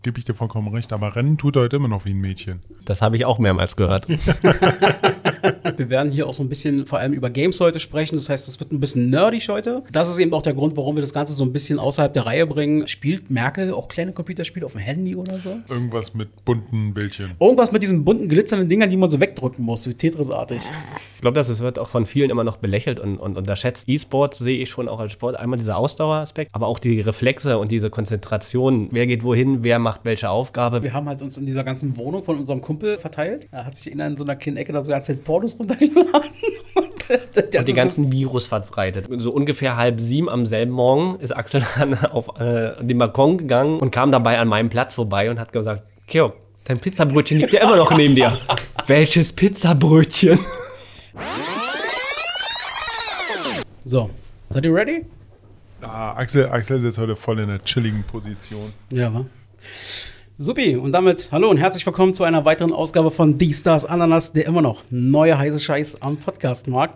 gebe ich dir vollkommen recht, aber Rennen tut er heute immer noch wie ein Mädchen. Das habe ich auch mehrmals gehört. Wir werden hier auch so ein bisschen vor allem über Games heute sprechen. Das heißt, das wird ein bisschen nerdig heute. Das ist eben auch der Grund, warum wir das Ganze so ein bisschen außerhalb der Reihe bringen. Spielt Merkel auch kleine Computerspiele auf dem Handy oder so? Irgendwas mit bunten Bildchen. Irgendwas mit diesen bunten, glitzernden Dingern, die man so wegdrücken muss, so Tetris-artig. Ich glaube, das wird auch von vielen immer noch belächelt und unterschätzt. E-Sports sehe ich schon auch als Sport. Einmal dieser Ausdaueraspekt, aber auch die Reflexe und diese Konzentration. Wer geht wohin, wer macht welche Aufgabe. Wir haben halt uns in dieser ganzen Wohnung von unserem Kumpel verteilt. Er hat sich in so einer kleinen Ecke da so die ganze Zeit Pornos runtergeladen. Und die ganzen Virus verbreitet. So ungefähr 6:30 am selben Morgen ist Axel dann auf den Balkon gegangen und kam dabei an meinem Platz vorbei und hat gesagt, Georg, dein Pizzabrötchen liegt ja immer noch neben dir. Welches Pizzabrötchen? So, seid ihr ready? Axel ist jetzt heute voll in der chilligen Position. Ja, wa? Supi, und damit hallo und herzlich willkommen zu einer weiteren Ausgabe von Die Stars Ananas, der immer noch neue heiße Scheiß am Podcastmarkt.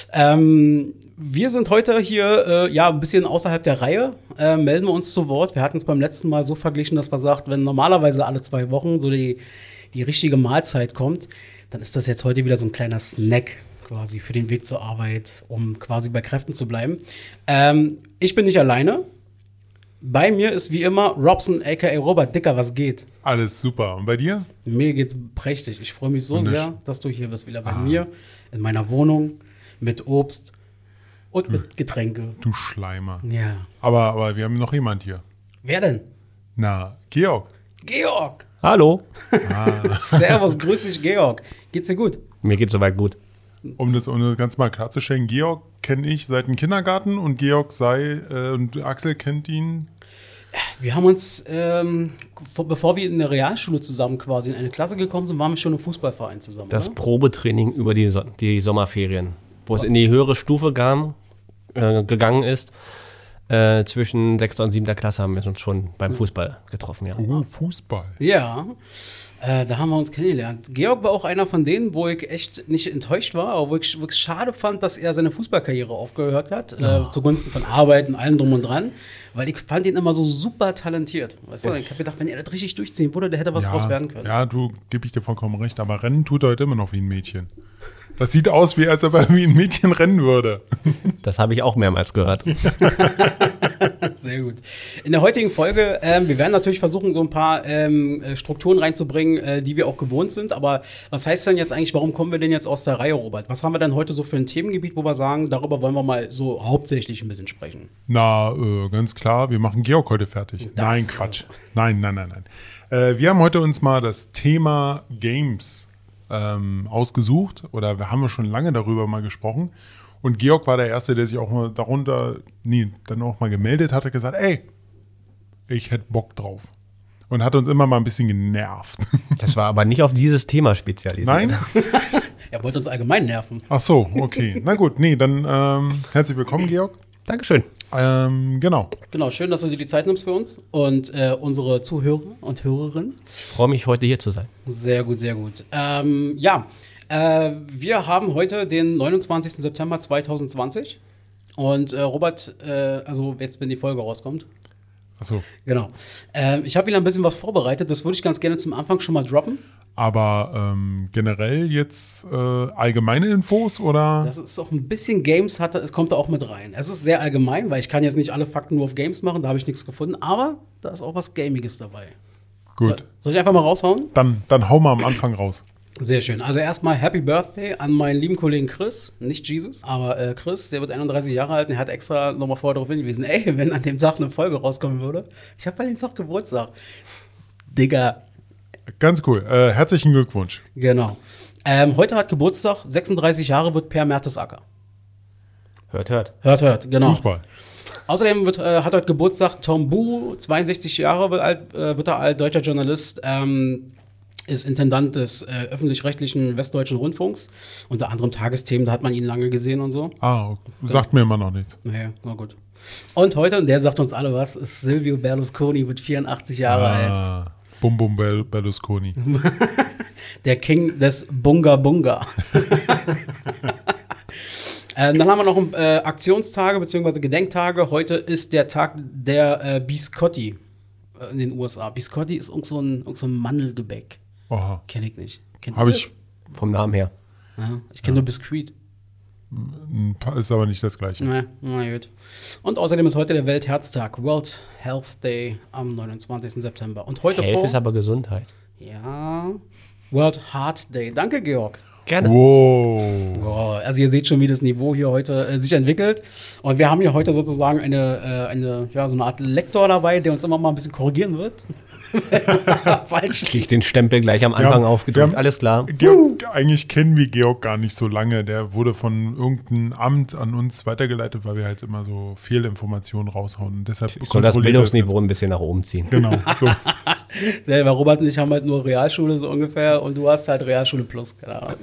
Wir sind heute hier ein bisschen außerhalb der Reihe, melden wir uns zu Wort. Wir hatten es beim letzten Mal so verglichen, dass man sagt, wenn normalerweise alle 2 Wochen so die richtige Mahlzeit kommt, dann ist das jetzt heute wieder so ein kleiner Snack quasi für den Weg zur Arbeit, um quasi bei Kräften zu bleiben. Ich bin nicht alleine. Bei mir ist wie immer Robson, a.k.a. Robert. Dicker, was geht? Alles super. Und bei dir? Mir geht's prächtig. Ich freue mich so sehr, dass du hier bist, wieder bei mir, in meiner Wohnung, mit Obst und mit Getränke. Du Schleimer. Ja. Aber wir haben noch jemand hier. Wer denn? Na, Georg. Georg! Hallo. Servus, grüß dich, Georg. Geht's dir gut? Mir geht's soweit gut. Um das ganz mal klarzustellen, Georg kenne ich seit dem Kindergarten und Georg und Axel kennt ihn. Wir haben uns, bevor wir in der Realschule zusammen quasi in eine Klasse gekommen sind, waren wir schon im Fußballverein zusammen. Das oder? Probetraining über die Sommerferien, wo es in die höhere Stufe gegangen ist. Zwischen 6. und 7. Klasse haben wir uns schon beim Fußball getroffen, ja. Fußball. Ja, da haben wir uns kennengelernt. Georg war auch einer von denen, wo ich echt nicht enttäuscht war, aber wo ich wirklich schade fand, dass er seine Fußballkarriere aufgehört hat, zugunsten von Arbeit und allem drum und dran, weil ich fand ihn immer so super talentiert. Weißt du? Ich habe gedacht, wenn er das richtig durchziehen würde, der hätte was draus werden können. Ja, gebe ich dir vollkommen recht, aber Rennen tut er heute immer noch wie ein Mädchen. Das sieht aus, wie als ob er wie ein Mädchen rennen würde. Das habe ich auch mehrmals gehört. Sehr gut. In der heutigen Folge, wir werden natürlich versuchen, so ein paar Strukturen reinzubringen, die wir auch gewohnt sind. Aber was heißt denn jetzt eigentlich, warum kommen wir denn jetzt aus der Reihe, Robert? Was haben wir denn heute so für ein Themengebiet, wo wir sagen, darüber wollen wir mal so hauptsächlich ein bisschen sprechen? Na, ganz klar, wir machen Georg heute fertig. Nein, Quatsch. Nein. Wir haben heute uns mal das Thema Games ausgesucht. Oder wir haben schon lange darüber mal gesprochen. Und Georg war der Erste, der sich auch mal dann auch mal gemeldet hatte, gesagt, ey, ich hätte Bock drauf. Und hat uns immer mal ein bisschen genervt. Das war aber nicht auf dieses Thema spezialisiert. Nein? Er wollte uns allgemein nerven. Ach so, okay. Na gut, dann herzlich willkommen, Georg. Dankeschön. Genau. Genau, schön, dass du dir die Zeit nimmst für uns und unsere Zuhörer und Hörerinnen. Ich freue mich, heute hier zu sein. Sehr gut, sehr gut. Wir haben heute den 29. September 2020 und Robert, also jetzt, wenn die Folge rauskommt. Ach so. Genau. Ich habe wieder ein bisschen was vorbereitet, das würde ich ganz gerne zum Anfang schon mal droppen. Aber generell jetzt allgemeine Infos oder? Das ist auch ein bisschen Games, es kommt da auch mit rein. Es ist sehr allgemein, weil ich kann jetzt nicht alle Fakten nur auf Games machen, da habe ich nichts gefunden, aber da ist auch was Gamiges dabei. Gut. Soll ich einfach mal raushauen? Dann hau mal am Anfang raus. Sehr schön. Also erstmal Happy Birthday an meinen lieben Kollegen Chris, nicht Jesus, aber Chris, der wird 31 Jahre alt und er hat extra nochmal vorher darauf hingewiesen, ey, wenn an dem Tag eine Folge rauskommen würde, ich habe bei dem Tag Geburtstag. Digga. Ganz cool. Herzlichen Glückwunsch. Genau. Heute hat Geburtstag, 36 Jahre, wird Per Mertesacker. Hört. Hört, genau. Fußball. Außerdem hat heute Geburtstag Tom Bu, 62 Jahre wird er alt, deutscher Journalist, ist Intendant des öffentlich-rechtlichen Westdeutschen Rundfunks. Unter anderem Tagesthemen, da hat man ihn lange gesehen und so. Okay. Sagt mir immer noch nichts. Naja, na gut. Und heute, und der sagt uns alle was, ist Silvio Berlusconi, wird 84 Jahre alt. Bum Bum Berlusconi. Der King des Bunga Bunga. Dann haben wir noch Aktionstage bzw. Gedenktage. Heute ist der Tag der Biscotti. in den USA. Biscotti ist irgend so ein Mandelgebäck. Aha. Kenn ich nicht. Habe ich. Vom Namen her. Ja, ich kenne nur Biskuit. Ist aber nicht das Gleiche. Na gut. Und außerdem ist heute der Weltherztag, World Health Day am 29. September. Und heute Health ist aber Gesundheit. Ja. World Heart Day. Danke, Georg. Gerne. Wow. Oh, also ihr seht schon, wie das Niveau hier heute sich entwickelt. Und wir haben hier heute sozusagen so eine Art Lektor dabei, der uns immer mal ein bisschen korrigieren wird. Falsch. Krieg ich den Stempel gleich am Anfang aufgedrückt. Alles klar. Georg, eigentlich kennen wir Georg gar nicht so lange. Der wurde von irgendeinem Amt an uns weitergeleitet, weil wir halt immer so Fehlinformationen raushauen. Und deshalb ich soll das Bildungsniveau ein bisschen nach oben ziehen. Genau. So. Selber, Robert und ich haben halt nur Realschule so ungefähr und du hast halt Realschule plus. Keine Ahnung.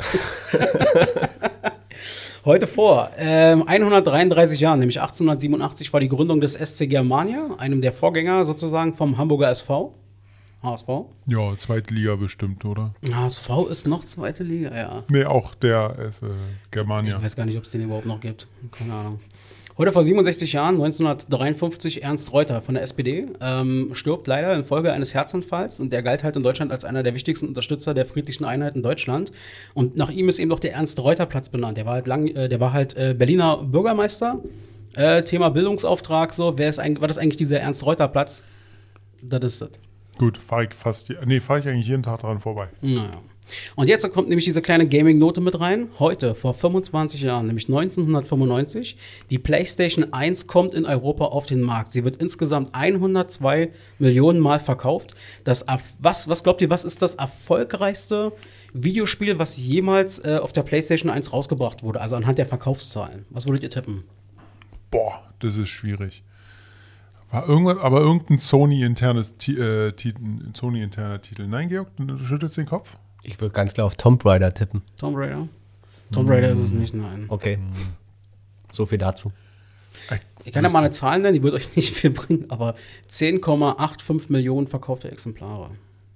Heute vor 133 Jahren, nämlich 1887, war die Gründung des SC Germania, einem der Vorgänger sozusagen vom Hamburger SV. HSV? Ja, zweite Liga bestimmt, oder? HSV ist noch zweite Liga, ja. Nee, auch der ist Germania. Ich weiß gar nicht, ob es den überhaupt noch gibt. Keine Ahnung. Heute vor 67 Jahren, 1953, Ernst Reuter von der SPD, stirbt leider infolge eines Herzanfalls und der galt halt in Deutschland als einer der wichtigsten Unterstützer der friedlichen Einheit in Deutschland. Und nach ihm ist eben doch der Ernst-Reuter-Platz benannt. Der war halt Berliner Bürgermeister. Thema Bildungsauftrag, so, war das eigentlich dieser Ernst-Reuter-Platz? Das ist das. Gut, fahre ich eigentlich jeden Tag dran vorbei. Naja. Und jetzt kommt nämlich diese kleine Gaming-Note mit rein. Heute, vor 25 Jahren, nämlich 1995, die PlayStation 1 kommt in Europa auf den Markt. Sie wird insgesamt 102 Millionen Mal verkauft. Was glaubt ihr, was ist das erfolgreichste Videospiel, was jemals auf der PlayStation 1 rausgebracht wurde? Also anhand der Verkaufszahlen. Was würdet ihr tippen? Boah, das ist schwierig. Aber irgendein Sony-interner Titel. Nein, Georg, du schüttelst den Kopf? Ich würde ganz klar auf Tomb Raider tippen. Tomb Raider? Tomb Raider ist es nicht, nein. Okay. So viel dazu. Ich kann ja mal eine Zahl nennen, die wird euch nicht viel bringen, aber 10,85 Millionen verkaufte Exemplare.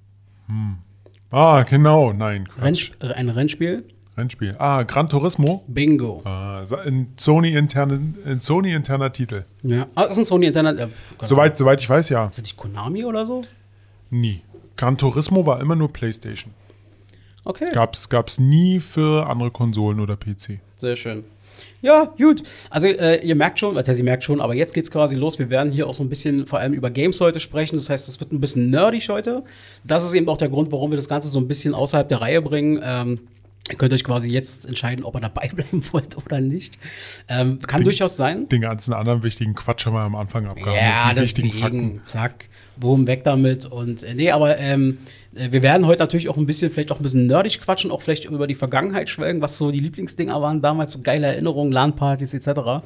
Ah, genau, nein. Ein Rennspiel? Rennspiel. Ah, Gran Turismo. Bingo. Ein Sony-interner Titel. Ja, das ist ein Sony-interner. Soweit ich weiß, ja. Ist das nicht Konami oder so? Nie. Gran Turismo war immer nur PlayStation. Okay. Gab's nie für andere Konsolen oder PC. Sehr schön. Ja, gut. Also ihr merkt schon, aber jetzt geht's quasi los. Wir werden hier auch so ein bisschen vor allem über Games heute sprechen. Das heißt, das wird ein bisschen nerdig heute. Das ist eben auch der Grund, warum wir das Ganze so ein bisschen außerhalb der Reihe bringen. Ihr könnt euch quasi jetzt entscheiden, ob ihr dabei bleiben wollt oder nicht. Kann durchaus sein. Den ganzen anderen wichtigen Quatsch haben wir am Anfang abgehandelt. Ja, deswegen, zack, boom, weg damit. Und aber wir werden heute natürlich auch vielleicht auch ein bisschen nerdig quatschen, auch vielleicht über die Vergangenheit schwelgen, was so die Lieblingsdinger waren damals, so geile Erinnerungen, LAN-Partys etc.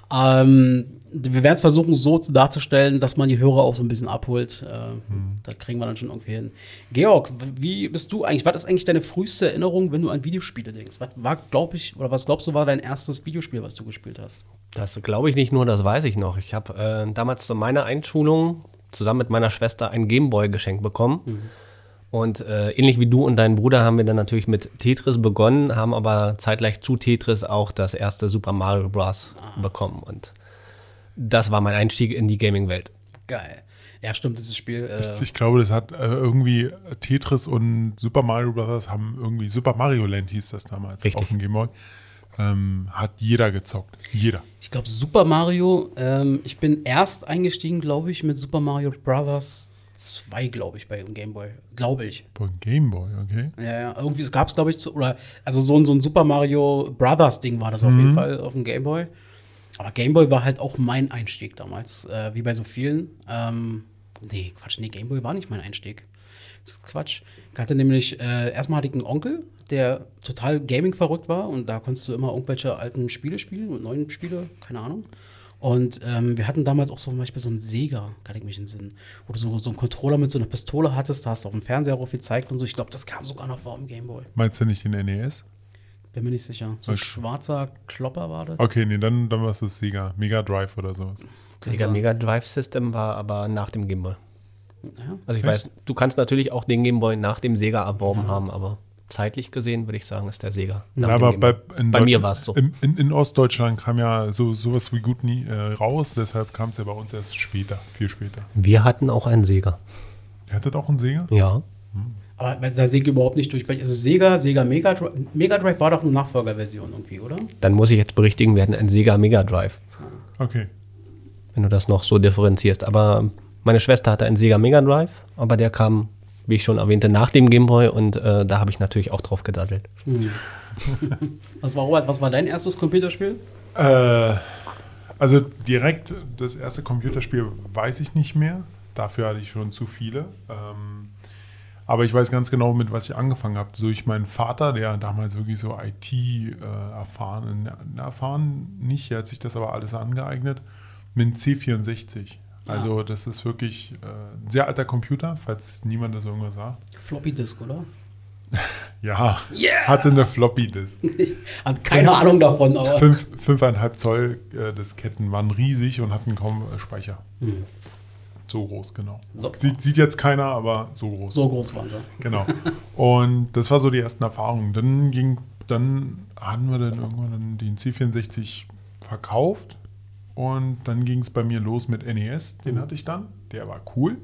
Wir werden es versuchen, so darzustellen, dass man die Hörer auch so ein bisschen abholt. Das kriegen wir dann schon irgendwie hin. Georg, wie bist du eigentlich? Was ist eigentlich deine früheste Erinnerung, wenn du an Videospiele denkst? Was glaubst du, war dein erstes Videospiel, was du gespielt hast? Das glaube ich nicht nur, das weiß ich noch. Ich habe damals zu meiner Einschulung zusammen mit meiner Schwester einen Gameboy geschenkt bekommen. Und ähnlich wie du und dein Bruder haben wir dann natürlich mit Tetris begonnen, haben aber zeitgleich zu Tetris auch das erste Super Mario Bros. Bekommen. Und das war mein Einstieg in die Gaming-Welt. Geil. Ja, stimmt, dieses Spiel. Ich glaube, das hat irgendwie Tetris und Super Mario Bros. Haben irgendwie Super Mario Land hieß das damals. Richtig. Auf dem Game Boy. Hat jeder gezockt. Jeder. Ich glaube, Super Mario, ich bin erst eingestiegen, glaube ich, mit Super Mario Bros. 2, glaube ich, bei dem Game Boy. Glaube ich. Bei Game Boy, okay. Ja, irgendwie gab es, glaube ich, so ein Super Mario Brothers Ding war das auf jeden Fall auf dem Game Boy. Aber Game Boy war halt auch mein Einstieg damals, wie bei so vielen. Game Boy war nicht mein Einstieg. Das ist Quatsch. Ich hatte nämlich, erstmal hatte ich einen Onkel, der total Gaming-verrückt war und da konntest du immer irgendwelche alten Spiele spielen und neuen Spiele, keine Ahnung. Und wir hatten damals auch zum Beispiel so einen Sega, kann ich mich in den Sinn, wo du so einen Controller mit so einer Pistole hattest, da hast du auf dem Fernseher auch viel gezeigt und so. Ich glaube, das kam sogar noch vor dem Gameboy. Meinst du nicht den NES? Bin mir nicht sicher. So ein schwarzer Klopper war das. Okay, nee, dann war es das Sega. Mega Drive oder sowas. Mega Drive System war aber nach dem Gameboy. Ja. Also ich weiß, du kannst natürlich auch den Gameboy nach dem Sega erworben haben, aber zeitlich gesehen würde ich sagen, ist der Sega. Ja, aber bei mir war es so. In Ostdeutschland kam ja sowas wie gut nie raus, deshalb kam es ja bei uns erst später, viel später. Wir hatten auch einen Sega. Ihr hattet auch einen Sega? Ja. Aber da Sega überhaupt nicht durch. Also Sega Mega Drive war doch eine Nachfolgerversion irgendwie, oder? Dann muss ich jetzt berichtigen, wir hatten einen Sega Mega Drive. Okay. Wenn du das noch so differenzierst. Aber meine Schwester hatte einen Sega Mega Drive, aber der kam, wie ich schon erwähnte, nach dem Gameboy und da habe ich natürlich auch drauf gedattelt. Was war dein erstes Computerspiel? Also direkt das erste Computerspiel weiß ich nicht mehr. Dafür hatte ich schon zu viele. Aber ich weiß ganz genau, mit was ich angefangen habe. Durch meinen Vater, der damals wirklich so IT erfahren nicht, er hat sich das aber alles angeeignet, mit dem C64. Also das ist wirklich ein sehr alter Computer, falls niemand das irgendwas sah. Floppy Disk, oder? Ja, hatte eine Floppy Disk. Ich habe keine Ahnung davon, aber... 5,5 Zoll Disketten waren riesig und hatten kaum Speicher. So groß, genau. So. Sieht jetzt keiner, aber so groß. So groß waren sie. Genau. Und das war so die ersten Erfahrungen. Dann hatten wir dann irgendwann den C64 verkauft und dann ging es bei mir los mit NES. Den hatte ich dann. Der war cool.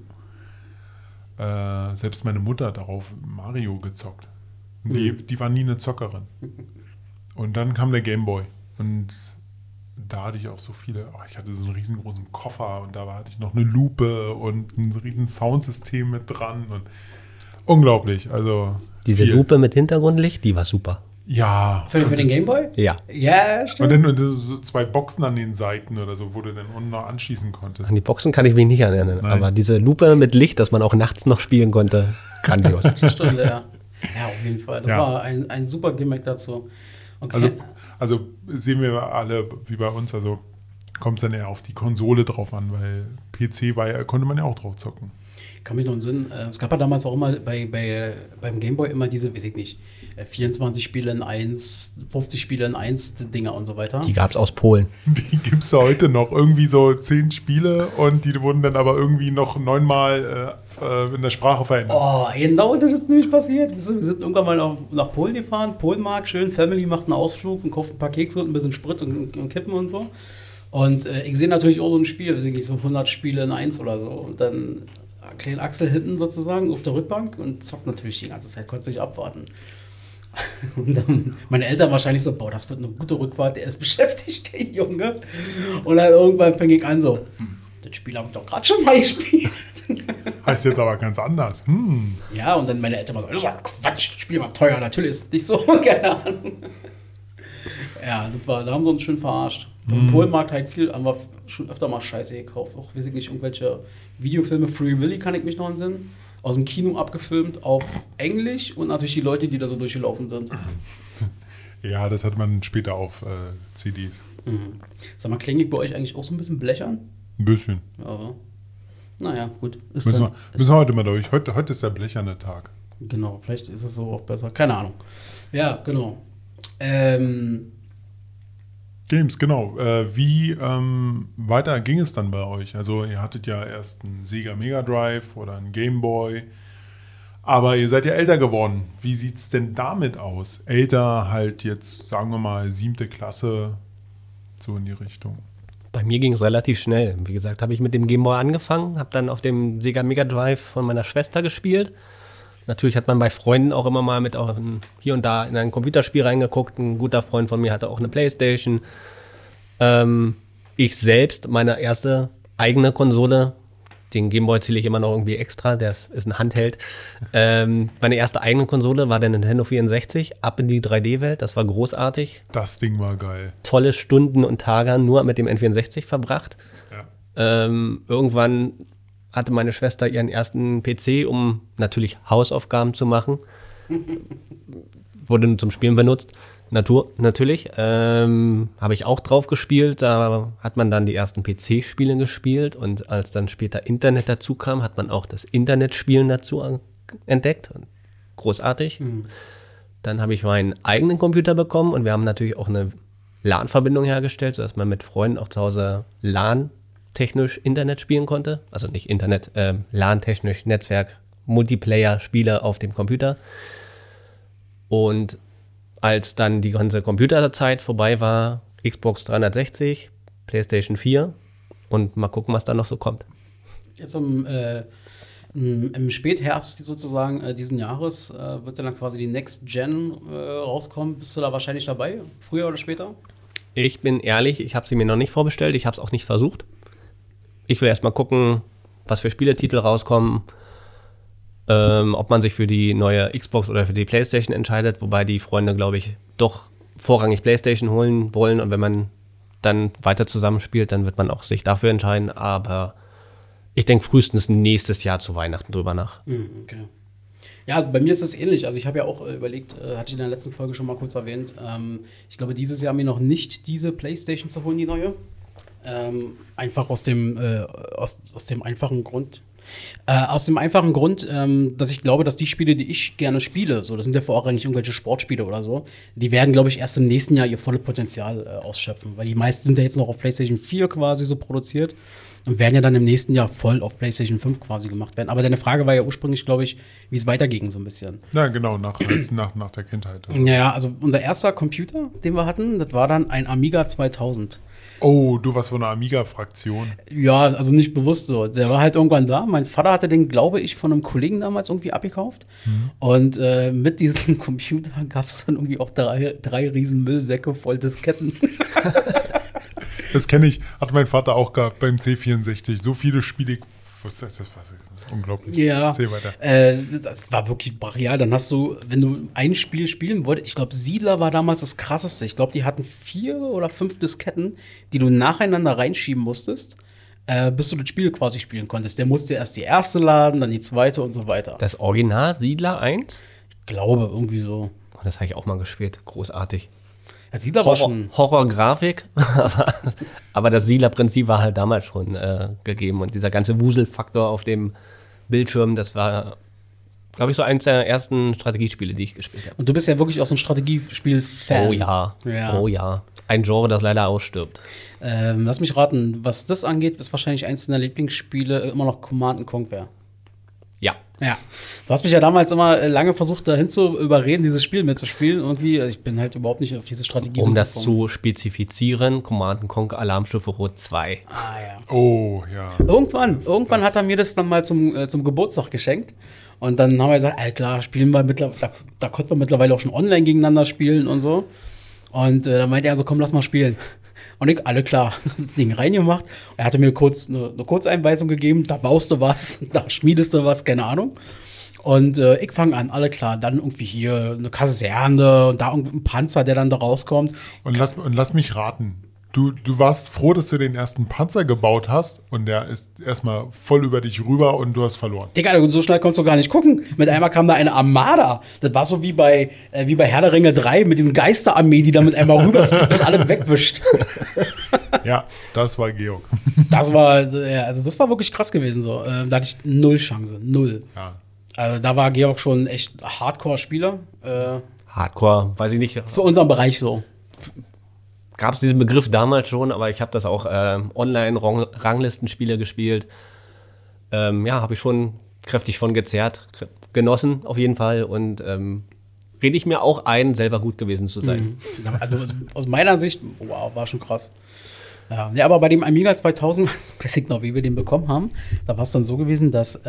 Selbst meine Mutter hat darauf Mario gezockt. Und die war nie eine Zockerin. Und dann kam der Gameboy. Und da hatte ich auch so viele, ich hatte so einen riesengroßen Koffer und da hatte ich noch eine Lupe und ein riesen Soundsystem mit dran und unglaublich, also diese viel. Lupe mit Hintergrundlicht, die war super. Ja. Für den Gameboy? Ja. Ja, stimmt. Und dann so 2 Boxen an den Seiten oder so, wo du dann unten noch anschließen konntest. An die Boxen kann ich mich nicht erinnern, aber diese Lupe mit Licht, dass man auch nachts noch spielen konnte, grandios. Stimmt, ja. Ja, auf jeden Fall. Das war ein super Gimmick dazu. Okay. Also sehen wir alle wie bei uns, also kommt es dann eher auf die Konsole drauf an, weil PC konnte man ja auch drauf zocken. Ich kann mich noch entsinnen, es gab ja damals auch immer beim Gameboy immer diese, weiß ich nicht, 24 Spiele in 1, 50 Spiele in 1 Dinger und so weiter. Die gab es aus Polen. Die gibt es heute noch. Irgendwie so 10 Spiele und die wurden dann aber irgendwie noch 9-mal in der Sprache verändert. Oh, genau, das ist nämlich passiert. Wir sind irgendwann mal nach Polen gefahren, Polenmarkt, schön, Family macht einen Ausflug und kauft ein paar Kekse und ein bisschen Sprit und Kippen und so. Und ich sehe natürlich auch so ein Spiel, weiß ich nicht, so 100 Spiele in 1 oder so. Und dann kleinen Axel hinten sozusagen auf der Rückbank und zockt natürlich die ganze Zeit, konnte nicht abwarten. Und dann meine Eltern wahrscheinlich so, boah, das wird eine gute Rückfahrt, der ist beschäftigt, der Junge. Und dann irgendwann fing ich an so, das Spiel habe ich doch gerade schon mal gespielt. Heißt jetzt aber ganz anders. Ja, und dann meine Eltern mal so, das ist doch Quatsch, das Spiel war teuer, natürlich ist es nicht so, keine Ahnung. Ja, da haben sie uns schön verarscht. Im Polenmarkt halt haben wir schon öfter mal Scheiße gekauft. Auch, weiß ich nicht, irgendwelche Videofilme, Free Willy kann ich mich noch entsinnen. Aus dem Kino abgefilmt auf Englisch und natürlich die Leute, die da so durchgelaufen sind. Ja, das hat man später auf CDs. Sag mal, klinge ich bei euch eigentlich auch so ein bisschen blechern? Ein bisschen. Ja. Naja, gut. Müssen wir heute mal durch. Heute ist der blecherne Tag. Genau, vielleicht ist es so auch besser. Keine Ahnung. Ja, genau. Games, genau. Wie weiter ging es dann bei euch? Also ihr hattet ja erst einen Sega Mega Drive oder einen Game Boy, aber ihr seid ja älter geworden. Wie sieht es denn damit aus? Älter halt jetzt, sagen wir mal, 7. Klasse, so in die Richtung. Bei mir ging es relativ schnell. Wie gesagt, habe ich mit dem Game Boy angefangen, habe dann auf dem Sega Mega Drive von meiner Schwester gespielt. Natürlich hat man bei Freunden auch immer mal hier und da in ein Computerspiel reingeguckt. Ein guter Freund von mir hatte auch eine Playstation. Ich selbst, meine erste eigene Den Gameboy zähle ich immer noch irgendwie extra, der ist ein Handheld. Meine erste eigene Konsole war der Nintendo 64, ab in die 3D-Welt, das war großartig. Das Ding war geil. Tolle Stunden und Tage nur mit dem N64 verbracht. Ja. Irgendwann hatte meine Schwester ihren ersten PC, um natürlich Hausaufgaben zu machen. Wurde zum Spielen benutzt. Natürlich. Habe ich auch drauf gespielt. Da hat man dann die ersten PC-Spiele gespielt. Und als dann später Internet dazu kam, hat man auch das Internetspielen dazu entdeckt. Großartig. Dann habe ich meinen eigenen Computer bekommen. Und wir haben natürlich auch eine LAN-Verbindung hergestellt, sodass man mit Freunden auch zu Hause LAN-technisch Internet spielen konnte. Also nicht Internet, LAN-technisch Netzwerk, Multiplayer-Spiele auf dem Computer. Und als dann die ganze Computerzeit vorbei war, Xbox 360, PlayStation 4 und mal gucken, was da noch so kommt. Jetzt im Spätherbst sozusagen diesen Jahres wird dann quasi die Next Gen rauskommen. Bist du da wahrscheinlich dabei? Früher oder später? Ich bin ehrlich, ich habe sie mir noch nicht vorbestellt, ich habe es auch nicht versucht. Ich will erst mal gucken, was für Spieletitel rauskommen, ob man sich für die neue Xbox oder für die PlayStation entscheidet, wobei die Freunde, glaube ich, doch vorrangig PlayStation holen wollen und wenn man dann weiter zusammenspielt, dann wird man auch sich dafür entscheiden, aber ich denke frühestens nächstes Jahr zu Weihnachten drüber nach. Okay. Ja, bei mir ist es ähnlich. Also ich habe ja auch überlegt, hatte ich in der letzten Folge schon mal kurz erwähnt, ich glaube dieses Jahr mir noch nicht diese PlayStation zu holen, die neue. Einfach aus dem einfachen Grund. Dass ich glaube, dass die Spiele, die ich gerne spiele, so, das sind ja vorrangig irgendwelche Sportspiele oder so, die werden, glaube ich, erst im nächsten Jahr ihr volles Potenzial ausschöpfen. Weil die meisten sind ja jetzt noch auf PlayStation 4 quasi so produziert und werden ja dann im nächsten Jahr voll auf PlayStation 5 quasi gemacht werden. Aber deine Frage war ja ursprünglich, glaube ich, wie es weiterging so ein bisschen. Ja, genau, nach der Kindheit. Ja, also unser erster Computer, den wir hatten, das war dann ein Amiga 2000. Oh, du warst von einer Amiga-Fraktion. Ja, also nicht bewusst so. Der war halt irgendwann da. Mein Vater hatte den, glaube ich, von einem Kollegen damals irgendwie abgekauft. Und mit diesem Computer gab es dann irgendwie auch drei riesen Müllsäcke voll Disketten. Das kenne ich. Hat mein Vater auch gehabt beim C64. So viele Spiele. Das war unglaublich. Ja. Erzähl weiter. Das war wirklich brachial. Dann hast du, wenn du ein Spiel spielen wolltest, ich glaube, Siedler war damals das krasseste. Ich glaube, die hatten 4 oder 5 Disketten, die du nacheinander reinschieben musstest, bis du das Spiel quasi spielen konntest. Der musste erst die erste laden, dann die zweite und so weiter. Das Original Siedler 1? Ich glaube, irgendwie so. Oh, das habe ich auch mal gespielt. Großartig. Ja, Siedler war schon Horror-Grafik, aber das Siedler-Prinzip war halt damals schon gegeben. Und dieser ganze Wuselfaktor auf dem Bildschirm, das war, glaube ich, so eins der ersten Strategiespiele, die ich gespielt habe. Und du bist ja wirklich auch so ein Strategiespiel-Fan. Oh ja. Oh ja. Ein Genre, das leider ausstirbt. Lass mich raten, was das angeht, ist wahrscheinlich eins deiner Lieblingsspiele immer noch Command & Conquer. Ja. Ja. Du hast mich ja damals immer lange versucht, dahin zu überreden, dieses Spiel mitzuspielen. Irgendwie, also ich bin halt überhaupt nicht auf diese Strategie Um das zu spezifizieren, Command & Conquer Alarmstufe Rot 2. Ah, ja. Oh, ja. Irgendwann hat er mir das dann mal zum Geburtstag geschenkt. Und dann haben wir gesagt, klar, spielen wir mittlerweile, da konnten wir mittlerweile auch schon online gegeneinander spielen und so. Und dann meinte er so, komm, lass mal spielen. Und ich, alle klar, das Ding reingemacht. Er hatte mir eine Kurzeinweisung gegeben, da baust du was, da schmiedest du was, keine Ahnung. Und ich fange an, alle klar. Dann irgendwie hier eine Kaserne und da ein Panzer, der dann da rauskommt. Und lass mich raten. Du warst froh, dass du den ersten Panzer gebaut hast und der ist erstmal voll über dich rüber und du hast verloren. Digga, so schnell konntest du gar nicht gucken. Mit einmal kam da eine Armada. Das war so wie bei Herr der Ringe 3 mit diesen Geisterarmee, die da mit einmal rüberfliegt und alle wegwischt. Ja, das war Georg. Das war wirklich krass gewesen so. Da hatte ich null Chance. Null. Ja. Also da war Georg schon echt Hardcore-Spieler. Hardcore, weiß ich nicht. Für unseren Bereich so. Gab es diesen Begriff damals schon, aber ich habe das auch Online-Ranglistenspiele gespielt. Habe ich schon kräftig von gezerrt, genossen auf jeden Fall und rede ich mir auch ein, selber gut gewesen zu sein. Also aus meiner Sicht, wow, war schon krass. Ja, aber bei dem Amiga 2000, weiß ich noch, wie wir den bekommen haben, da war es dann so gewesen, dass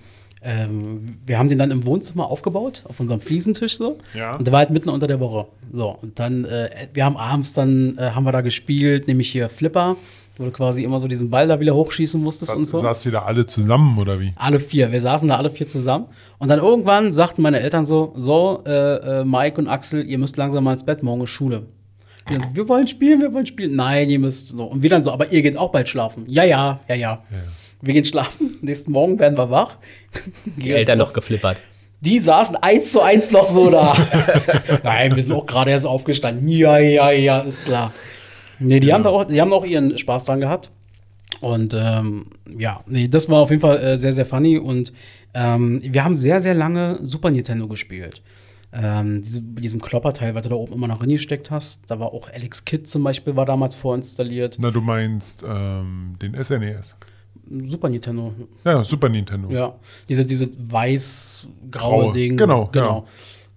wir haben den dann im Wohnzimmer aufgebaut, auf unserem Fliesentisch so. Ja. Und der war halt mitten unter der Woche. So, und dann, wir haben abends dann, haben wir da gespielt, nämlich hier Flipper, wo du quasi immer so diesen Ball da wieder hochschießen musstest und so. Saßt ihr da alle zusammen, oder wie? Alle 4, wir saßen da alle 4 zusammen. Und dann irgendwann sagten meine Eltern so, Mike und Axel, ihr müsst langsam mal ins Bett, morgen ist Schule. Wir wollen spielen. Nein, ihr müsst so. Und wir dann so, aber ihr geht auch bald schlafen. Ja. Wir gehen schlafen, nächsten Morgen werden wir wach. Die Eltern noch geflippert. Die saßen 1:1 noch so da. Nein, wir sind auch gerade erst aufgestanden. Ja, ist klar. Nee, die haben auch ihren Spaß dran gehabt. Und das war auf jeden Fall sehr, sehr funny. Und wir haben sehr, sehr lange Super Nintendo gespielt. Diesem Klopperteil, was du da oben immer noch reingesteckt hast. Da war auch Alex Kidd zum Beispiel, war damals vorinstalliert. Na, du meinst den SNES. Super Nintendo. Ja, Super Nintendo. Ja, diese weiß-graue Ding. Genau.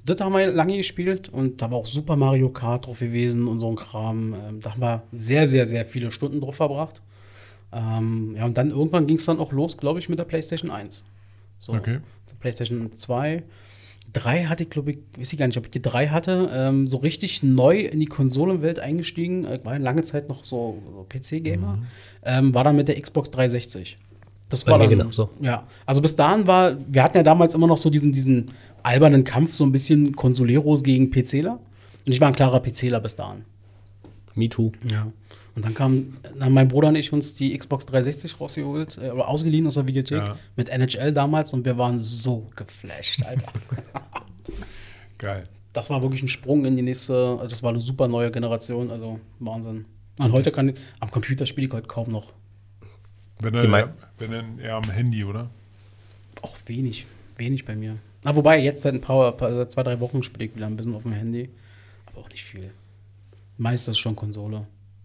Das haben wir lange gespielt und da war auch Super Mario Kart drauf gewesen und so ein Kram. Da haben wir sehr, sehr, sehr viele Stunden drauf verbracht. Ja, und dann irgendwann ging es dann auch los, glaube ich, mit der PlayStation 1. So, Okay. PlayStation 2. 3 hatte ich, glaube ich, weiß ich gar nicht, ob ich die 3 hatte. So richtig neu in die Konsolenwelt eingestiegen. Ich war lange Zeit noch so PC-Gamer. War dann mit der Xbox 360. Das Bei war mir dann, genau so. Ja, also bis dahin wir hatten ja damals immer noch so diesen albernen Kampf, so ein bisschen Consoleros gegen PCler. Und ich war ein klarer PCler bis dahin. Me too. Ja. Und dann haben mein Bruder und ich uns die Xbox 360 rausgeholt, oder ausgeliehen aus der Videothek mit NHL damals und wir waren so geflasht, Alter. Geil. Das war wirklich ein Sprung in die nächste, also das war eine super neue Generation, also Wahnsinn. Und heute am Computer spiele ich heute kaum noch. Wenn dann eher am Handy, oder? Auch wenig bei mir. Wobei, jetzt seit seit 2-3 Wochen spiele ich wieder ein bisschen auf dem Handy. Aber auch nicht viel. Meistens schon Konsole.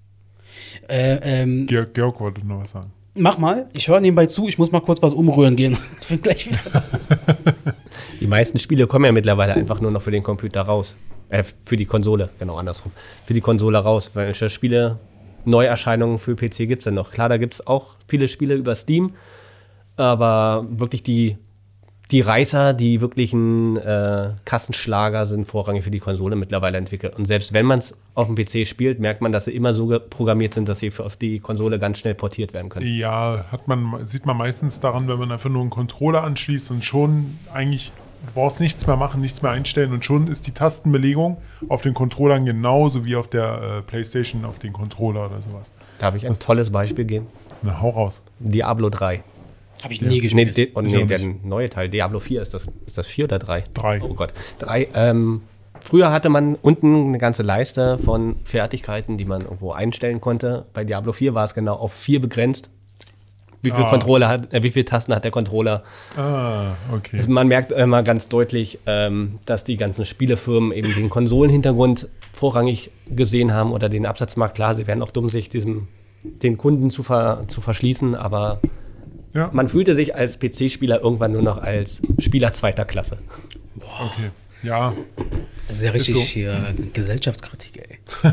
Georg wollte noch was sagen. Mach mal, ich höre nebenbei zu, ich muss mal kurz was umrühren gehen. Ich bin gleich wieder da. Die meisten Spiele kommen ja mittlerweile einfach nur noch für den Computer raus. Für die Konsole, genau andersrum. Für die Konsole raus. Welche Spiele, Neuerscheinungen für PC gibt es denn noch? Klar, da gibt es auch viele Spiele über Steam, aber wirklich die Reißer, die wirklichen Kassenschlager sind vorrangig für die Konsole mittlerweile entwickelt. Und selbst wenn man es auf dem PC spielt, merkt man, dass sie immer so programmiert sind, dass sie auf die Konsole ganz schnell portiert werden können. Ja, sieht man meistens daran, wenn man einfach nur einen Controller anschließt und schon eigentlich, du brauchst nichts mehr machen, nichts mehr einstellen und schon ist die Tastenbelegung auf den Controllern genauso wie auf der PlayStation auf den Controller oder sowas. Darf ich ein tolles Beispiel geben? Na, hau raus. Diablo 3. Habe ich nie gespielt. Der neue Teil, Diablo 4, ist das 4 oder 3? 3. Oh Gott, 3. Früher hatte man unten eine ganze Leiste von Fertigkeiten, die man irgendwo einstellen konnte. Bei Diablo 4 war es genau auf 4 begrenzt. Wie viele Tasten hat der Controller? Okay. Also man merkt immer ganz deutlich, dass die ganzen Spielefirmen eben den Konsolenhintergrund vorrangig gesehen haben oder den Absatzmarkt. Klar, sie wären auch dumm, sich den Kunden zu verschließen, aber Ja. man fühlte sich als PC-Spieler irgendwann nur noch als Spieler zweiter Klasse. Okay. Ja. Das ist ja richtig so. hier Gesellschaftskritik, ey.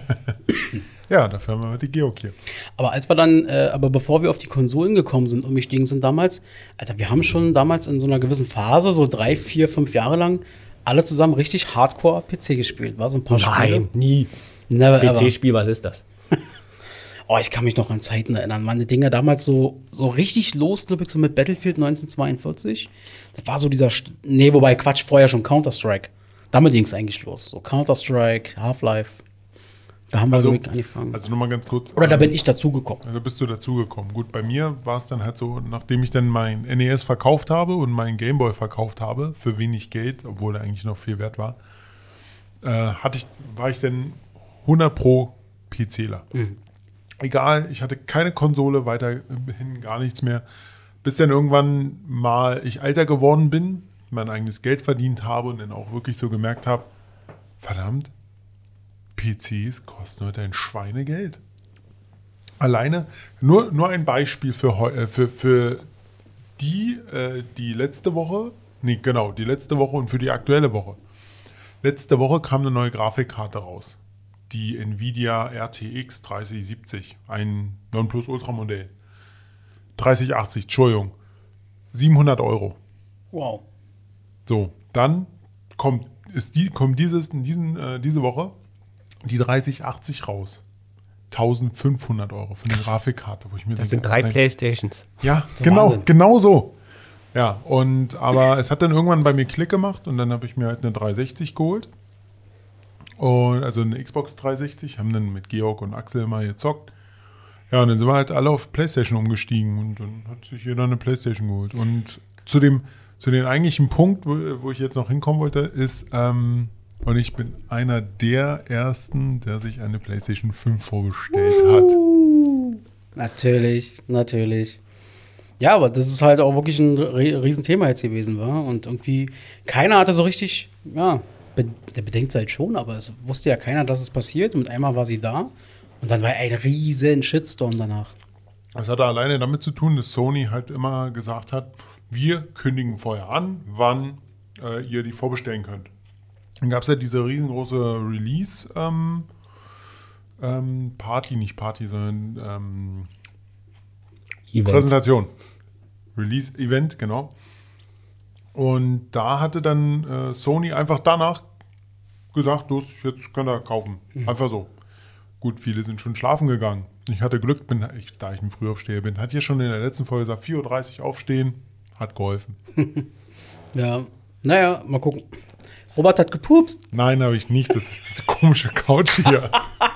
Ja, dafür haben wir die Georg hier. Aber als wir dann, bevor wir auf die Konsolen gekommen sind und gestiegen sind damals, Alter, wir haben schon damals in so einer gewissen Phase, so 3, 4, 5 Jahre lang, alle zusammen richtig Hardcore PC gespielt. War so ein paar Spiele. Nein, nie. Never ever. PC-Spiel, was ist das? Oh, ich kann mich noch an Zeiten erinnern. Meine Dinger damals so richtig los, glaube ich, so mit Battlefield 1942. Das war so wobei Quatsch, vorher schon Counter-Strike. Damit ging es eigentlich los. So Counter-Strike, Half-Life. Da haben wir wirklich angefangen. Also nochmal ganz kurz. Oder da bin ich dazugekommen. Da bist du dazugekommen. Gut, bei mir war es dann halt so, nachdem ich dann mein NES verkauft habe und meinen Gameboy verkauft habe, für wenig Geld, obwohl er eigentlich noch viel wert war, war ich dann 100 pro PCler. Egal, ich hatte keine Konsole, weiterhin gar nichts mehr. Bis dann irgendwann mal ich älter geworden bin, mein eigenes Geld verdient habe und dann auch wirklich so gemerkt habe, verdammt, PCs kosten heute ein Schweinegeld. Alleine, nur ein Beispiel für die letzte Woche, die letzte Woche und für die aktuelle Woche. Letzte Woche kam eine neue Grafikkarte raus. Die Nvidia RTX 3070, ein Nonplusultra-Modell. 3080, Entschuldigung. 700 €. Wow. So, dann kommt diese Woche die 3080 raus. 1500 € für eine Grafikkarte. Wo ich mir Das denke, sind 3 nein. Playstations. Ja, ist Wahnsinn. genau so. Ja, aber es hat dann irgendwann bei mir Klick gemacht und dann habe ich mir halt eine 360 geholt. Und also eine Xbox 360, haben dann mit Georg und Axel mal gezockt. Ja, und dann sind wir halt alle auf PlayStation umgestiegen und dann hat sich jeder eine PlayStation geholt. Und zu dem eigentlichen Punkt, wo ich jetzt noch hinkommen wollte, ist, und ich bin einer der Ersten, der sich eine PlayStation 5 vorbestellt hat. Natürlich. Ja, aber das ist halt auch wirklich ein Riesenthema jetzt gewesen, war. Und irgendwie keiner hatte so richtig, ja, der Bedenkzeit schon, aber es wusste ja keiner, dass es passiert. Und einmal war sie da und dann war ein riesen Shitstorm danach. Das hatte alleine damit zu tun, dass Sony halt immer gesagt hat, wir kündigen vorher an, wann ihr die vorbestellen könnt. Dann gab es ja diese riesengroße Release Party, nicht Party, sondern Präsentation. Release-Event, genau. Und da hatte dann Sony einfach danach gesagt, los, jetzt könnt ihr kaufen. Einfach so. Gut, viele sind schon schlafen gegangen. Ich hatte Glück, da ich ein Frühaufsteher bin, hat hier schon in der letzten Folge gesagt, 4:30 Uhr aufstehen, hat geholfen. Ja, naja, mal gucken. Robert hat gepupst. Nein, habe ich nicht. Das ist diese komische Couch hier.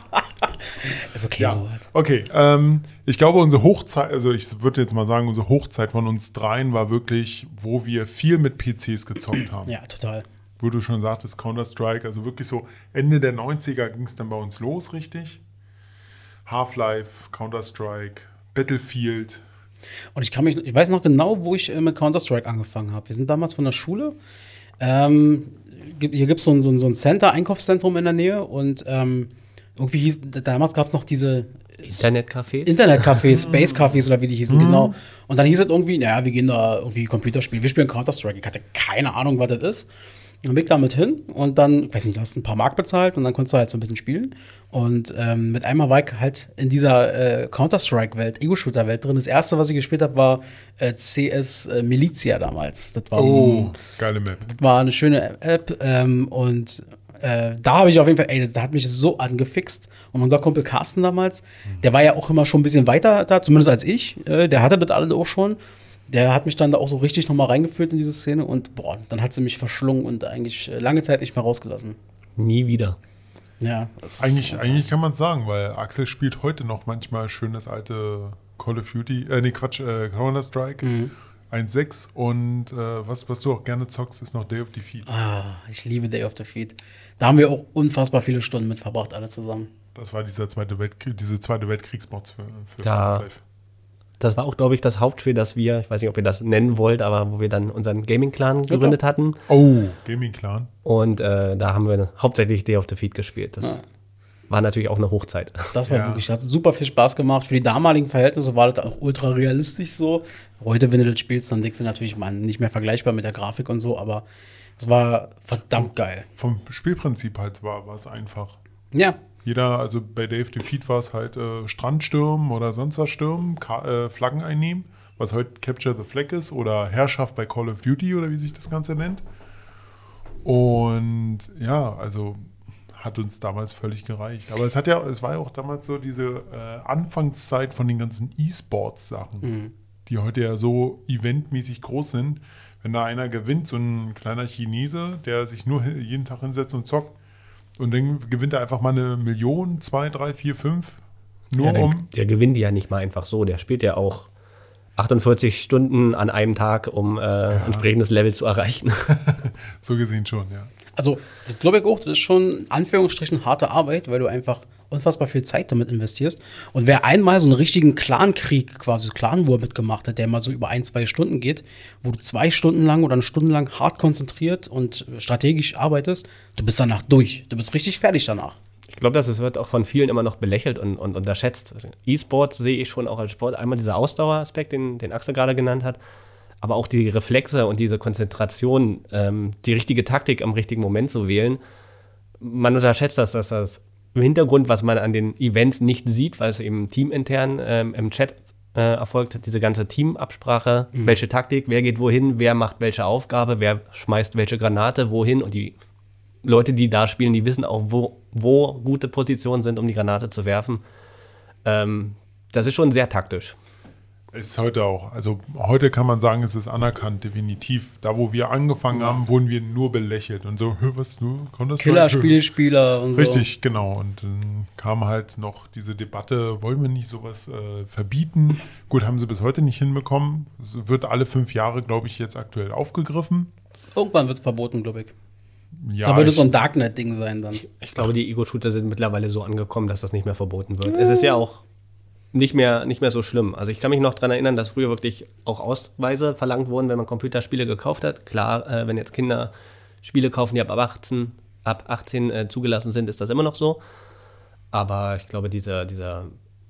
Ist okay, Ja, Robert. okay. Ich glaube, unsere Hochzeit, also ich würde jetzt mal sagen, unsere Hochzeit von uns dreien war wirklich, wo wir viel mit PCs gezockt haben. Ja, total. Wo du schon sagtest, Counter-Strike, also wirklich so Ende der 90er ging es dann bei uns los, richtig? Half-Life, Counter-Strike, Battlefield. Und ich weiß noch genau, wo ich mit Counter-Strike angefangen habe. Wir sind damals von der Schule. Hier gibt es so ein Center, Einkaufszentrum in der Nähe. Und irgendwie damals gab es noch diese Internetcafés, Space-Cafés oder wie die hießen, genau. Und dann hieß es irgendwie, naja, wir gehen da irgendwie Computerspielen. Wir spielen Counter-Strike. Ich hatte keine Ahnung, was das ist. Dann bin ich da mit hin und dann, ich weiß nicht, du hast ein paar Mark bezahlt und dann konntest du halt so ein bisschen spielen. Und mit einmal war ich halt in dieser Counter-Strike-Welt, Ego-Shooter-Welt drin. Das erste, was ich gespielt habe, war CS Militia damals. Das war, geile Map. Das war eine schöne App und da habe ich auf jeden Fall, da hat mich so angefixt. Und unser Kumpel Carsten damals, der war ja auch immer schon ein bisschen weiter da, zumindest als ich. Der hatte das alle auch schon. Der hat mich dann da auch so richtig nochmal reingeführt in diese Szene und boah, dann hat sie mich verschlungen und eigentlich lange Zeit nicht mehr rausgelassen. Nie wieder. Ja. Eigentlich kann man es sagen, weil Axel spielt heute noch manchmal schön das alte Call of Duty, Counter-Strike 1.6 und was du auch gerne zockst, ist noch Day of Defeat. Ich liebe Day of Defeat. Da haben wir auch unfassbar viele Stunden mit verbracht, alle zusammen. Das war diese zweite Weltkriegsmods für Half-Life. Das war auch, glaube ich, das Hauptspiel, das wir, ich weiß nicht, ob ihr das nennen wollt, aber wo wir dann unseren Gaming-Clan gegründet hatten. Oh, Gaming-Clan. Und da haben wir hauptsächlich Day of Defeat gespielt. Das war natürlich auch eine Hochzeit. Das war wirklich, hat super viel Spaß gemacht. Für die damaligen Verhältnisse war das auch ultra realistisch so. Heute, wenn du das spielst, dann denkst du natürlich, man, nicht mehr vergleichbar mit der Grafik und so, aber es war verdammt geil. Vom Spielprinzip halt war es einfach. Ja. Also bei Day of Defeat war es halt Strandstürmen oder sonst was stürmen, Flaggen einnehmen, was heute Capture the Flag ist oder Herrschaft bei Call of Duty oder wie sich das Ganze nennt. Und ja, also hat uns damals völlig gereicht. Aber es war ja auch damals so diese Anfangszeit von den ganzen E-Sports-Sachen, die heute ja so eventmäßig groß sind. Wenn da einer gewinnt, so ein kleiner Chinese, der sich nur jeden Tag hinsetzt und zockt, und dann gewinnt er einfach mal 1 Million, 2, 3, 4, 5. Der gewinnt ja nicht mal einfach so. Der spielt ja auch 48 Stunden an einem Tag, um entsprechendes Level zu erreichen. So gesehen schon, ja. Also, das glaube ich auch, das ist schon in Anführungsstrichen harte Arbeit, weil du einfach unfassbar viel Zeit damit investierst. Und wer einmal so einen richtigen Clankrieg, quasi Clan-War mitgemacht hat, der mal so über 1-2 Stunden geht, wo du 2 Stunden lang oder 1 Stunde lang hart konzentriert und strategisch arbeitest, du bist danach durch. Du bist richtig fertig danach. Ich glaube, das wird auch von vielen immer noch belächelt und unterschätzt. Also E-Sports sehe ich schon auch als Sport. Einmal dieser Ausdaueraspekt, den Axel gerade genannt hat, aber auch die Reflexe und diese Konzentration, die richtige Taktik am richtigen Moment zu wählen. Man unterschätzt das, dass das im Hintergrund, was man an den Events nicht sieht, weil es eben teamintern im Chat erfolgt, diese ganze Teamabsprache, welche Taktik, wer geht wohin, wer macht welche Aufgabe, wer schmeißt welche Granate wohin und die Leute, die da spielen, die wissen auch, wo gute Positionen sind, um die Granate zu werfen. Das ist schon sehr taktisch. Ist heute auch. Also heute kann man sagen, es ist anerkannt, definitiv. Da, wo wir angefangen haben, wurden wir nur belächelt und so, was, nur Killerspielspieler und so. Richtig, genau. Und dann kam halt noch diese Debatte, wollen wir nicht sowas verbieten? Gut, haben sie bis heute nicht hinbekommen. Es wird alle 5 Jahre, glaube ich, jetzt aktuell aufgegriffen. Irgendwann wird es verboten, glaube ich. Ja, da wird es so ein Darknet-Ding sein dann. Ich glaube, die Ego-Shooter sind mittlerweile so angekommen, dass das nicht mehr verboten wird. Es ist ja auch nicht mehr so schlimm. Also ich kann mich noch daran erinnern, dass früher wirklich auch Ausweise verlangt wurden, wenn man Computerspiele gekauft hat. Klar, wenn jetzt Kinder Spiele kaufen, die ab 18 zugelassen sind, ist das immer noch so. Aber ich glaube, dieser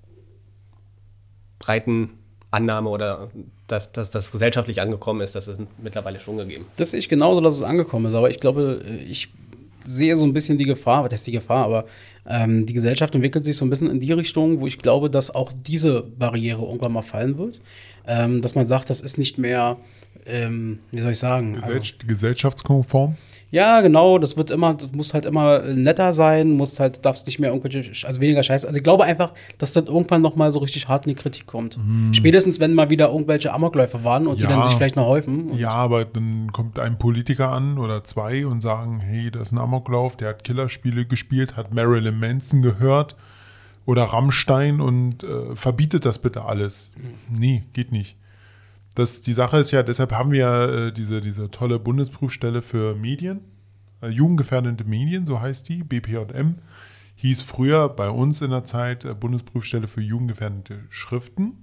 breiten Annahme oder dass das gesellschaftlich angekommen ist, das ist mittlerweile schon gegeben. Das sehe ich genauso, dass es angekommen ist. Aber ich glaube, sehe so ein bisschen die Gefahr, was heißt die Gefahr, aber die Gesellschaft entwickelt sich so ein bisschen in die Richtung, wo ich glaube, dass auch diese Barriere irgendwann mal fallen wird. Dass man sagt, das ist nicht mehr, wie soll ich sagen? Gesellschaftskonform? Ja, genau, das muss halt immer netter sein, darfst nicht mehr also weniger Scheiße. Also ich glaube einfach, dass das irgendwann noch mal so richtig hart in die Kritik kommt. Spätestens, wenn mal wieder irgendwelche Amokläufe waren und die dann sich vielleicht noch häufen. Ja, aber dann kommt ein Politiker an oder zwei und sagen, hey, das ist ein Amoklauf, der hat Killerspiele gespielt, hat Marilyn Manson gehört oder Rammstein und verbietet das bitte alles. Nee, geht nicht. Die Sache ist ja, deshalb haben wir diese tolle Bundesprüfstelle für Medien, jugendgefährdende Medien, so heißt die, BPJM, hieß früher bei uns in der Zeit Bundesprüfstelle für jugendgefährdende Schriften.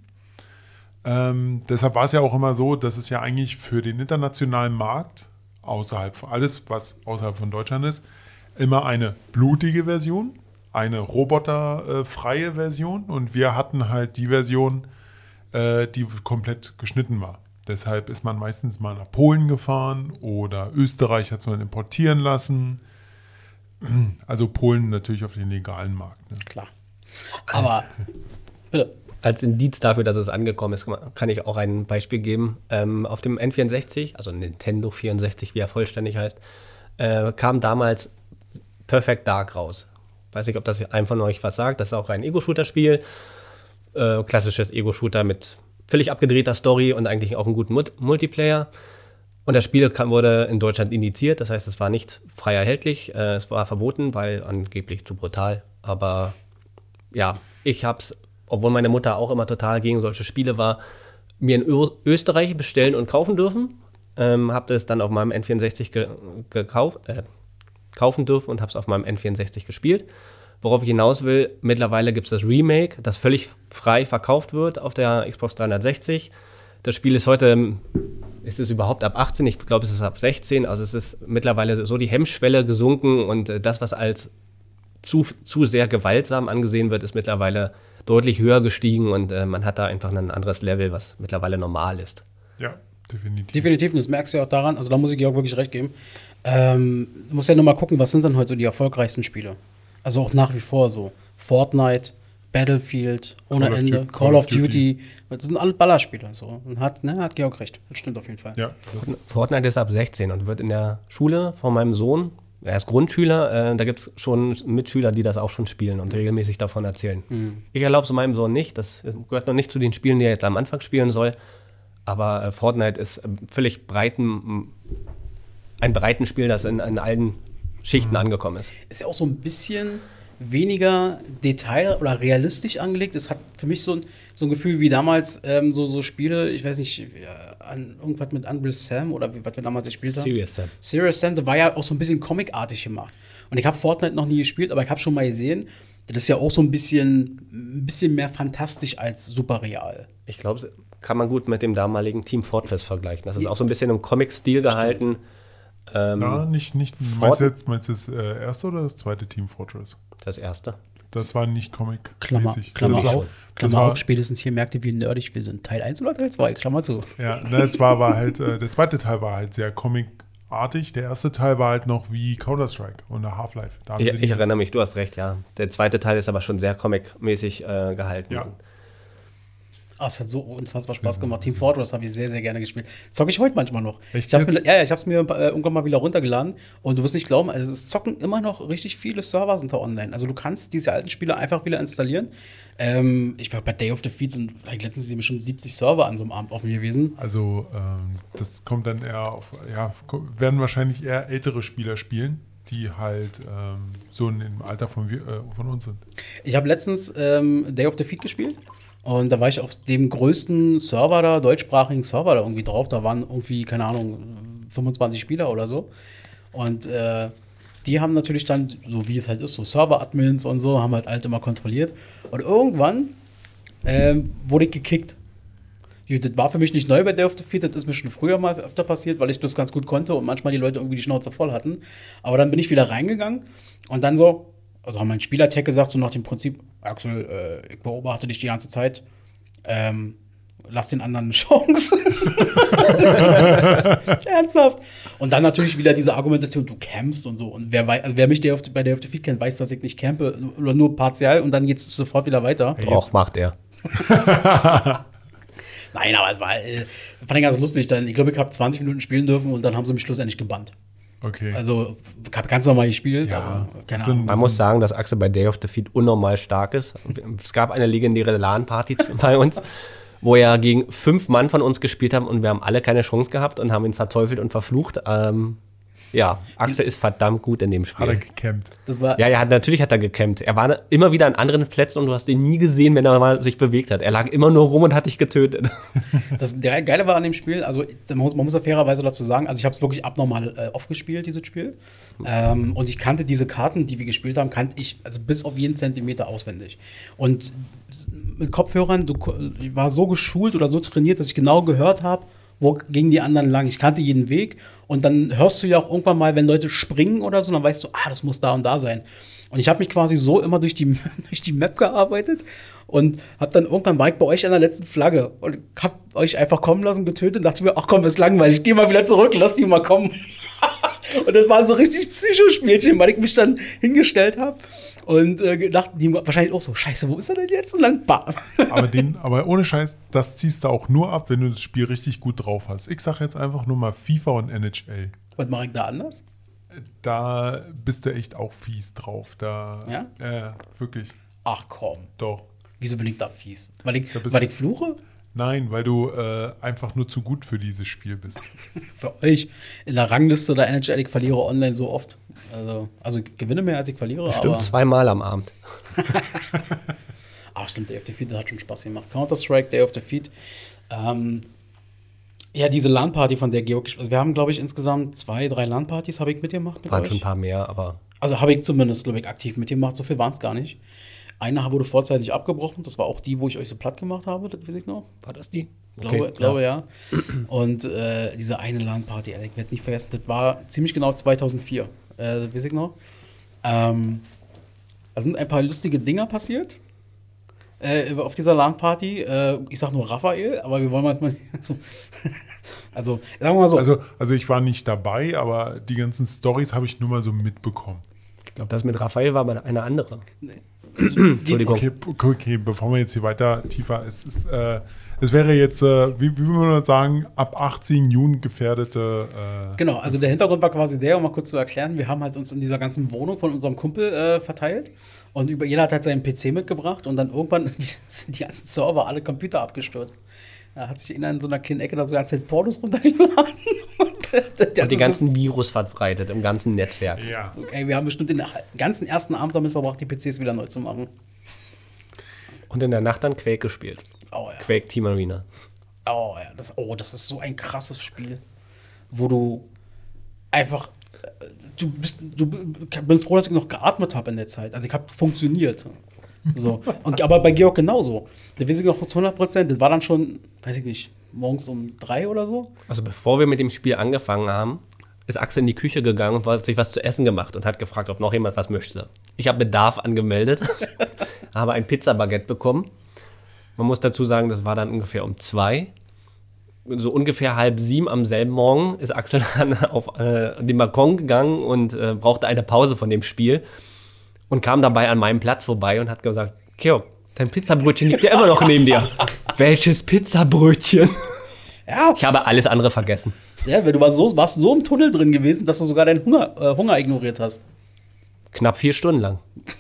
Deshalb war es ja auch immer so, dass es ja eigentlich für den internationalen Markt, alles was außerhalb von Deutschland ist, immer eine blutige Version, eine roboterfreie Version und wir hatten halt die Version, die komplett geschnitten war. Deshalb ist man meistens mal nach Polen gefahren oder Österreich hat es mal importieren lassen. Also Polen natürlich auf den legalen Markt. Ne? Klar. Aber, bitte. Als Indiz dafür, dass es angekommen ist, kann ich auch ein Beispiel geben. Auf dem N64, also Nintendo 64, wie er vollständig heißt, kam damals Perfect Dark raus. Weiß nicht, ob das einem von euch was sagt. Das ist auch ein Ego-Shooter-Spiel. Klassisches Ego-Shooter mit völlig abgedrehter Story und eigentlich auch einem guten Multiplayer. Und das Spiel wurde in Deutschland indiziert, das heißt, es war nicht frei erhältlich, es war verboten, weil angeblich zu brutal. Aber ja, ich habe es, obwohl meine Mutter auch immer total gegen solche Spiele war, mir in Österreich bestellen und kaufen dürfen. Habe es dann auf meinem N64 kaufen dürfen und habe es auf meinem N64 gespielt. Worauf ich hinaus will, mittlerweile gibt es das Remake, das völlig frei verkauft wird auf der Xbox 360. Das Spiel ist heute, ist es überhaupt ab 18? Ich glaube, es ist ab 16. Also es ist mittlerweile so die Hemmschwelle gesunken und das, was als zu sehr gewaltsam angesehen wird, ist mittlerweile deutlich höher gestiegen und man hat da einfach ein anderes Level, was mittlerweile normal ist. Ja, definitiv. Definitiv, und das merkst du ja auch daran, also da muss ich dir auch wirklich recht geben. Du musst ja nur mal gucken, was sind dann heute so die erfolgreichsten Spiele? Also auch nach wie vor so. Fortnite, Battlefield, ohne Ende, Call of Duty. Das sind alle Ballerspiele. So. Und hat Georg recht. Das stimmt auf jeden Fall. Ja, Fortnite ist ab 16 und wird in der Schule von meinem Sohn, er ist Grundschüler, da gibt es schon Mitschüler, die das auch schon spielen und regelmäßig davon erzählen. Ich erlaube es meinem Sohn nicht. Das gehört noch nicht zu den Spielen, die er jetzt am Anfang spielen soll. Aber Fortnite ist völlig ein breiten Spiel, das in allen Schichten angekommen ist. Ist ja auch so ein bisschen weniger detail- oder realistisch angelegt. Es hat für mich so ein Gefühl wie damals so Spiele, ich weiß nicht, irgendwas mit Unreal Sam oder was wir damals gespielt haben. Serious Sam, das war ja auch so ein bisschen comicartig gemacht. Und ich habe Fortnite noch nie gespielt, aber ich habe schon mal gesehen, das ist ja auch so ein bisschen mehr fantastisch als super real. Ich glaube, kann man gut mit dem damaligen Team Fortress vergleichen. Das ist auch so ein bisschen im Comic-Stil gehalten. Nicht. Meinst du das erste oder das zweite Team Fortress? Das erste. Das war nicht Comic-mäßig. Klammer auf, spätestens hier merkt ihr, wie nerdig wir sind. Teil 1 oder Teil 2? Klammer zu. Ja, es war halt, der zweite Teil war halt sehr comicartig. Der erste Teil war halt noch wie Counter-Strike und Half-Life. Ich erinnere mich, du hast recht, ja. Der zweite Teil ist aber schon sehr comic-mäßig gehalten. Ja. Es hat so unfassbar Spaß gemacht. Team Fortress habe ich sehr, sehr gerne gespielt. Zocke ich heute manchmal noch. Echt? Ich habe es mir irgendwann mal wieder runtergeladen. Und du wirst nicht glauben, also es zocken immer noch richtig viele Server sind da online. Also du kannst diese alten Spiele einfach wieder installieren. Ich glaube, bei Day of Defeat sind letztens bestimmt 70 Server an so einem Abend offen gewesen. Also das kommt dann eher werden wahrscheinlich eher ältere Spieler spielen, die halt so in dem Alter von uns sind. Ich habe letztens Day of Defeat gespielt. Und da war ich auf dem größten Server da, deutschsprachigen Server da irgendwie drauf. Da waren irgendwie, keine Ahnung, 25 Spieler oder so. Und die haben natürlich dann, so wie es halt ist, so Server-Admins und so, haben halt alt immer kontrolliert. Und irgendwann wurde ich gekickt. Das war für mich nicht neu bei Day of Defeat, das ist mir schon früher mal öfter passiert, weil ich das ganz gut konnte und manchmal die Leute irgendwie die Schnauze voll hatten. Aber dann bin ich wieder reingegangen und dann so, also haben mein Spielertech gesagt, so nach dem Prinzip, Axel, ich beobachte dich die ganze Zeit, lass den anderen eine Chance. Ernsthaft. Und dann natürlich wieder diese Argumentation, du campst und so. Und wer mich bei Day of the Feed kennt, weiß, dass ich nicht campe, oder nur partiell und dann geht's sofort wieder weiter. Auch macht er. Nein, aber es war, fand ich ganz lustig. Ich glaube, ich habe 20 Minuten spielen dürfen und dann haben sie mich schlussendlich gebannt. Okay. Also, ich habe ganz normal gespielt, Ja, aber keine das sind- Ahnung. Man muss sagen, dass Axel bei Day of the Feed unnormal stark ist. Es gab eine legendäre LAN-Party bei uns, wo er gegen 5 Mann von uns gespielt haben und wir haben alle keine Chance gehabt und haben ihn verteufelt und verflucht. Ja, Axel ist verdammt gut in dem Hat er Spiel. gecampt. Das war, Ja, natürlich hat er gecampt. Er war immer wieder an anderen Plätzen und du hast ihn nie gesehen, wenn er mal sich bewegt hat. Er lag immer nur rum und hat dich getötet. der Geile war an dem Spiel, also man muss ja fairerweise dazu sagen, also ich habe es wirklich abnormal oft gespielt, dieses Spiel. Und ich kannte diese Karten, die wir gespielt haben, kannte ich also bis auf jeden Zentimeter auswendig. Und mit Kopfhörern, ich war so geschult oder so trainiert, dass ich genau gehört habe, wo gingen die anderen lang. Ich kannte jeden Weg. Und dann hörst du ja auch irgendwann mal, wenn Leute springen oder so, dann weißt du, das muss da und da sein. Und ich habe mich quasi so immer durch die Map gearbeitet und habe dann irgendwann war ich bei euch an der letzten Flagge und hab euch einfach kommen lassen, getötet und dachte mir, ach komm, ist langweilig, ich geh mal wieder zurück, lass die mal kommen. Und das waren so richtig Psychospielchen, weil ich mich dann hingestellt habe und dachten die wahrscheinlich auch so, scheiße, wo ist er denn jetzt? Und dann bam. Aber ohne Scheiß, das ziehst du auch nur ab, wenn du das Spiel richtig gut drauf hast. Ich sag jetzt einfach nur mal FIFA und NHL. Was mache ich da anders? Da bist du echt auch fies drauf. Da, Ja? wirklich. Ach komm, Doch. wieso bin ich da fies? Weil ich bist du- fluche? Nein, weil du einfach nur zu gut für dieses Spiel bist. Für euch in der Rangliste der NHL, ich verliere online so oft. Also ich gewinne mehr, als ich verliere. Stimmt, aber 2-mal am Abend. stimmt, Day of the Feed, das hat schon Spaß gemacht. Counter-Strike, Day of the Feed. Ja, diese LAN-Party, von der Georg also wir haben, glaube ich, insgesamt 2, 3 LAN-Partys habe ich mitgemacht mit Waren euch. schon ein paar mehr, aber Also habe ich zumindest, glaube ich, aktiv mitgemacht. So viel waren es gar nicht. Eine wurde vorzeitig abgebrochen. Das war auch die, wo ich euch so platt gemacht habe, das weiß ich noch. war das die? Glaube ja. Und diese eine LAN-Party, ich werde nicht vergessen, das war ziemlich genau 2004, das weiß ich noch. Da sind ein paar lustige Dinger passiert auf dieser LAN-Party. Ich sag nur Raphael, aber wir wollen mal jetzt mal so. Also, sagen wir mal so. Also ich war nicht dabei, aber die ganzen Stories habe ich nur mal so mitbekommen. Ich glaube, das mit Raphael war aber eine andere. Entschuldigung. Okay, bevor wir jetzt hier weiter tiefer, es wäre jetzt, wie würde man das sagen, ab 18 Juni gefährdete. Genau, also der Hintergrund war quasi der, um mal kurz zu erklären, wir haben halt uns in dieser ganzen Wohnung von unserem Kumpel verteilt und jeder hat halt seinen PC mitgebracht und dann irgendwann sind die ganzen Server, alle Computer abgestürzt. Da hat sich in so einer kleinen Ecke da so die ganze Zeit Pornos runtergeladen. Und die ganzen Virus verbreitet im ganzen Netzwerk. Ja. Okay, wir haben bestimmt den ganzen ersten Abend damit verbracht, die PCs wieder neu zu machen. Und in der Nacht dann Quake gespielt. Oh ja. Quake Team Arena. Oh ja, das ist so ein krasses Spiel, wo du einfach bin froh, dass ich noch geatmet habe in der Zeit. Also ich habe funktioniert. So. Aber bei Georg genauso. Da weiß ich noch zu 100%. Das war dann schon, weiß ich nicht, morgens um 3 oder so. Also bevor wir mit dem Spiel angefangen haben, ist Axel in die Küche gegangen und hat sich was zu essen gemacht und hat gefragt, ob noch jemand was möchte. Ich habe Bedarf angemeldet, habe ein Pizzabaguette bekommen. Man muss dazu sagen, das war dann ungefähr um 2. So ungefähr 6:30 am selben Morgen ist Axel dann auf den Balkon gegangen und brauchte eine Pause von dem Spiel und kam dabei an meinem Platz vorbei und hat gesagt, Georg, dein Pizzabrötchen liegt ja immer noch neben dir. Welches Pizzabrötchen? Ja, Ich habe alles andere vergessen. ja, weil du warst so im Tunnel drin gewesen, dass du sogar deinen Hunger ignoriert hast. Knapp 4 Stunden lang.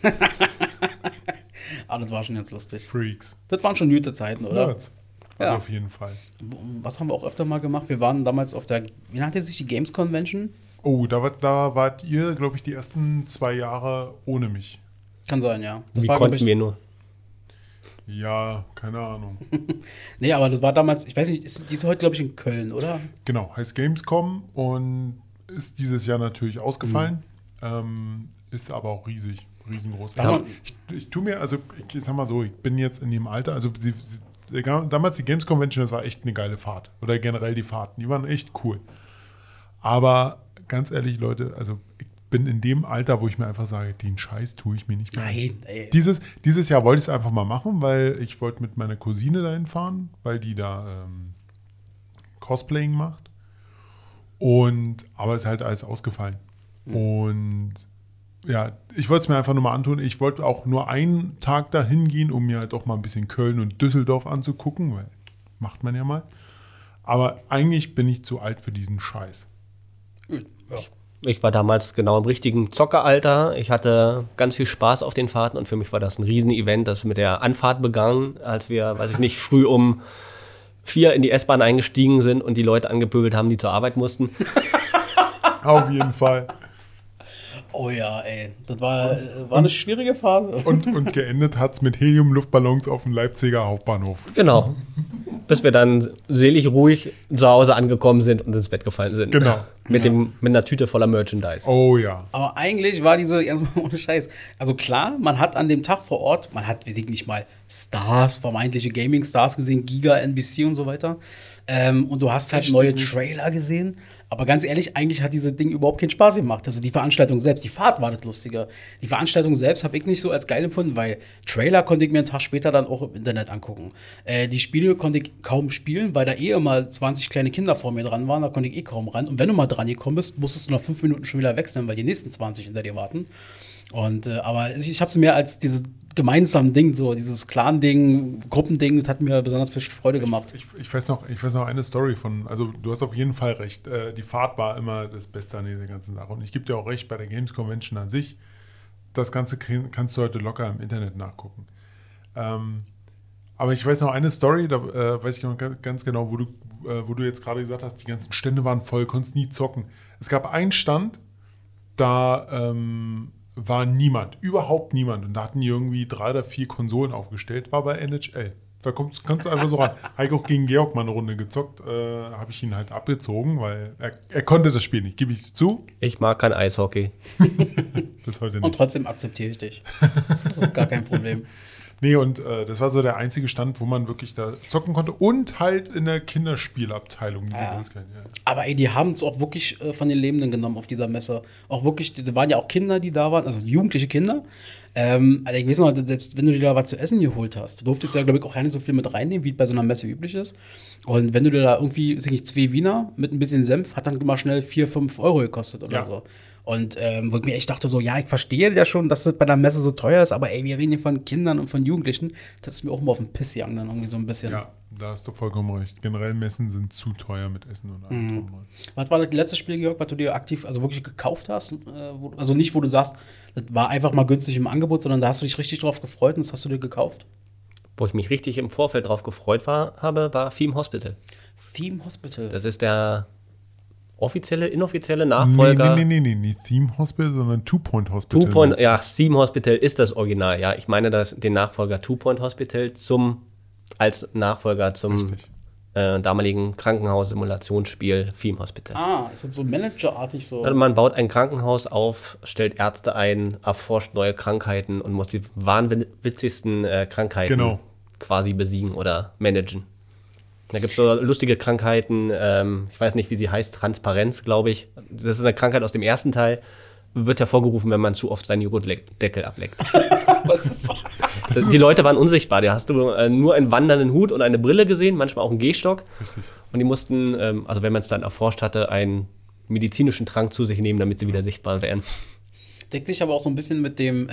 Aber das war schon ganz lustig. Freaks. Das waren schon gute Zeiten, oder? Nerds. Ja. Auf jeden Fall. Was haben wir auch öfter mal gemacht? Wir waren damals auf der, wie nannte sich die Games Convention? Oh, da wart ihr, glaube ich, die ersten 2 Jahre ohne mich. Kann sein, ja. Wie war, glaub konnten ich, wir nur? Ja, keine Ahnung. Nee, aber das war damals, ich weiß nicht, die ist heute, glaube ich, in Köln, oder? Genau, heißt Gamescom und ist dieses Jahr natürlich ausgefallen. Ist aber auch riesengroß. Ja. Ich tue mir, also ich sag mal so, ich bin jetzt in dem Alter, also damals die Games Convention, das war echt eine geile Fahrt. Oder generell die Fahrten, die waren echt cool. Aber ganz ehrlich, Leute, also ich bin in dem Alter, wo ich mir einfach sage, den Scheiß tue ich mir nicht mehr. Nein, ey. Dieses Jahr wollte ich es einfach mal machen, weil ich wollte mit meiner Cousine dahin fahren, weil die da Cosplaying macht. Aber es ist halt alles ausgefallen. Und ja, ich wollte es mir einfach nur mal antun. Ich wollte auch nur einen Tag dahin gehen, um mir halt auch mal ein bisschen Köln und Düsseldorf anzugucken, weil macht man ja mal. Aber eigentlich bin ich zu alt für diesen Scheiß. Ja. Ich war damals genau im richtigen Zockeralter. Ich hatte ganz viel Spaß auf den Fahrten und für mich war das ein Riesen-Event, das mit der Anfahrt begann, als wir, weiß ich nicht, früh um 4 in die S-Bahn eingestiegen sind und die Leute angepöbelt haben, die zur Arbeit mussten. Auf jeden Fall. Oh ja, ey. Das war eine schwierige Phase. Und geendet hat es mit Helium-Luftballons auf dem Leipziger Hauptbahnhof. Genau. Bis wir dann selig ruhig zu Hause angekommen sind und ins Bett gefallen sind. Genau. Mit einer Tüte voller Merchandise. Oh ja. Aber eigentlich war ohne Scheiß. Also klar, man hat an dem Tag vor Ort, man hat, weiß ich nicht mal, Stars, vermeintliche Gaming-Stars gesehen, Giga, NBC und so weiter. Und du hast halt neue Trailer gesehen. Aber ganz ehrlich, eigentlich hat dieses Ding überhaupt keinen Spaß gemacht. Also die Veranstaltung selbst, die Fahrt war das Lustige. Die Veranstaltung selbst habe ich nicht so als geil empfunden, weil Trailer konnte ich mir einen Tag später dann auch im Internet angucken. Die Spiele konnte ich kaum spielen, weil da immer 20 kleine Kinder vor mir dran waren. Da konnte ich kaum ran. Und wenn du mal dran gekommen bist, musstest du nach 5 Minuten schon wieder wechseln, weil die nächsten 20 hinter dir warten. Aber ich habe es mehr als dieses gemeinsame Ding, so dieses Clan-Ding, Gruppending, das hat mir besonders viel Freude gemacht. Ich weiß noch eine Story also du hast auf jeden Fall recht, die Fahrt war immer das Beste an dieser ganzen Sache. Und ich gebe dir auch recht, bei der Games Convention an sich, das Ganze kannst du heute locker im Internet nachgucken. Aber ich weiß noch eine Story, da weiß ich noch ganz genau, wo du jetzt gerade gesagt hast, die ganzen Stände waren voll, konntest nie zocken. Es gab einen Stand, da war niemand, überhaupt niemand. Und da hatten die irgendwie 3 oder 4 Konsolen aufgestellt, war bei NHL. Da kannst du einfach so ran. Habe ich auch gegen Georg mal eine Runde gezockt, habe ich ihn halt abgezogen, weil er konnte das Spiel nicht, gebe ich zu. Ich mag kein Eishockey. Bis heute nicht. Und trotzdem akzeptiere ich dich. Das ist gar kein Problem. Nee, und das war so der einzige Stand, wo man wirklich da zocken konnte. Und halt in der Kinderspielabteilung. Diese ganz kleinen, ja. Aber ey, die haben es auch wirklich von den Lebenden genommen auf dieser Messe. Auch wirklich, da waren ja auch Kinder, die da waren, also jugendliche Kinder. Also ich weiß noch, selbst wenn du dir da was zu essen geholt hast, du durftest ja, glaube ich, auch gar nicht so viel mit reinnehmen, wie bei so einer Messe üblich ist. Und wenn du dir da irgendwie, weiß ich nicht, 2 Wiener mit ein bisschen Senf, hat dann immer schnell 4, 5 Euro gekostet oder so. Und wo ich mir echt dachte so, ja, ich verstehe ja schon, dass das bei der Messe so teuer ist, aber ey, wir reden hier von Kindern und von Jugendlichen. Das ist mir auch immer auf den Piss gegangen dann irgendwie so ein bisschen. Ja, da hast du vollkommen recht. Generell Messen sind zu teuer mit Essen und allem drum. Was war das letzte Spiel, Georg, was du dir aktiv, also wirklich gekauft hast? Also nicht, wo du sagst, das war einfach mal günstig im Angebot, sondern da hast du dich richtig drauf gefreut und das hast du dir gekauft? Wo ich mich richtig im Vorfeld drauf gefreut habe, war Theme Hospital. Theme Hospital? Das ist der inoffizielle Nachfolger. Nee, nicht Theme Hospital, sondern Two Point Hospital. Theme Hospital ist das Original, ja. Ich meine den Nachfolger Two Point Hospital als Nachfolger zum damaligen Krankenhaus-Simulationsspiel Theme Hospital. Ah, ist das so managerartig so? Also man baut ein Krankenhaus auf, stellt Ärzte ein, erforscht neue Krankheiten und muss die wahnwitzigsten Krankheiten quasi besiegen oder managen. Da gibt es so lustige Krankheiten, ich weiß nicht, wie sie heißt, Transparenz, glaube ich. Das ist eine Krankheit aus dem ersten Teil, wird hervorgerufen, wenn man zu oft seinen Joghurtdeckel ableckt. Was ist das? Die Leute waren unsichtbar, da hast du nur einen wandernden Hut und eine Brille gesehen, manchmal auch einen Gehstock. Richtig. Und die mussten, also wenn man es dann erforscht hatte, einen medizinischen Trank zu sich nehmen, damit sie wieder sichtbar wären. Deckt sich aber auch so ein bisschen mit dem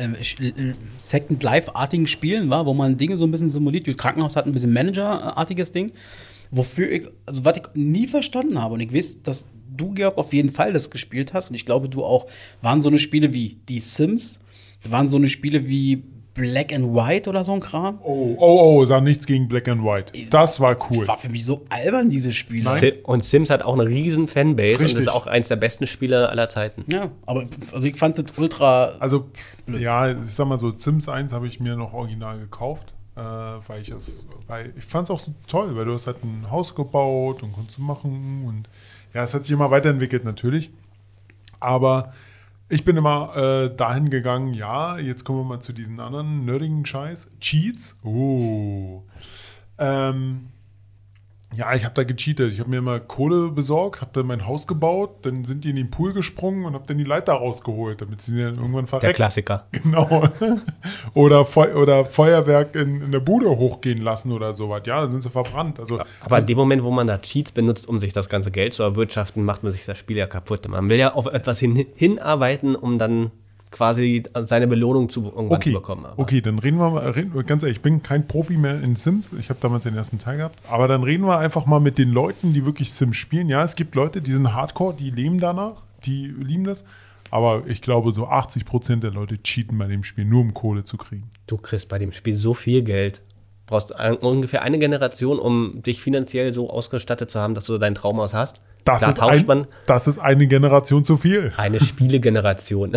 Second Life-artigen Spielen, wo man Dinge so ein bisschen simuliert. Das Krankenhaus hat ein bisschen Manager-artiges Ding. Wofür ich, also was ich nie verstanden habe, und ich weiß, dass du, Georg, auf jeden Fall das gespielt hast, und ich glaube, du auch, waren so eine Spiele wie die Sims, waren so eine Spiele wie Black and White oder so ein Kram. Sag nichts gegen Black and White. Das war cool. War für mich so albern, diese Spiele. Und Sims hat auch eine riesen Fanbase. Richtig. Und ist auch eins der besten Spiele aller Zeiten. Ja, aber also ich fand das ultra. Also, ja, ich sag mal so, Sims 1 habe ich mir noch original gekauft, weil ich fand es auch so toll, weil du hast halt ein Haus gebaut und konntest machen und ja, es hat sich immer weiterentwickelt natürlich. Aber ich bin immer dahin gegangen, ja, jetzt kommen wir mal zu diesen anderen nerdigen Scheiß. Cheats. Ja, ich habe da gecheatet. Ich habe mir immer Kohle besorgt, habe dann mein Haus gebaut, dann sind die in den Pool gesprungen und habe dann die Leiter rausgeholt, damit sie dann irgendwann verreckt. Der Klassiker. Genau. oder Feuerwerk in der Bude hochgehen lassen oder sowas. Ja, da sind sie verbrannt. Also, Aber in dem Moment, wo man da Cheats benutzt, um sich das ganze Geld zu erwirtschaften, macht man sich das Spiel ja kaputt. Man will ja auf etwas hinarbeiten, um dann quasi seine Belohnung irgendwann zu bekommen. Okay, dann reden wir ganz ehrlich, ich bin kein Profi mehr in Sims. Ich habe damals den ersten Teil gehabt. Aber dann reden wir einfach mal mit den Leuten, die wirklich Sims spielen. Ja, es gibt Leute, die sind Hardcore, die leben danach, die lieben das. Aber ich glaube, so 80% der Leute cheaten bei dem Spiel, nur um Kohle zu kriegen. Du kriegst bei dem Spiel so viel Geld. Du brauchst ungefähr eine Generation, um dich finanziell so ausgestattet zu haben, dass du dein Traumhaus hast. Das ist eine Generation zu viel. Eine Spielegeneration.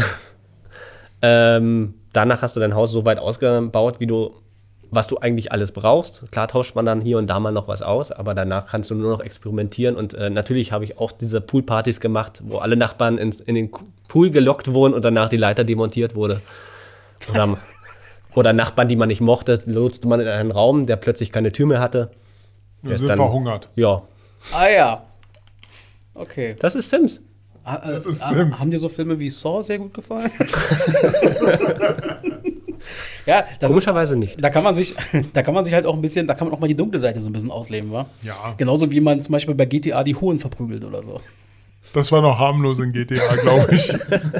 Danach hast du dein Haus so weit ausgebaut, was du eigentlich alles brauchst. Klar tauscht man dann hier und da mal noch was aus, aber danach kannst du nur noch experimentieren. Und natürlich habe ich auch diese Poolpartys gemacht, wo alle Nachbarn in den Pool gelockt wurden und danach die Leiter demontiert wurde. Oder Nachbarn, die man nicht mochte, lotste man in einen Raum, der plötzlich keine Tür mehr hatte. Der ist dann verhungert. Ja. Ah ja. Okay. Das ist Sims. Das ist Sims. Haben dir so Filme wie Saw sehr gut gefallen? Ja, komischerweise nicht. Da kann man sich halt auch ein bisschen, da kann man auch mal die dunkle Seite so ein bisschen ausleben, wa? Ja. Genauso wie man zum Beispiel bei GTA die Huren verprügelt oder so. Das war noch harmlos in GTA, glaube ich.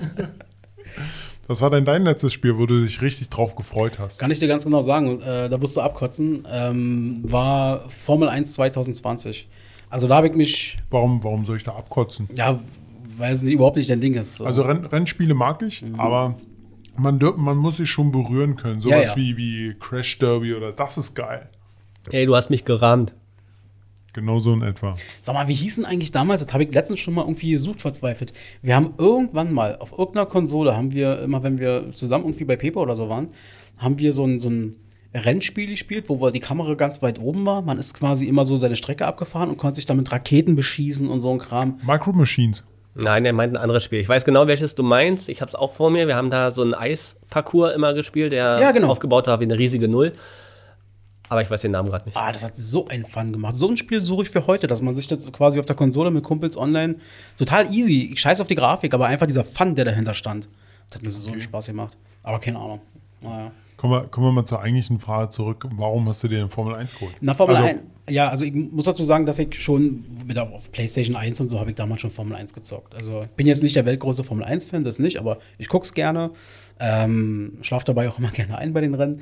Was war denn dein letztes Spiel, wo du dich richtig drauf gefreut hast? Kann ich dir ganz genau sagen, da wirst du abkotzen, war Formel 1 2020. Also da habe ich mich... Warum soll ich da abkotzen? Ja, weil es überhaupt nicht dein Ding ist. So. Also Rennspiele mag ich, aber man muss sich schon berühren können. Sowas wie Crash Derby oder das ist geil. Ey, du hast mich gerahmt. Genau so in etwa. Sag mal, wie hießen eigentlich damals, das habe ich letztens schon mal irgendwie gesucht, verzweifelt. Wir haben irgendwann mal auf irgendeiner Konsole, haben wir immer, wenn wir zusammen irgendwie bei Pepe oder so waren, haben wir so ein Rennspiel gespielt, wo die Kamera ganz weit oben war. Man ist quasi immer so seine Strecke abgefahren und konnte sich damit Raketen beschießen und so ein Kram. Micro Machines. Nein, er meint ein anderes Spiel. Ich weiß genau, welches du meinst. Ich habe es auch vor mir. Wir haben da so einen Eisparcours immer gespielt, der aufgebaut war wie eine riesige Null. Aber ich weiß den Namen gerade nicht. Das hat so einen Fun gemacht. So ein Spiel suche ich für heute, dass man sich das quasi auf der Konsole mit Kumpels online total easy, ich scheiß auf die Grafik, aber einfach dieser Fun, der dahinter stand. Das hat mir so einen Spaß gemacht. Aber keine Ahnung. Naja. Kommen wir mal zur eigentlichen Frage zurück. Warum hast du dir den Formel 1 geholt? Na, Formel 1, ja, also ich muss dazu sagen, dass ich schon auf PlayStation 1 und so habe ich damals schon Formel 1 gezockt. Also ich bin jetzt nicht der weltgroße Formel 1-Fan, das nicht, aber ich guck's gerne. Schlaf dabei auch immer gerne ein bei den Rennen.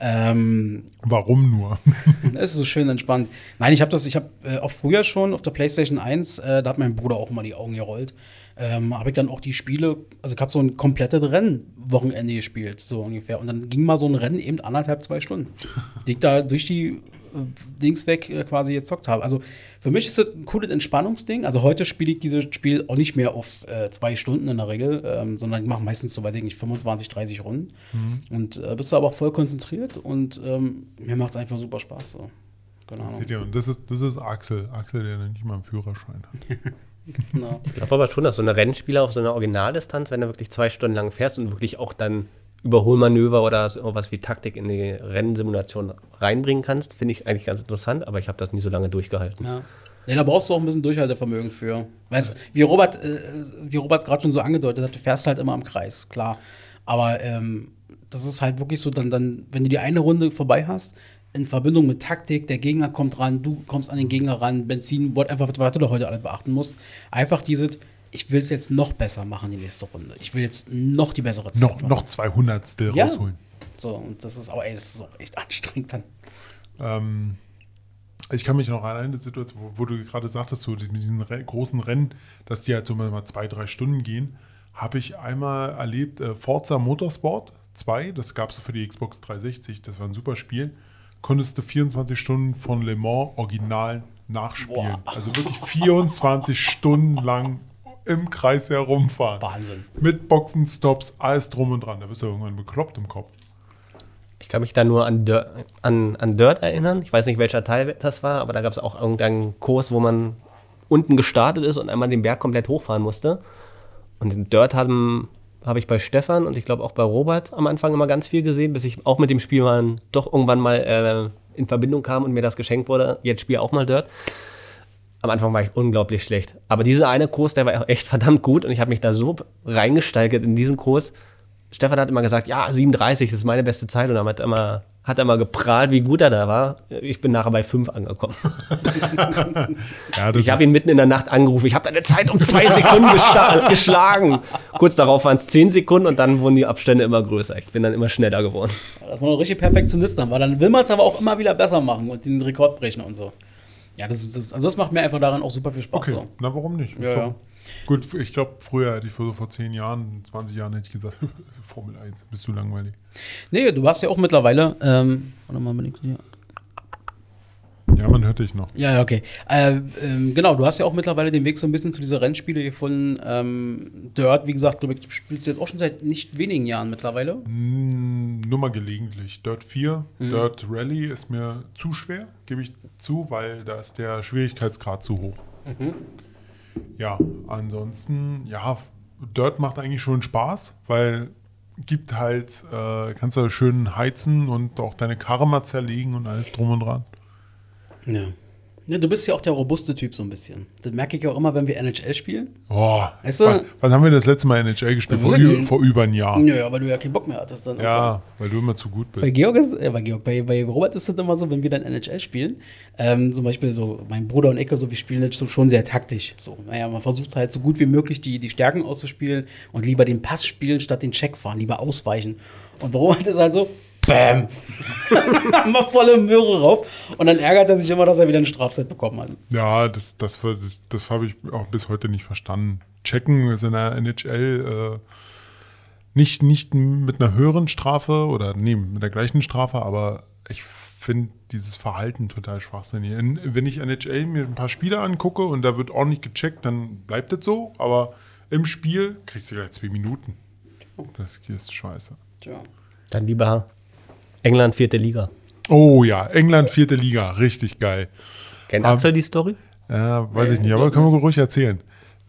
Warum nur? Es ist so schön entspannt. Nein, ich habe auch früher schon auf der PlayStation 1, da hat mein Bruder auch immer die Augen gerollt. Habe ich dann auch die Spiele, also ich habe so ein komplettes Rennwochenende gespielt, so ungefähr. Und dann ging mal so ein Rennen eben 2 Stunden, die ich da durch die Dings weg quasi gezockt habe. Also für mich ist das ein cooles Entspannungsding. Also heute spiele ich dieses Spiel auch nicht mehr auf 2 Stunden in der Regel, sondern ich mache meistens so, weiß ich nicht, 25, 30 Runden. Und bist du aber auch voll konzentriert und mir macht es einfach super Spaß. So. Genau. Seht ihr, und das ist Axel. Axel, der nicht mal einen Führerschein hat. Genau. Ich glaube aber schon, dass so eine Rennspieler auf so einer Originaldistanz, wenn du wirklich 2 Stunden lang fährst und wirklich auch dann Überholmanöver oder sowas wie Taktik in die Rennsimulation reinbringen kannst, finde ich eigentlich ganz interessant, aber ich habe das nie so lange durchgehalten. Ja. Ja, da brauchst du auch ein bisschen Durchhaltevermögen für. Weißt du, wie Robert es gerade schon so angedeutet hat, du fährst halt immer im Kreis, klar. Aber das ist halt wirklich so, dann, wenn du die eine Runde vorbei hast, in Verbindung mit Taktik, der Gegner kommt ran, du kommst an den Gegner ran, Benzin, whatever, was du da heute alles beachten musst. Einfach ich will es jetzt noch besser machen, die nächste Runde. Ich will jetzt noch die bessere Zeit machen. Noch 200 rausholen. So, und das ist auch echt anstrengend dann. Ich kann mich noch an eine Situation, wo du gerade sagtest, so mit diesen großen Rennen, dass die halt so mal 2-3 Stunden gehen, habe ich einmal erlebt, Forza Motorsport 2, das gab es für die Xbox 360, das war ein super Spiel. Konntest du 24 Stunden von Le Mans original nachspielen. Boah. Also wirklich 24 Stunden lang im Kreis herumfahren. Wahnsinn. Mit Boxenstops, alles drum und dran. Da bist du irgendwann bekloppt im Kopf. Ich kann mich da nur an Dirt erinnern. Ich weiß nicht, welcher Teil das war, aber da gab es auch irgendeinen Kurs, wo man unten gestartet ist und einmal den Berg komplett hochfahren musste. Und in Dirt habe ich bei Stefan und ich glaube auch bei Robert am Anfang immer ganz viel gesehen, bis ich auch mit dem Spiel doch irgendwann mal in Verbindung kam und mir das geschenkt wurde, jetzt spiele auch mal Dirt. Am Anfang war ich unglaublich schlecht. Aber dieser eine Kurs, der war echt verdammt gut und ich habe mich da so reingesteigert in diesen Kurs. Stefan hat immer gesagt, ja, 37, das ist meine beste Zeit. Und dann hat er mal geprahlt, wie gut er da war. Ich bin nachher bei 5 angekommen. Ich habe ihn mitten in der Nacht angerufen. Ich habe deine Zeit um 2 Sekunden geschlagen. Kurz darauf waren es 10 Sekunden und dann wurden die Abstände immer größer. Ich bin dann immer schneller geworden. Dass man noch richtig Perfektionist dann war. Dann will man es aber auch immer wieder besser machen und den Rekord brechen und so. Ja, das macht mir einfach daran auch super viel Spaß. Okay, so. na warum nicht? Ja. Gut, ich glaube, früher hätte ich vor 10 Jahren, 20 Jahren hätte ich gesagt, Formel 1, bist du langweilig. Nee, du hast ja auch mittlerweile, warte mal, bin ich hier? Ja, man hört dich noch. Ja, okay. Genau, du hast ja auch mittlerweile den Weg so ein bisschen zu dieser Rennspiele hier von Dirt. Wie gesagt, glaube ich, du spielst jetzt auch schon seit nicht wenigen Jahren mittlerweile. Nur mal gelegentlich. Dirt 4, Dirt Rally ist mir zu schwer, gebe ich zu, weil da ist der Schwierigkeitsgrad zu hoch. Ja, ansonsten, ja, Dirt macht eigentlich schon Spaß, weil gibt halt, kannst du schön heizen und auch deine Karre mal zerlegen und alles drum und dran. Ja. Ja, du bist ja auch der robuste Typ so ein bisschen. Das merke ich ja auch immer, wenn wir NHL spielen. Boah, Weißt du? wann haben wir das letzte Mal NHL gespielt? Vor über ein Jahr. Nö, aber du ja keinen Bock mehr hattest dann. Ja, weil du immer zu gut bist. Bei Robert ist es immer so, wenn wir dann NHL spielen, zum Beispiel so, mein Bruder und ich, so, wir spielen jetzt schon sehr taktisch. So, naja, man versucht halt so gut wie möglich die Stärken auszuspielen und lieber den Pass spielen, statt den Check fahren, lieber ausweichen. Und Robert ist halt so, bäm! Mal volle Möhre rauf. Und dann ärgert er sich immer, dass er wieder ein Strafset bekommen hat. Ja, das habe ich auch bis heute nicht verstanden. Checken ist in der NHL nicht mit einer höheren Strafe oder mit der gleichen Strafe, aber ich finde dieses Verhalten total schwachsinnig. Wenn ich NHL mir ein paar Spiele angucke und da wird ordentlich gecheckt, dann bleibt das so, aber im Spiel kriegst du gleich 2 Minuten. Das ist scheiße. Tja. Dann lieber England 4. Liga. Oh ja, England 4. Liga, richtig geil. Kennt Axel die Story? Weiß ich nicht, aber können wir ruhig erzählen.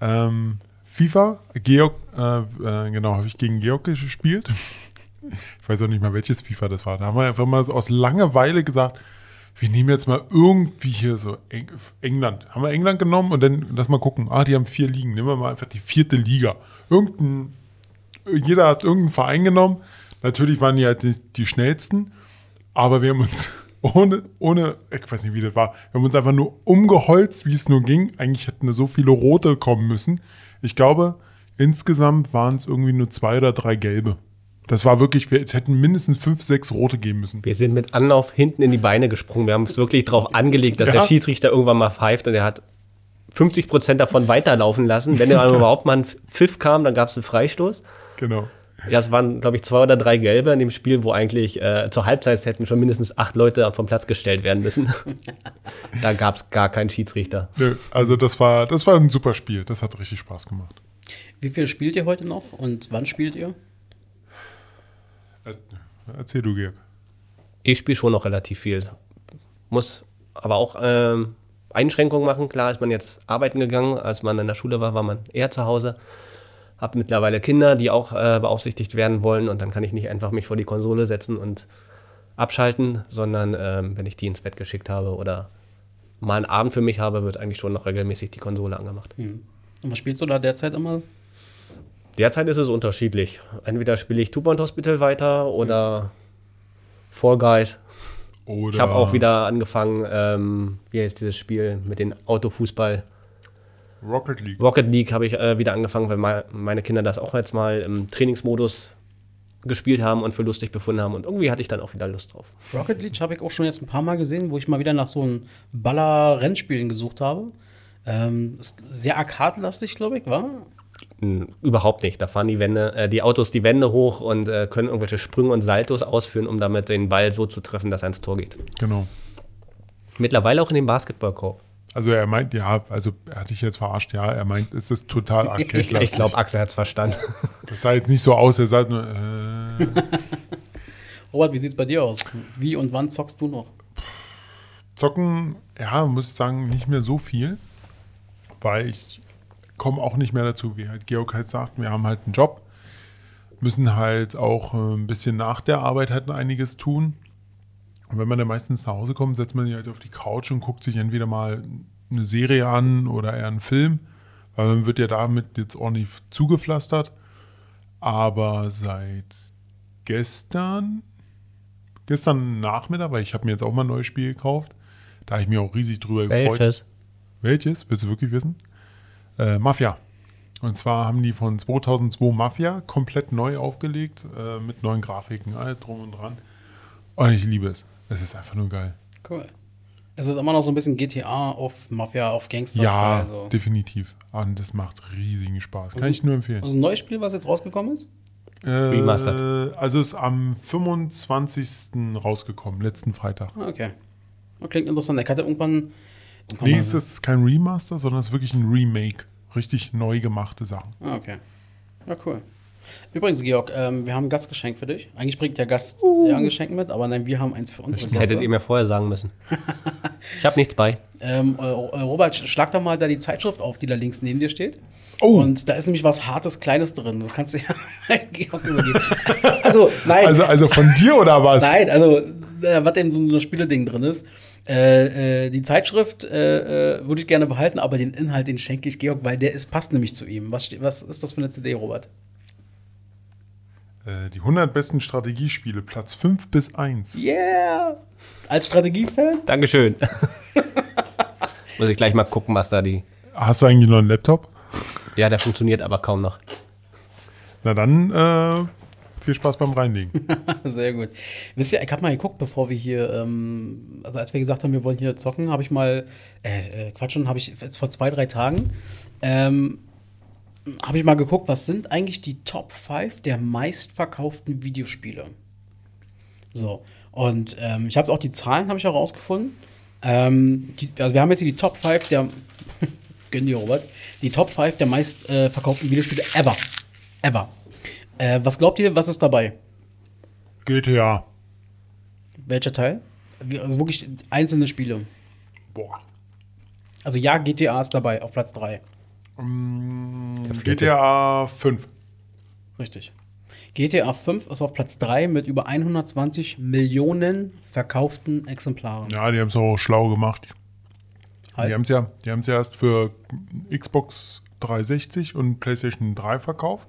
FIFA, Georg, genau, habe ich gegen Georg gespielt. Ich weiß auch nicht mal, welches FIFA das war. Da haben wir einfach mal aus Langeweile gesagt, wir nehmen jetzt mal irgendwie hier so England. Haben wir England genommen und dann lass mal gucken. Die haben 4 Ligen. Nehmen wir mal einfach die 4. Liga. Jeder hat irgendeinen Verein genommen. Natürlich waren die halt nicht die schnellsten, aber wir haben uns ohne, ich weiß nicht, wie das war, wir haben uns einfach nur umgeholzt, wie es nur ging. Eigentlich hätten so viele rote kommen müssen. Ich glaube, insgesamt waren es irgendwie nur 2 oder 3 gelbe. Das war wirklich, es hätten mindestens 5, 6 rote geben müssen. Wir sind mit Anlauf hinten in die Beine gesprungen. Wir haben es wirklich darauf angelegt, dass der Schiedsrichter irgendwann mal pfeift und er hat 50% davon weiterlaufen lassen. Wenn dann überhaupt mal ein Pfiff kam, dann gab es einen Freistoß. Genau. Ja, es waren, glaube ich, 2 oder 3 Gelbe in dem Spiel, wo eigentlich zur Halbzeit hätten schon mindestens 8 Leute vom Platz gestellt werden müssen. Da gab es gar keinen Schiedsrichter. Nö, also das war ein super Spiel. Das hat richtig Spaß gemacht. Wie viel spielt ihr heute noch und wann spielt ihr? Erzähl du, Georg. Ich spiele schon noch relativ viel. Muss aber auch Einschränkungen machen. Klar ist man jetzt arbeiten gegangen. Als man in der Schule war man eher zu Hause. Habe mittlerweile Kinder, die auch beaufsichtigt werden wollen und dann kann ich nicht einfach mich vor die Konsole setzen und abschalten, sondern wenn ich die ins Bett geschickt habe oder mal einen Abend für mich habe, wird eigentlich schon noch regelmäßig die Konsole angemacht. Und was spielst du da derzeit immer? Derzeit ist es unterschiedlich. Entweder spiele ich Two Point Hospital weiter oder Fall Guys. Oder Ich habe auch wieder angefangen, wie heißt dieses Spiel mit dem Autofußball? Rocket League. Rocket League habe ich wieder angefangen, weil meine Kinder das auch jetzt mal im Trainingsmodus gespielt haben und für lustig befunden haben. Und irgendwie hatte ich dann auch wieder Lust drauf. Rocket League habe ich auch schon jetzt ein paar Mal gesehen, wo ich mal wieder nach so einem Baller-Rennspielen gesucht habe. Ist sehr arcade-lastig, glaube ich, war? Überhaupt nicht. Da fahren die Autos die Wände hoch und können irgendwelche Sprünge und Saltos ausführen, um damit den Ball so zu treffen, dass er ins Tor geht. Genau. Mittlerweile auch in den Basketballkorb. Also er meint, er hat dich jetzt verarscht, er meint, es ist total arcade-lastig. Ich glaube, Axel hat es verstanden. Das sah jetzt nicht so aus, er sagt nur, Robert, wie sieht's bei dir aus? Wie und wann zockst du noch? Zocken, muss ich sagen, nicht mehr so viel, weil ich komme auch nicht mehr dazu, wie halt Georg halt sagt, wir haben halt einen Job, müssen halt auch ein bisschen nach der Arbeit halt einiges tun Und wenn man dann meistens nach Hause kommt, setzt man sich halt auf die Couch und guckt sich entweder mal eine Serie an oder eher einen Film, weil man wird ja damit jetzt ordentlich zugepflastert. Aber seit gestern Nachmittag, weil ich habe mir jetzt auch mal ein neues Spiel gekauft, da habe ich mich auch riesig drüber gefreut. Welches? Willst du wirklich wissen? Mafia. Und zwar haben die von 2002 Mafia komplett neu aufgelegt, mit neuen Grafiken, alles drum und dran. Und ich liebe es. Es ist einfach nur geil. Cool. Es ist immer noch so ein bisschen GTA auf Mafia, auf Gangster-Style. Ja, so. definitiv. Und das macht riesigen Spaß. Kann ich nur empfehlen. Also ein neues Spiel, was jetzt rausgekommen ist? Remastered. Also ist am 25. rausgekommen, letzten Freitag. Okay. Klingt interessant. Ich hatte irgendwann Nee, es ist kein Remaster, sondern es ist wirklich ein Remake. Richtig neu gemachte Sachen. Okay. Ja, cool. Übrigens, Georg, wir haben ein Gastgeschenk für dich. Eigentlich bringt der Gast ja ein Geschenk mit, aber nein, wir haben eins für unsere Das Gäste. hättet ihr mir vorher sagen müssen. Ich habe nichts bei. Robert, schlag doch mal da die Zeitschrift auf, die da links neben dir steht. Oh. Und da ist nämlich was Hartes, Kleines drin. Das kannst du ja Georg übergeben. Also, nein. Also von dir oder was? Nein, also, was denn so ein Spieleding drin ist. Die Zeitschrift würde ich gerne behalten, aber den Inhalt, den schenke ich Georg, weil passt nämlich zu ihm. Was ist das für eine CD, Robert? Die 100 besten Strategiespiele, Platz 5 bis 1. Yeah! Als Strategiefan? Dankeschön. Muss ich gleich mal gucken, was da die. Hast du eigentlich noch einen Laptop? Ja, der funktioniert aber kaum noch. Na dann, viel Spaß beim Reinlegen. Sehr gut. Wisst ihr, ich habe mal geguckt, bevor wir hier, also als wir gesagt haben, wir wollen hier zocken, habe ich mal, habe ich jetzt vor 2-3 Tagen, habe ich mal geguckt, was sind eigentlich die Top 5 der meistverkauften Videospiele. So, und ich habe auch die Zahlen, habe ich auch rausgefunden. Also wir haben jetzt hier die Top 5 der, gönn dir, Robert, die Top 5 der meistverkauften Videospiele ever. Was glaubt ihr, was ist dabei? GTA. Welcher Teil? Also wirklich einzelne Spiele. Boah. Also ja, GTA ist dabei, auf Platz 3. GTA 5. Richtig. GTA 5 ist auf Platz 3 mit über 120 Millionen verkauften Exemplaren. Ja, die haben es auch schlau gemacht. Heißt? Die haben es ja erst für Xbox 360 und PlayStation 3 verkauft.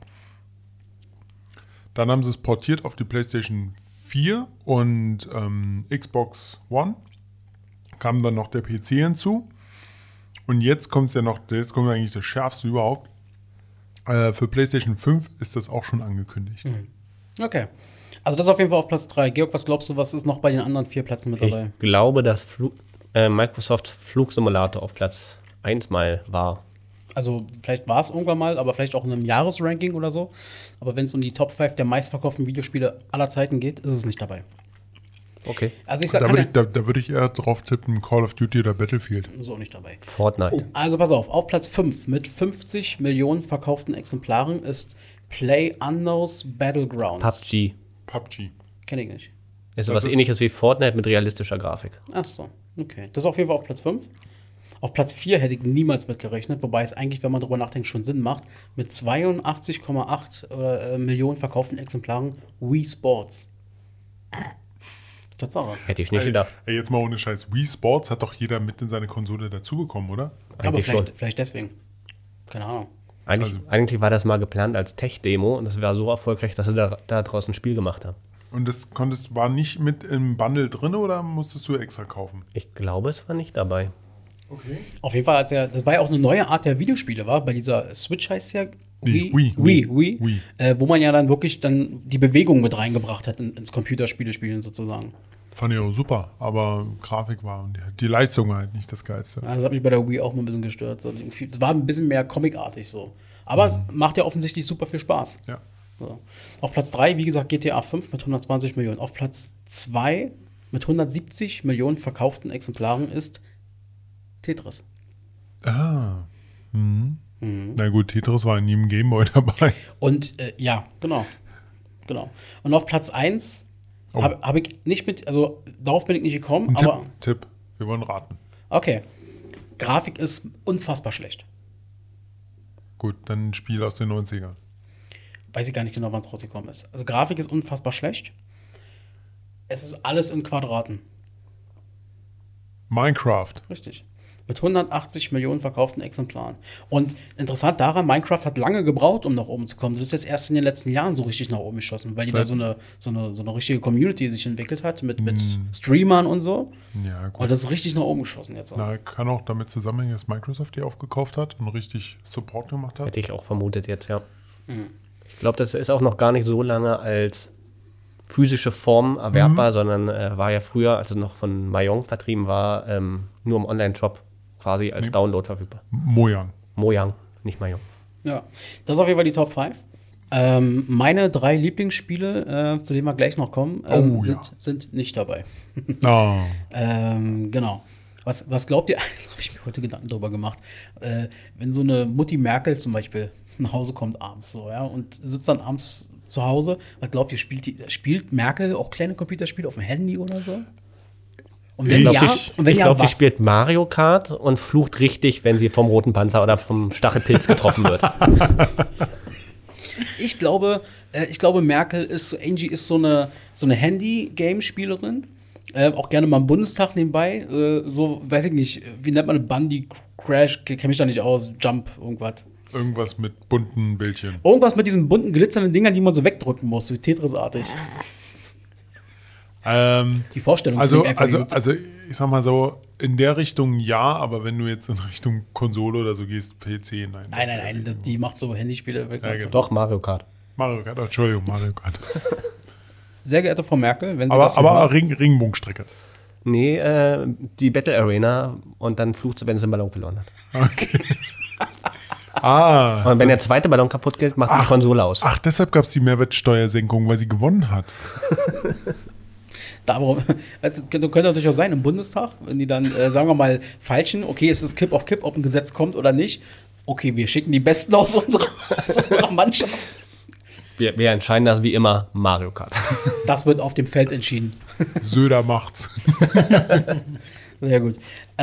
Dann haben sie es portiert auf die PlayStation 4 und Xbox One. Kam dann noch der PC hinzu. Und jetzt kommt eigentlich das Schärfste überhaupt. Für PlayStation 5 ist das auch schon angekündigt. Okay. Also das ist auf jeden Fall auf Platz 3. Georg, was glaubst du, was ist noch bei den anderen 4 Plätzen mit dabei? Ich glaube, dass Microsoft Flugsimulator auf Platz 1 mal war. Also vielleicht war es irgendwann mal, aber vielleicht auch in einem Jahresranking oder so. Aber wenn es um die Top 5 der meistverkauften Videospiele aller Zeiten geht, ist es nicht dabei. Okay. Also ich sag, Da würde ich eher drauf tippen, Call of Duty oder Battlefield. ist auch nicht dabei. Fortnite. Also pass auf Platz 5 mit 50 Millionen verkauften Exemplaren ist PlayerUnknown's Battlegrounds. PUBG. Kenn ich nicht. Ist sowas ähnliches wie Fortnite mit realistischer Grafik. Ach so, okay. Das ist auf jeden Fall auf Platz 5. Auf Platz 4 hätte ich niemals mit gerechnet, wobei es eigentlich, wenn man drüber nachdenkt, schon Sinn macht. Mit 82,8 Millionen verkauften Exemplaren Wii Sports. Tatsache. Hätte ich nicht gedacht. Ey, jetzt mal ohne Scheiß. Wii Sports hat doch jeder mit in seine Konsole dazu bekommen, oder? Aber Eigentlich schon. vielleicht deswegen. Keine Ahnung. Eigentlich war das mal geplant als Tech-Demo und das war so erfolgreich, dass sie da draußen ein Spiel gemacht haben. Und das war nicht mit im Bundle drin oder musstest du extra kaufen? Ich glaube, es war nicht dabei. Okay. Auf jeden Fall, das war ja auch eine neue Art der Videospiele, war bei dieser Switch heißt ja Wii. Wo man ja dann wirklich dann die Bewegung mit reingebracht hat ins Computerspiele-Spielen sozusagen. Fand ich auch super, aber Grafik war und die Leistung halt nicht das Geilste. Ja, das hat mich bei der Wii auch mal ein bisschen gestört. Es war ein bisschen mehr comicartig so. Aber es macht ja offensichtlich super viel Spaß. Ja. So. Auf Platz 3, wie gesagt, GTA 5 mit 120 Millionen. Auf Platz 2 mit 170 Millionen verkauften Exemplaren ist Tetris. Ah. Na gut, Tetris war in jedem Gameboy dabei. Und ja, genau. Und auf Platz 1 habe ich nicht mit, also darauf bin ich nicht gekommen, aber. Tipp, wir wollen raten. Okay. Grafik ist unfassbar schlecht. Gut, dann ein Spiel aus den 90ern. Weiß ich gar nicht genau, wann es rausgekommen ist. Also Grafik ist unfassbar schlecht. Es ist alles in Quadraten. Minecraft. Richtig. Mit 180 Millionen verkauften Exemplaren. Und interessant daran, Minecraft hat lange gebraucht, um nach oben zu kommen. Das ist jetzt erst in den letzten Jahren so richtig nach oben geschossen, weil die da so eine richtige Community sich entwickelt hat mit Streamern und so. Ja, gut. Und das ist richtig nach oben geschossen jetzt auch. Na, kann auch damit zusammenhängen, dass Microsoft die aufgekauft hat und richtig Support gemacht hat. Hätte ich auch vermutet jetzt, ja. Ich glaube, das ist auch noch gar nicht so lange als physische Form erwerbbar, sondern war ja früher, als es noch von Mojang vertrieben war, nur im Online-Shop quasi als Download verfügbar. Mojang. Mojang, nicht Mojang. Ja, das ist auf jeden Fall die Top 5. Meine 3 Lieblingsspiele, zu denen wir gleich noch kommen, sind nicht dabei. Oh. Genau. Was glaubt ihr, da habe ich mir heute Gedanken drüber gemacht, wenn so eine Mutti Merkel zum Beispiel nach Hause kommt abends so, ja, und sitzt dann abends zu Hause, was glaubt ihr, spielt Merkel auch kleine Computerspiele auf dem Handy oder so? Und wenn Ich glaube, die spielt Mario Kart und flucht richtig, wenn sie vom roten Panzer oder vom Stachelpilz getroffen wird. Ich glaube, Merkel Angie ist so eine Handy-Game-Spielerin. Auch gerne mal im Bundestag nebenbei. So, weiß ich nicht, wie nennt man eine Bundy Crash? Kenne mich da nicht aus. Jump, irgendwas. Irgendwas mit bunten Bildchen. Irgendwas mit diesen bunten, glitzernden Dingern, die man so wegdrücken muss, so Tetris-artig. Die Vorstellung. Also, ich sag mal so, in der Richtung ja, aber wenn du jetzt in Richtung Konsole oder so gehst, PC, nein. Nein, die macht so Handyspiele. Genau. Doch, Mario Kart. Mario Kart, Entschuldigung, Mario Kart. Sehr geehrte Frau Merkel, wenn Sie aber Regenbogenstrecke. Nee, die Battle Arena und dann flucht sie, wenn sie den Ballon verloren hat. Okay. Und wenn der zweite Ballon kaputt geht, macht die Konsole aus. Ach, deshalb gab es die Mehrwertsteuersenkung, weil sie gewonnen hat. Darum, könnte natürlich auch sein im Bundestag, wenn die dann, sagen wir mal, falschen, okay, es ist Kipp auf Kipp, ob ein Gesetz kommt oder nicht. Okay, wir schicken die Besten aus unserer Mannschaft. Wir entscheiden das wie immer Mario Kart. Das wird auf dem Feld entschieden. Söder macht's. Sehr gut.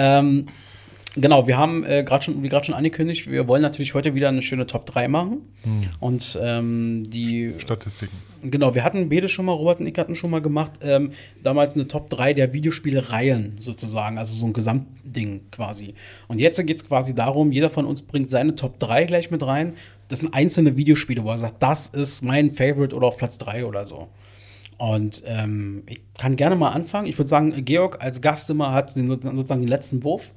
Genau, wir haben wie gerade schon angekündigt, wir wollen natürlich heute wieder eine schöne Top 3 machen. Und die Statistiken. Genau, wir hatten beide schon mal, Robert und ich hatten schon mal gemacht, damals eine Top 3 der Videospielereien sozusagen, also so ein Gesamtding quasi. Und jetzt geht es quasi darum, jeder von uns bringt seine Top 3 gleich mit rein. Das sind einzelne Videospiele, wo er sagt, das ist mein Favorite oder auf Platz 3 oder so. Und ich kann gerne mal anfangen. Ich würde sagen, Georg als Gast immer hat sozusagen den letzten Wurf.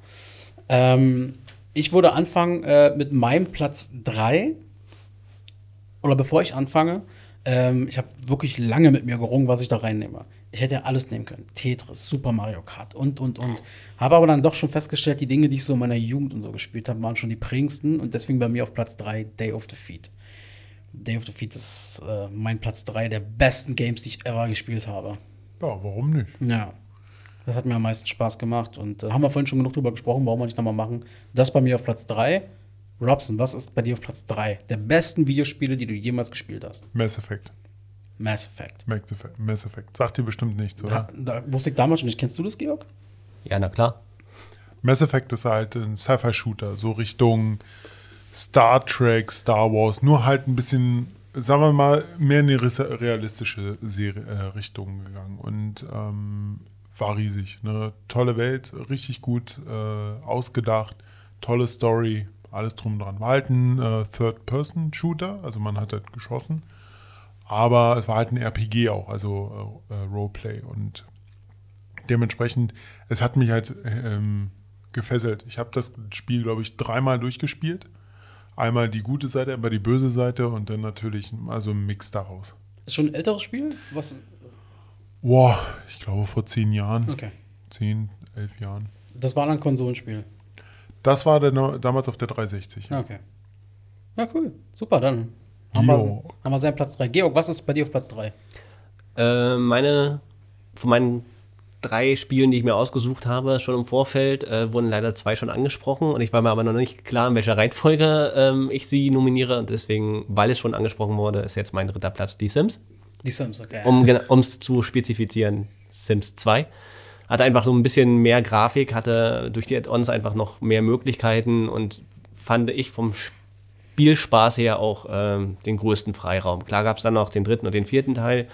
Ich würde anfangen mit meinem Platz 3. Oder bevor ich anfange, ich habe wirklich lange mit mir gerungen, was ich da reinnehme. Ich hätte ja alles nehmen können. Tetris, Super Mario Kart und. Habe aber dann doch schon festgestellt, die Dinge, die ich so in meiner Jugend und so gespielt habe, waren schon die prägendsten. Und deswegen bei mir auf Platz 3 Day of Defeat. Day of Defeat ist mein Platz 3 der besten Games, die ich ever gespielt habe. Ja, warum nicht? Ja. Das hat mir am meisten Spaß gemacht. Und haben wir vorhin schon genug drüber gesprochen, warum wir nicht nochmal machen. Das bei mir auf Platz 3. Robson, was ist bei dir auf Platz 3 der besten Videospiele, die du jemals gespielt hast? Mass Effect. Mass Effect. Mass Effect. Sagt dir bestimmt nichts, oder? Da wusste ich damals schon nicht. Kennst du das, Georg? Ja, na klar. Mass Effect ist halt ein Sci-Fi-Shooter, so Richtung Star Trek, Star Wars, nur halt ein bisschen, sagen wir mal, mehr in die realistische Richtung gegangen und war riesig. Ne? Tolle Welt, richtig gut ausgedacht, tolle Story, alles drum dran. War halt ein Third-Person-Shooter, also man hat halt geschossen, aber es war halt ein RPG auch, also Roleplay und dementsprechend, es hat mich halt gefesselt. Ich habe das Spiel, glaube ich, 3-mal durchgespielt. Einmal die gute Seite, einmal die böse Seite und dann natürlich also ein Mix daraus. Ist schon ein älteres Spiel? Was? Boah, ich glaube vor 10 Jahren. Okay. 10, 11 Jahren. Das war dann ein Konsolenspiel? Das war damals auf der 360. Ja. Okay. Ja, cool. Super, dann haben wir seinen Platz 3. Georg, was ist bei dir auf Platz 3? Von meinen 3 Spielen, die ich mir ausgesucht habe, schon im Vorfeld, wurden leider 2 schon angesprochen und ich war mir aber noch nicht klar, in welcher Reihenfolge ich sie nominiere und deswegen, weil es schon angesprochen wurde, ist jetzt mein 3. Platz die Sims. Die Sims, okay. Um es zu spezifizieren, Sims 2. Hatte einfach so ein bisschen mehr Grafik, hatte durch die Add-ons einfach noch mehr Möglichkeiten und fand ich vom Spielspaß her auch den größten Freiraum. Klar gab es dann noch den 3. und den 4. Teil,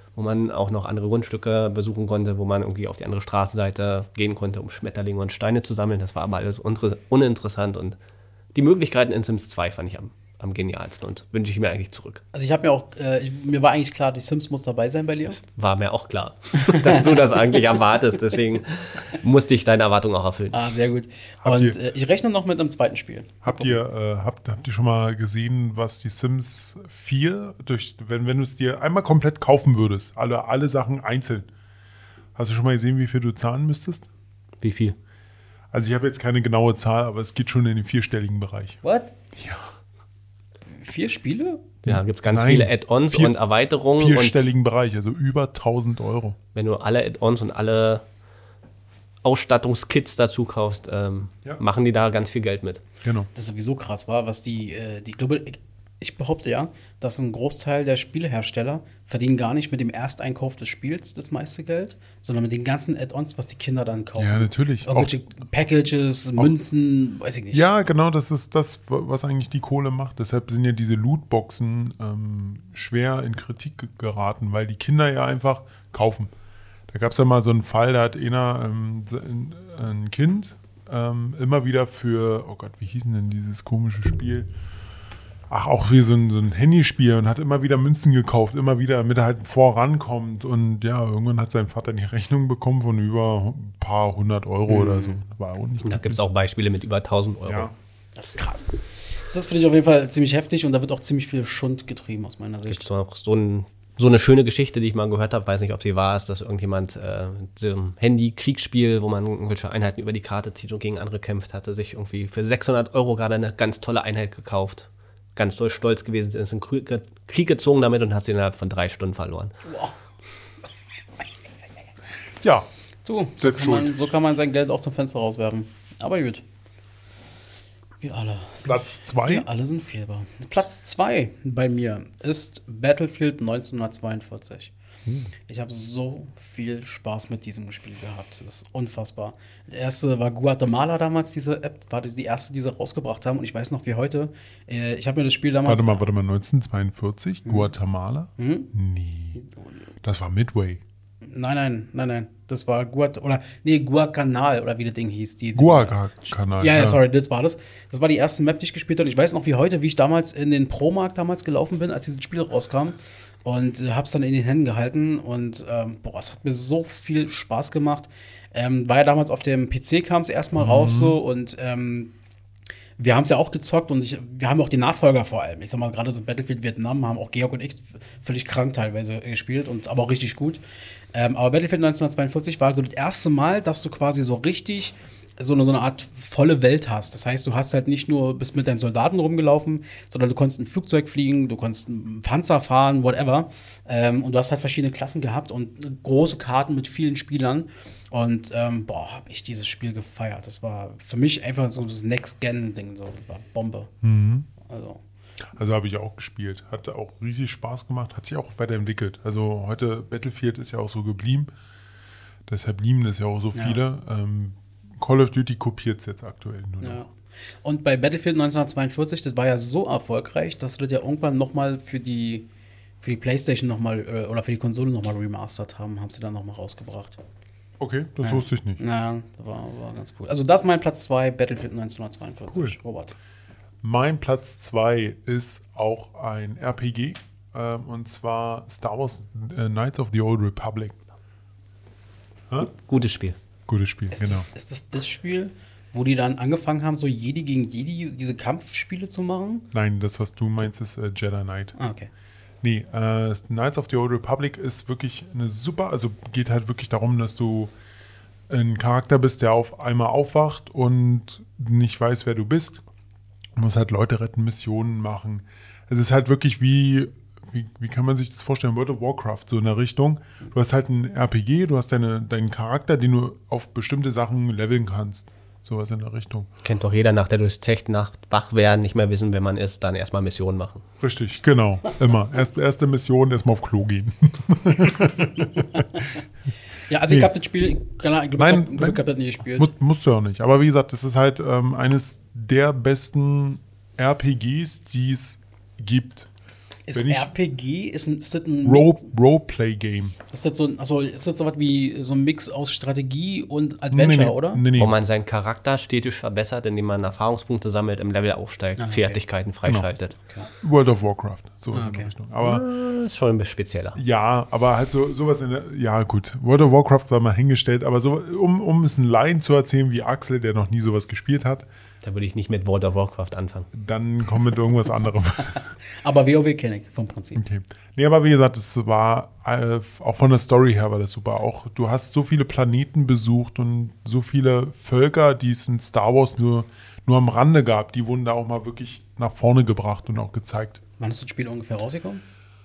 wo man auch noch andere Grundstücke besuchen konnte, wo man irgendwie auf die andere Straßenseite gehen konnte, um Schmetterlinge und Steine zu sammeln. Das war aber alles uninteressant und die Möglichkeiten in Sims 2 fand ich am genialsten und wünsche ich mir eigentlich zurück. Also ich habe mir auch, mir war eigentlich klar, die Sims muss dabei sein bei dir. Das war mir auch klar, dass du das eigentlich erwartest. Deswegen musste ich deine Erwartungen auch erfüllen. Ah, sehr gut. Und ich rechne noch mit einem zweiten Spiel. Habt ihr schon mal gesehen, was die Sims 4, wenn du es dir einmal komplett kaufen würdest, alle Sachen einzeln, hast du schon mal gesehen, wie viel du zahlen müsstest? Wie viel? Also ich habe jetzt keine genaue Zahl, aber es geht schon in den 4-stelligen Bereich. What? Ja. 4 Spiele? Ja, gibt es ganz viele Add-ons und Erweiterungen. 4-stelligen Bereich, also über 1.000 Euro. Wenn du alle Add-ons und alle Ausstattungskits dazu kaufst, machen die da ganz viel Geld mit. Genau. Das ist sowieso krass, war, was die Global. Ich behaupte ja, dass ein Großteil der Spielehersteller verdienen gar nicht mit dem Ersteinkauf des Spiels das meiste Geld, sondern mit den ganzen Add-ons, was die Kinder dann kaufen. Ja, natürlich. Irgendwelche Packages, Münzen, weiß ich nicht. Ja, genau, das ist das, was eigentlich die Kohle macht. Deshalb sind ja diese Lootboxen schwer in Kritik geraten, weil die Kinder ja einfach kaufen. Da gab es ja mal so einen Fall, da hat ein Kind immer wieder für, oh Gott, wie hieß denn dieses komische Spiel? Ach, auch wie so ein Handyspiel und hat immer wieder Münzen gekauft, immer wieder, damit er halt vorankommt. Und ja, irgendwann hat sein Vater die Rechnung bekommen von über ein paar 100 Euro oder so. War auch nicht da gibt es auch Beispiele mit über 1.000 Euro. Ja. Das ist krass. Das finde ich auf jeden Fall ziemlich heftig und da wird auch ziemlich viel Schund getrieben aus meiner Sicht. Es gibt auch so eine schöne Geschichte, die ich mal gehört habe, weiß nicht, ob sie wahr ist, dass irgendjemand mit so einem Handy-Kriegsspiel, wo man irgendwelche Einheiten über die Karte zieht und gegen andere kämpft, hatte sich irgendwie für 600 Euro gerade eine ganz tolle Einheit gekauft. Ganz doll stolz gewesen, ist in den Krieg gezogen damit und hat sie innerhalb von 3 Stunden verloren. Wow. Ja. So kann man sein Geld auch zum Fenster rauswerfen. Aber gut. Wir alle. Platz 2? Wir alle sind fehlbar. Platz 2 bei mir ist Battlefield 1942. Ich habe so viel Spaß mit diesem Spiel gehabt. Das ist unfassbar. Der erste war Guatemala damals, diese App, war die erste, die sie rausgebracht haben. Und ich weiß noch wie heute, ich habe mir das Spiel damals... Warte mal, 1942? Guatemala? Nee. Das war Midway. Nein. Das war Guacanal oder wie das Ding hieß. Guacanal. Ja, sorry, das war das. Das war die erste Map, die ich gespielt habe. Ich weiß noch wie heute, wie ich damals in den Pro-Markt damals gelaufen bin, als dieses Spiel rauskam. Und hab's dann in den Händen gehalten. Und es hat mir so viel Spaß gemacht. War ja damals auf dem PC, kam es erstmal raus so. Und wir haben es ja auch gezockt und wir haben auch die Nachfolger vor allem. Ich sag mal, gerade so Battlefield Vietnam haben auch Georg und ich völlig krank teilweise gespielt, aber auch richtig gut. Aber Battlefield 1942 war so das erste Mal, dass du quasi so richtig so eine Art volle Welt hast. Das heißt, du hast halt nicht nur bist mit deinen Soldaten rumgelaufen, sondern du konntest ein Flugzeug fliegen, du konntest einen Panzer fahren, whatever. Und du hast halt verschiedene Klassen gehabt und große Karten mit vielen Spielern. Und habe ich dieses Spiel gefeiert. Das war für mich einfach so das Next-Gen-Ding, so das war Bombe. Also habe ich auch gespielt. Hat auch riesig Spaß gemacht, hat sich auch weiterentwickelt. Also heute Battlefield ist ja auch so geblieben. Deshalb lieben das ja auch so viele. Call of Duty kopiert es jetzt aktuell nur noch. Ja. Und bei Battlefield 1942, das war ja so erfolgreich, dass sie das ja irgendwann nochmal für die PlayStation nochmal oder für die Konsole nochmal remastert haben sie dann nochmal rausgebracht. Okay, das wusste ich nicht. Ja, das war ganz cool. Also das ist mein Platz 2, Battlefield 1942. Cool. Robert. Mein Platz 2 ist auch ein RPG, und zwar Star Wars Knights of the Old Republic. Gutes Spiel. Gutes Spiel, genau. Ist das Spiel, wo die dann angefangen haben, so Jedi gegen Jedi diese Kampfspiele zu machen? Nein, das, was du meinst, ist Jedi Knight. Ah, okay. Nee, Knights of the Old Republic ist wirklich eine super, also geht halt wirklich darum, dass du ein Charakter bist, der auf einmal aufwacht und nicht weiß, wer du bist. Du musst halt Leute retten, Missionen machen. Es ist halt wirklich wie kann man sich das vorstellen? World of Warcraft, so in der Richtung. Du hast halt ein RPG, du hast deinen Charakter, den du auf bestimmte Sachen leveln kannst. Sowas in der Richtung. Kennt doch jeder nach der Durchzecht-Nacht wach werden, nicht mehr wissen, wer man ist, dann erstmal Missionen machen. Richtig, genau. Immer. Erste Mission, erstmal auf Klo gehen. Ja, also ich habe das Spiel, ich habe das nie gespielt. Musst du auch nicht. Aber wie gesagt, das ist halt eines der besten RPGs, die es gibt. Ist RPG, ist das ein Roleplay-Game. Ist das so was wie so ein Mix aus Strategie und Adventure, oder? Wo man seinen Charakter stetig verbessert, indem man Erfahrungspunkte sammelt, im Level aufsteigt, Fertigkeiten freischaltet. Genau. Okay. World of Warcraft, sowas in der Richtung. Aber ist schon ein bisschen spezieller. Ja, aber halt sowas in der, ja gut, World of Warcraft war mal hingestellt, aber so, um es einen Laien zu erzählen wie Axel, der noch nie sowas gespielt hat. Da würde ich nicht mit World of Warcraft anfangen. Dann komm mit irgendwas anderem. Aber WoW kenne ich vom Prinzip. Okay. Nee, aber wie gesagt, es war auch von der Story her war das super. Auch du hast so viele Planeten besucht und so viele Völker, die es in Star Wars nur am Rande gab, die wurden da auch mal wirklich nach vorne gebracht und auch gezeigt. Wann ist das Spiel ungefähr rausgekommen?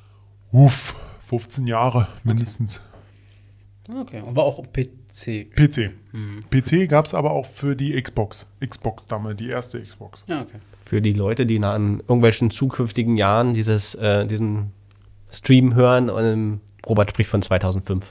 15 Jahre mindestens. Okay, und war auch PC. PC gab es aber auch für die Xbox. Xbox damals, die erste Xbox. Ja, okay. Für die Leute, die in irgendwelchen zukünftigen Jahren diesen Stream hören, und Robert spricht von 2005.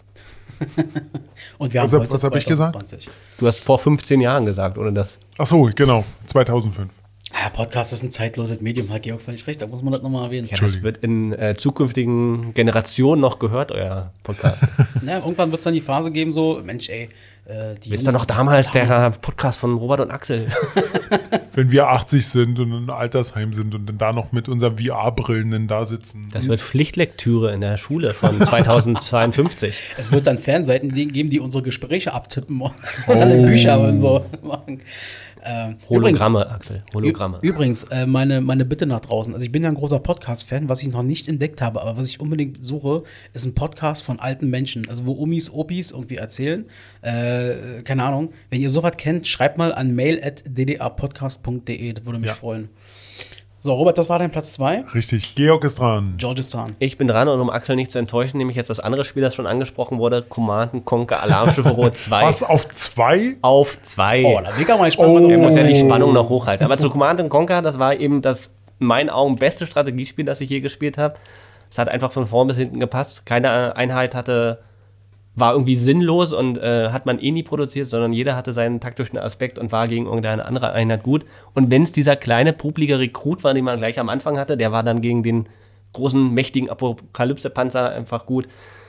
Und wir haben was heute habe ich gesagt? 2020. Du hast vor 15 Jahren gesagt, oder das? Ach so, genau, 2005. Ja, Podcast ist ein zeitloses Medium, hat Georg völlig recht, da muss man das nochmal erwähnen. Ja, das wird in zukünftigen Generationen noch gehört, euer Podcast. Ja, irgendwann wird es dann die Phase geben, so, Mensch, ey, die Wisst ihr noch damals der Podcast von Robert und Axel? Wenn wir 80 sind und in einem Altersheim sind und dann da noch mit unseren VR-Brillen dann da sitzen. Das wird Pflichtlektüre in der Schule von 2052. Es wird dann Fanseiten geben, die unsere Gespräche abtippen und dann in Bücher und so machen. Hologramme, übrigens, Axel, Hologramme. Übrigens, meine Bitte nach draußen. Also ich bin ja ein großer Podcast-Fan, was ich noch nicht entdeckt habe, aber was ich unbedingt suche, ist ein Podcast von alten Menschen. Also wo Omis, Opis irgendwie erzählen. Keine Ahnung. Wenn ihr sowas kennt, schreibt mal an mail@ddapodcast.de. Das würde mich freuen. So, Robert, das war dein Platz 2. Richtig, Georg ist dran. George ist dran. Ich bin dran, und um Axel nicht zu enttäuschen, nehme ich jetzt das andere Spiel, das schon angesprochen wurde, Command & Conquer Alarmstufe Rot 2. Was, auf 2? Auf 2. Oh, da will ich mal gespannt. Er muss ja die Spannung noch hochhalten. Aber zu Command & Conquer, das war eben das, in meinen Augen, beste Strategiespiel, das ich je gespielt habe. Es hat einfach von vorn bis hinten gepasst. Keine Einheit war irgendwie sinnlos und hat man nie produziert, sondern jeder hatte seinen taktischen Aspekt und war gegen irgendeine andere Einheit gut. Und wenn es dieser kleine, publige Rekrut war, den man gleich am Anfang hatte, der war dann gegen den großen, mächtigen Apokalypse-Panzer einfach gut.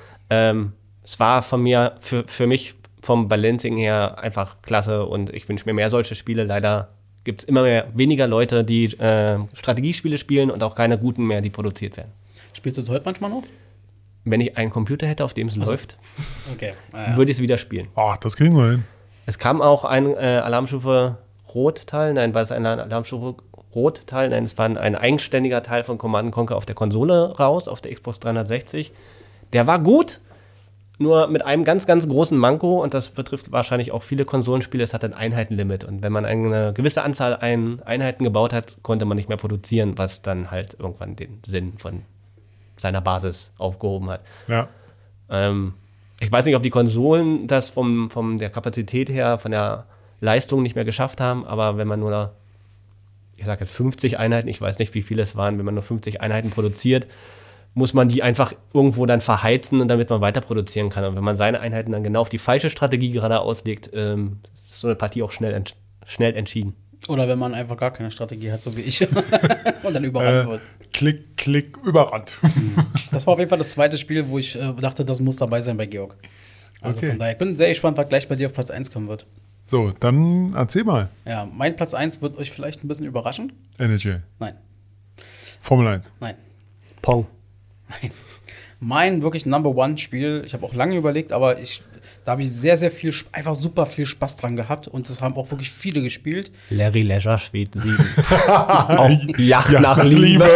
Es war von mir, für mich vom Balancing her einfach klasse, und ich wünsche mir mehr solche Spiele. Leider gibt es immer weniger Leute, die Strategiespiele spielen, und auch keine guten mehr, die produziert werden. Spielst du es heute manchmal noch? Wenn ich einen Computer hätte, auf dem es läuft, okay. würde ich es wieder spielen. Ach, das kriegen wir hin. Es kam auch ein Alarmstufe Rot-Teil. Nein, war es ein Alarmstufe Rot-Teil? Nein, es war ein eigenständiger Teil von Command & Conquer auf der Konsole raus, auf der Xbox 360. Der war gut, nur mit einem ganz, ganz großen Manko, und das betrifft wahrscheinlich auch viele Konsolenspiele. Es hat ein Einheitenlimit, und wenn man eine gewisse Anzahl Einheiten gebaut hat, konnte man nicht mehr produzieren, was dann halt irgendwann den Sinn von seiner Basis aufgehoben hat. Ja. Ich weiß nicht, ob die Konsolen das von der Kapazität her, von der Leistung nicht mehr geschafft haben, aber wenn man nur, ich sage jetzt 50 Einheiten, ich weiß nicht, wie viele es waren, wenn man nur 50 Einheiten produziert, muss man die einfach irgendwo dann verheizen, und damit man weiter produzieren kann. Und wenn man seine Einheiten dann genau auf die falsche Strategie gerade auslegt, ist so eine Partie auch schnell entschieden. Oder wenn man einfach gar keine Strategie hat, so wie ich, und dann überrannt wird. Klick, klick, überrannt. Das war auf jeden Fall das zweite Spiel, wo ich dachte, das muss dabei sein bei Georg. Also Okay. von daher, ich bin sehr gespannt, was gleich bei dir auf Platz 1 kommen wird. So, dann erzähl mal. Ja, mein Platz 1 wird euch vielleicht ein bisschen überraschen. NHL. Nein, Formel 1. nein, Pong. nein. Mein wirklich Number-One-Spiel, ich habe auch lange überlegt, aber da habe ich sehr, sehr viel, einfach super viel Spaß dran gehabt, und das haben auch wirklich viele gespielt. Larry Leisure Schwed 7. Auf Yacht nach Liebe.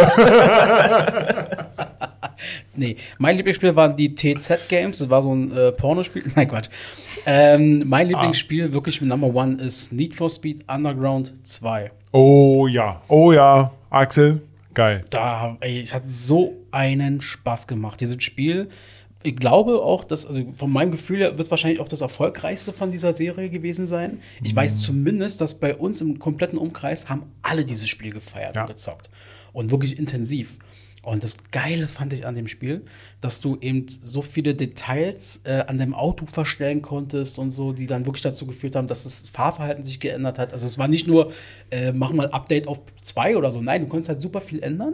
Nee, mein Lieblingsspiel waren die TZ-Games, das war so ein Pornospiel. Nein, Quatsch. Mein Lieblingsspiel, wirklich Number One, ist Need for Speed Underground 2. Oh ja, Axel, geil. Es hat so einen Spaß gemacht, dieses Spiel. Ich glaube auch, dass, also von meinem Gefühl her, wird es wahrscheinlich auch das erfolgreichste von dieser Serie gewesen sein. Ich weiß zumindest, dass bei uns im kompletten Umkreis haben alle dieses Spiel gefeiert und gezockt. Und wirklich intensiv. Und das Geile fand ich an dem Spiel, dass du eben so viele Details an deinem Auto verstellen konntest und so, die dann wirklich dazu geführt haben, dass das Fahrverhalten sich geändert hat. Also es war nicht nur, mach mal Update auf 2 oder so. Nein, du konntest halt super viel ändern.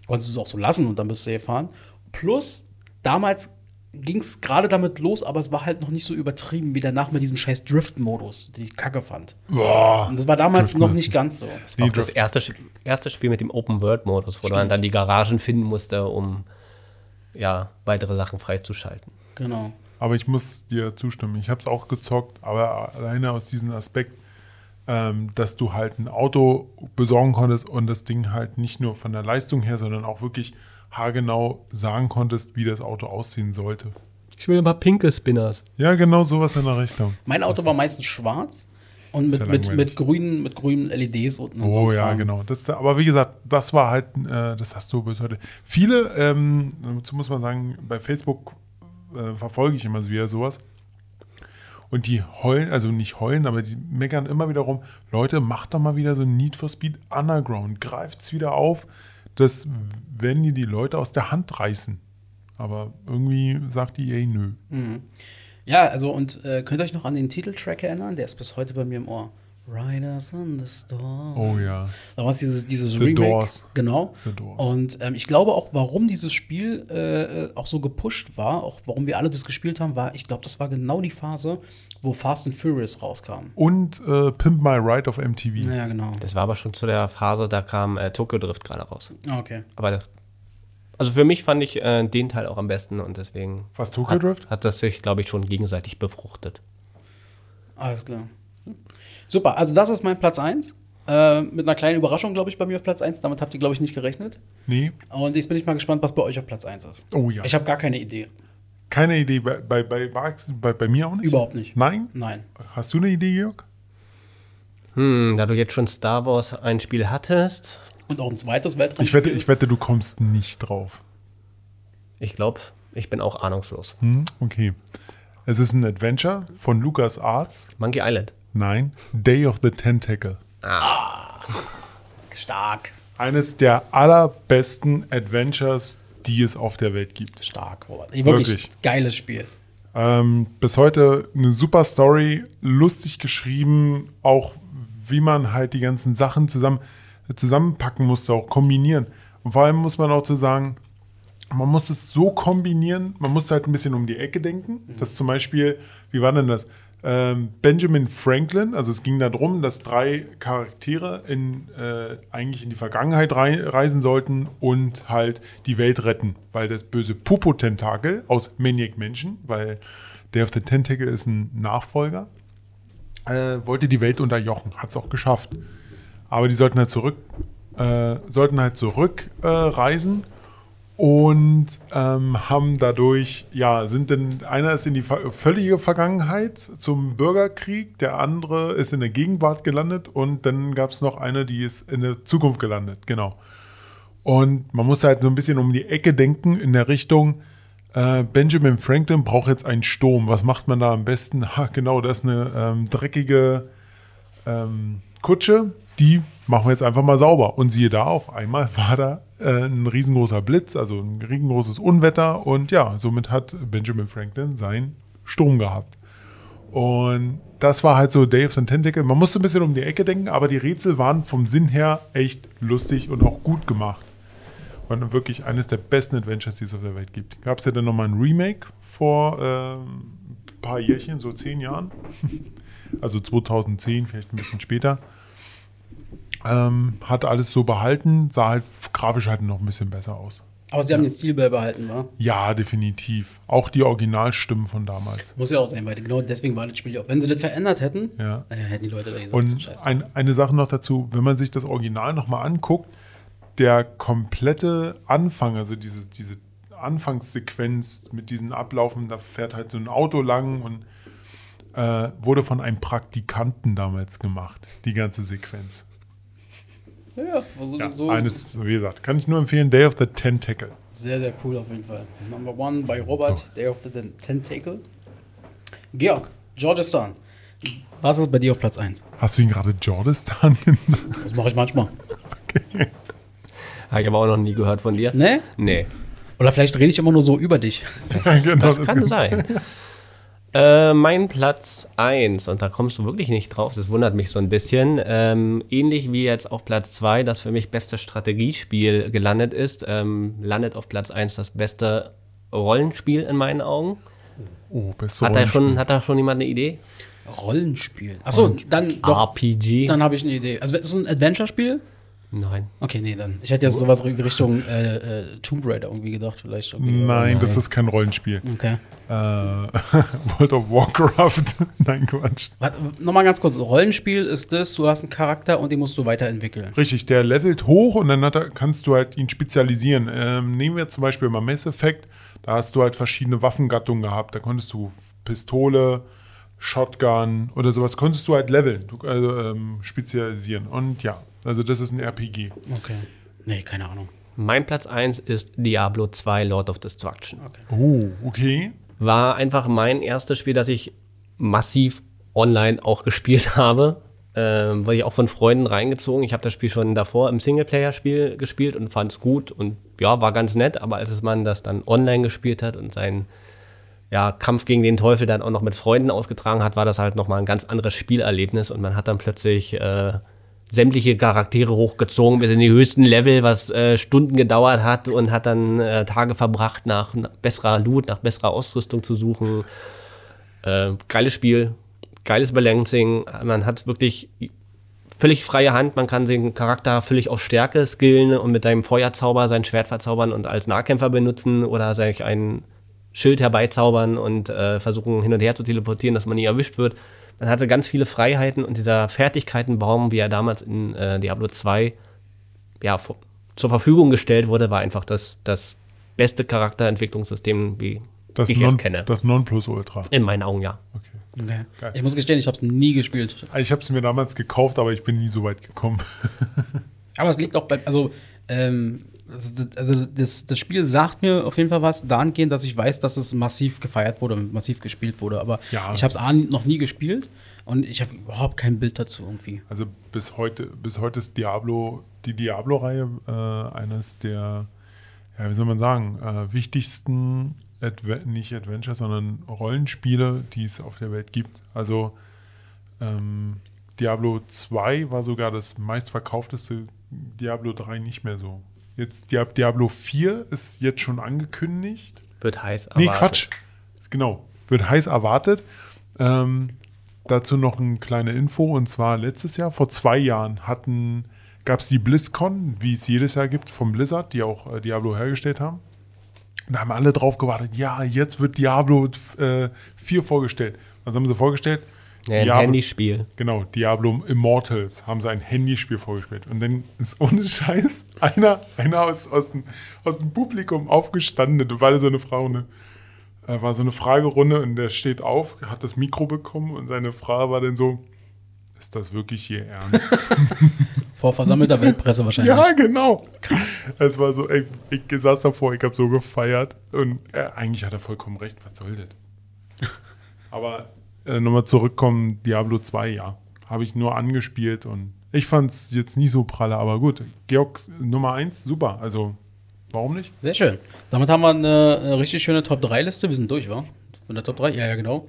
konntest du es auch so lassen und dann bist du gefahren. Plus, damals ging es gerade damit los, aber es war halt noch nicht so übertrieben wie danach mit diesem scheiß Drift-Modus, den ich kacke fand. Boah. Und das war damals noch nicht ganz so. Das war auch das erste Spiel mit dem Open-World-Modus, wo man dann die Garagen finden musste, um weitere Sachen freizuschalten. Genau. Aber ich muss dir zustimmen. Ich habe es auch gezockt, aber alleine aus diesem Aspekt, dass du halt ein Auto besorgen konntest und das Ding halt nicht nur von der Leistung her, sondern auch wirklich haargenau sagen konntest, wie das Auto aussehen sollte. Ich will aber pinke Spinners. Ja, genau sowas in der Richtung. Mein Auto war meistens schwarz und mit grünen LEDs unten. Oh ja, genau. Aber wie gesagt, das war halt, das hast du bis heute. Viele, dazu muss man sagen, bei Facebook verfolge ich immer wieder sowas. Und die heulen, also nicht heulen, aber die meckern immer wieder rum, Leute, macht doch mal wieder so ein Need for Speed Underground, greift's wieder auf. Das werden die Leute aus der Hand reißen. Aber irgendwie sagt die EA nö. Mhm. Ja, also und könnt ihr euch noch an den Titeltrack erinnern? Der ist bis heute bei mir im Ohr. Riders on the Storm. Oh ja. Da war es dieses The Remake. Doors. Genau. The Doors. Und ich glaube auch, warum dieses Spiel auch so gepusht war, auch warum wir alle das gespielt haben, war, ich glaube, das war genau die Phase, wo Fast and Furious rauskam. Und Pimp My Ride auf MTV. Ja, genau. Das war aber schon zu der Phase, da kam Tokyo Drift gerade raus. Okay. Aber also für mich fand ich den Teil auch am besten und deswegen Was, Tokyo Drift? hat das sich, glaube ich, schon gegenseitig befruchtet. Alles klar. Super, also das ist mein Platz 1. Mit einer kleinen Überraschung, glaube ich, bei mir auf Platz 1. Damit habt ihr, glaube ich, nicht gerechnet. Nee. Und jetzt bin ich mal gespannt, was bei euch auf Platz 1 ist. Oh ja. Ich habe gar keine Idee. Keine Idee. Bei mir auch nicht? Überhaupt nicht. Nein? Nein. Hast du eine Idee, Jörg? Da du jetzt schon Star Wars ein Spiel hattest, Und auch ein zweites Weltraumspiel. Ich wette, du kommst nicht drauf. ich glaube, ich bin auch ahnungslos. Okay. Es ist ein Adventure von LucasArts. Monkey Island. Nein. Day of the Tentacle. Stark. Eines der allerbesten Adventures, die es auf der Welt gibt. Stark, Robert. Wirklich geiles Spiel. Bis heute eine super Story, lustig geschrieben, auch wie man halt die ganzen Sachen zusammenpacken musste, auch kombinieren. Und vor allem muss man auch zu sagen, man muss es so kombinieren, man muss halt ein bisschen um die Ecke denken. Das zum Beispiel, wie war denn das? Benjamin Franklin, also es ging darum, dass 3 Charaktere eigentlich in die Vergangenheit reisen sollten und halt die Welt retten, weil das böse Popo-Tentakel aus Maniac Mansion, weil Day of the Tentacle ist ein Nachfolger, wollte die Welt unterjochen, hat es auch geschafft. Aber die sollten halt zurückreisen. Und haben dadurch, einer ist in die völlige Vergangenheit zum Bürgerkrieg, der andere ist in der Gegenwart gelandet und dann gab es noch eine, die ist in der Zukunft gelandet, genau. Und man muss halt so ein bisschen um die Ecke denken in der Richtung, Benjamin Franklin braucht jetzt einen Sturm, was macht man da am besten? Genau, das ist eine dreckige Kutsche, die machen wir jetzt einfach mal sauber. Und siehe da, auf einmal war da ein riesengroßer Blitz, also ein riesengroßes Unwetter. Und ja, somit hat Benjamin Franklin seinen Sturm gehabt. Und das war halt so Day of the Tentacle. Man musste ein bisschen um die Ecke denken, aber die Rätsel waren vom Sinn her echt lustig und auch gut gemacht. Und wirklich eines der besten Adventures, die es auf der Welt gibt. Gab es ja dann nochmal ein Remake vor ein paar Jährchen, so 10 Jahren. Also 2010, vielleicht ein bisschen später. Hat alles so behalten, sah halt grafisch halt noch ein bisschen besser aus. Aber sie haben den Stil beibehalten, wa? Ja, definitiv. Auch die Originalstimmen von damals. Muss ja auch sein, weil genau deswegen war das Spiel auch. Wenn sie das verändert hätten, Ja. hätten die Leute da gesagt, Und eine Sache noch dazu, wenn man sich das Original nochmal anguckt, der komplette Anfang, also diese Anfangssequenz mit diesen Ablaufen, da fährt halt so ein Auto lang und wurde von einem Praktikanten damals gemacht, die ganze Sequenz. Ja, also so Eines, wie gesagt, kann ich nur empfehlen, Day of the Tentacle. sehr, sehr cool auf jeden Fall. Number 1 bei Robert, So. Day of the Tentacle. Georg, Georgistan. Was ist bei dir auf Platz 1? Hast du ihn gerade Jordistan genannt? Das mache ich manchmal. Habe ich aber auch noch nie gehört von dir. Ne? Nee. Oder vielleicht rede ich immer nur so über dich. Genau, Das kann sein. Mein Platz 1, und da kommst du wirklich nicht drauf, das wundert mich so ein bisschen, ähnlich wie jetzt auf Platz 2, das für mich beste Strategiespiel gelandet ist, landet auf Platz 1 das beste Rollenspiel in meinen Augen. Oh, beste Hat da schon jemand eine Idee? Rollenspiel. Achso, dann doch, RPG? Dann habe ich eine Idee. Also ist es ein Adventure-Spiel? Nein. Okay, nee, dann. Ich hätte jetzt sowas Richtung Tomb Raider irgendwie gedacht, vielleicht. Nein, das ist kein Rollenspiel. Okay. World of Warcraft. Nein, Quatsch. Nochmal ganz kurz. Rollenspiel ist das, du hast einen Charakter und den musst du weiterentwickeln. Richtig, der levelt hoch und dann kannst du halt ihn spezialisieren. Nehmen wir zum Beispiel mal Mass Effect. Da hast du halt verschiedene Waffengattungen gehabt. Da konntest du Pistole, Shotgun oder sowas, konntest du halt leveln, spezialisieren. Und ja, also das ist ein RPG. Okay. Nee, keine Ahnung. Mein Platz 1 ist Diablo 2 Lord of Destruction. Okay. Oh, okay. War einfach mein erstes Spiel, das ich massiv online auch gespielt habe. Wurde ich auch von Freunden reingezogen. Ich habe das Spiel schon davor im Singleplayer-Spiel gespielt und fand es gut und ja, war ganz nett. Aber als man das dann online gespielt hat und seinen Kampf gegen den Teufel dann auch noch mit Freunden ausgetragen hat, war das halt nochmal ein ganz anderes Spielerlebnis und man hat dann plötzlich sämtliche Charaktere hochgezogen bis in die höchsten Level, was Stunden gedauert hat und hat dann Tage verbracht, nach besserer Loot, nach besserer Ausrüstung zu suchen. Geiles Spiel, geiles Balancing, man hat wirklich völlig freie Hand, man kann den Charakter völlig auf Stärke skillen und mit seinem Feuerzauber sein Schwert verzaubern und als Nahkämpfer benutzen oder sich einen Schild herbeizaubern und versuchen hin und her zu teleportieren, dass man nie erwischt wird. Man hatte ganz viele Freiheiten und dieser Fertigkeitenbaum, wie er damals in Diablo 2 zur Verfügung gestellt wurde, war einfach das beste Charakterentwicklungssystem, wie ich es kenne. Das Nonplusultra. In meinen Augen, ja. Okay. Ich muss gestehen, ich habe es nie gespielt. Ich habe es mir damals gekauft, aber ich bin nie so weit gekommen. Aber es liegt auch bei, das Spiel sagt mir auf jeden Fall was dahingehend, dass ich weiß, dass es massiv gefeiert wurde und massiv gespielt wurde. Aber ja, ich habe es noch nie gespielt und ich habe überhaupt kein Bild dazu irgendwie. Also bis heute ist die Diablo-Reihe eines der, wie soll man sagen, wichtigsten nicht Adventures, sondern Rollenspiele, die es auf der Welt gibt. Also Diablo 2 war sogar das meistverkaufteste, Diablo 3 nicht mehr so. Jetzt Diablo 4 ist jetzt schon angekündigt. Wird heiß erwartet. Nee, Quatsch. Genau, wird heiß erwartet. Dazu noch eine kleine Info, und zwar letztes Jahr, vor 2 Jahren, gab es die BlizzCon, wie es jedes Jahr gibt, vom Blizzard, die auch Diablo hergestellt haben. Da haben alle drauf gewartet, ja, jetzt wird Diablo 4 vorgestellt. Was haben sie vorgestellt? Ein Handyspiel. Genau, Diablo Immortals haben sie ein Handyspiel vorgestellt. Und dann ist ohne Scheiß einer aus dem Publikum aufgestanden. Da war so eine war so eine Fragerunde und der steht auf, hat das Mikro bekommen und seine Frage war dann so: Ist das wirklich hier ernst? Vor versammelter Weltpresse wahrscheinlich. Ja, genau. Krass. Es war so, ich saß davor, ich habe so gefeiert und eigentlich hat er vollkommen recht, was soll das? Aber nochmal zurückkommen, Diablo 2, ja. Habe ich nur angespielt und ich fand es jetzt nicht so pralle, aber gut. Georg, Nummer 1, super. Also, warum nicht? Sehr schön. Damit haben wir eine richtig schöne Top-3-Liste. Wir sind durch, wa? Mit der Top 3? Ja, genau.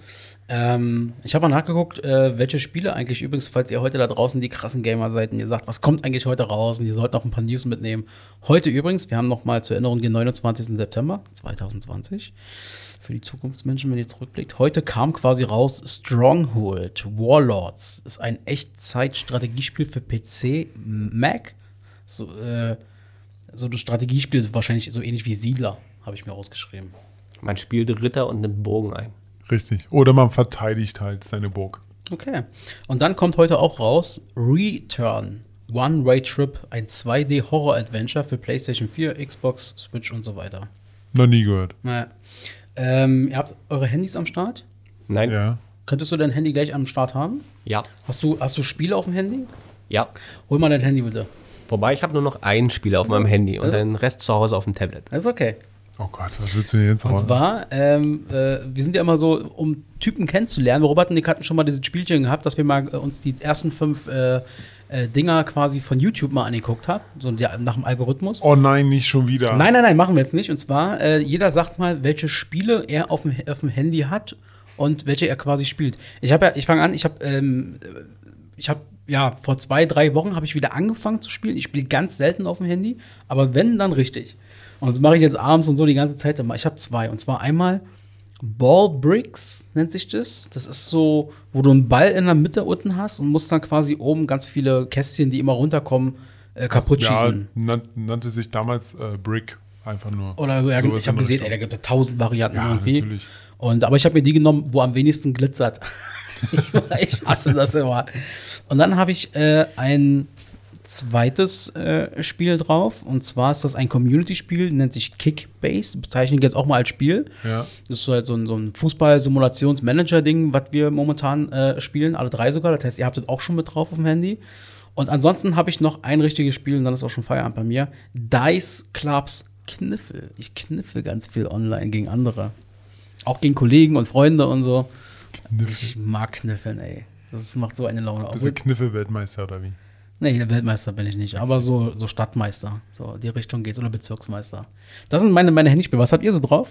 Ich habe mal nachgeguckt, welche Spiele eigentlich übrigens, falls ihr heute da draußen die krassen Gamer seid und ihr sagt, was kommt eigentlich heute raus und ihr sollt noch ein paar News mitnehmen. Heute übrigens, wir haben noch mal zur Erinnerung den 29. September 2020. Für die Zukunftsmenschen, wenn ihr zurückblickt. Heute kam quasi raus Stronghold Warlords. Ist ein Echtzeit-Strategiespiel für PC, Mac. So ein Strategiespiel, wahrscheinlich so ähnlich wie Siedler, habe ich mir ausgeschrieben. Man spielt Ritter und nimmt Bogen ein. Richtig. Oder man verteidigt halt seine Burg. Okay. Und dann kommt heute auch raus Return. One-Way Trip, ein 2D-Horror-Adventure für PlayStation 4, Xbox, Switch und so weiter. Noch nie gehört. Naja. Ihr habt eure Handys am Start? Nein. Ja. Könntest du dein Handy gleich am Start haben? Ja. Hast du Spiele auf dem Handy? Ja. Hol mal dein Handy bitte. Wobei, ich habe nur noch ein Spiel auf meinem Handy und den Rest zu Hause auf dem Tablet. Das ist okay. Oh Gott, was willst du denn jetzt Und zwar, wir sind ja immer so, um Typen kennenzulernen. Robert und ich hatten schon mal dieses Spielchen gehabt, dass wir mal uns die ersten 5 Dinger quasi von YouTube mal angeguckt haben, so nach dem Algorithmus. Oh nein, nicht schon wieder. Nein, machen wir jetzt nicht. Und zwar, jeder sagt mal, welche Spiele er auf dem Handy hat und welche er quasi spielt. Ich fange an, ich habe vor 2-3 Wochen habe ich wieder angefangen zu spielen. Ich spiele ganz selten auf dem Handy, aber wenn, dann richtig. Und das mache ich jetzt abends und so die ganze Zeit immer. Ich habe 2. Und zwar einmal Ball Bricks nennt sich das. Das ist so, wo du einen Ball in der Mitte unten hast und musst dann quasi oben ganz viele Kästchen, die immer runterkommen, kaputt schießen. Nannte sich damals Brick einfach nur. Oder so ich habe gesehen, da gibt es 1000 Varianten irgendwie. Natürlich. Aber ich habe mir die genommen, wo am wenigsten glitzert. Ich hasse das immer. Und dann habe ich ein zweites Spiel drauf. Und zwar ist das ein Community-Spiel, nennt sich Kickbase. Bezeichne ich jetzt auch mal als Spiel. Ja. Das ist halt so ein Fußball-Simulations-Manager-Ding, was wir momentan spielen. Alle 3 sogar. Das heißt, ihr habt das auch schon mit drauf auf dem Handy. Und ansonsten habe ich noch ein richtiges Spiel und dann ist auch schon Feierabend bei mir. Dice Clubs Kniffel. Ich kniffel ganz viel online gegen andere. Auch gegen Kollegen und Freunde und so. Kniffel. Ich mag Kniffeln, ey. Das macht so eine Laune. Bist du Kniffel-Weltmeister oder wie? Nee, Weltmeister bin ich nicht, aber so Stadtmeister. So, die Richtung geht's. Oder Bezirksmeister. Das sind meine Handyspiele. Was habt ihr so drauf?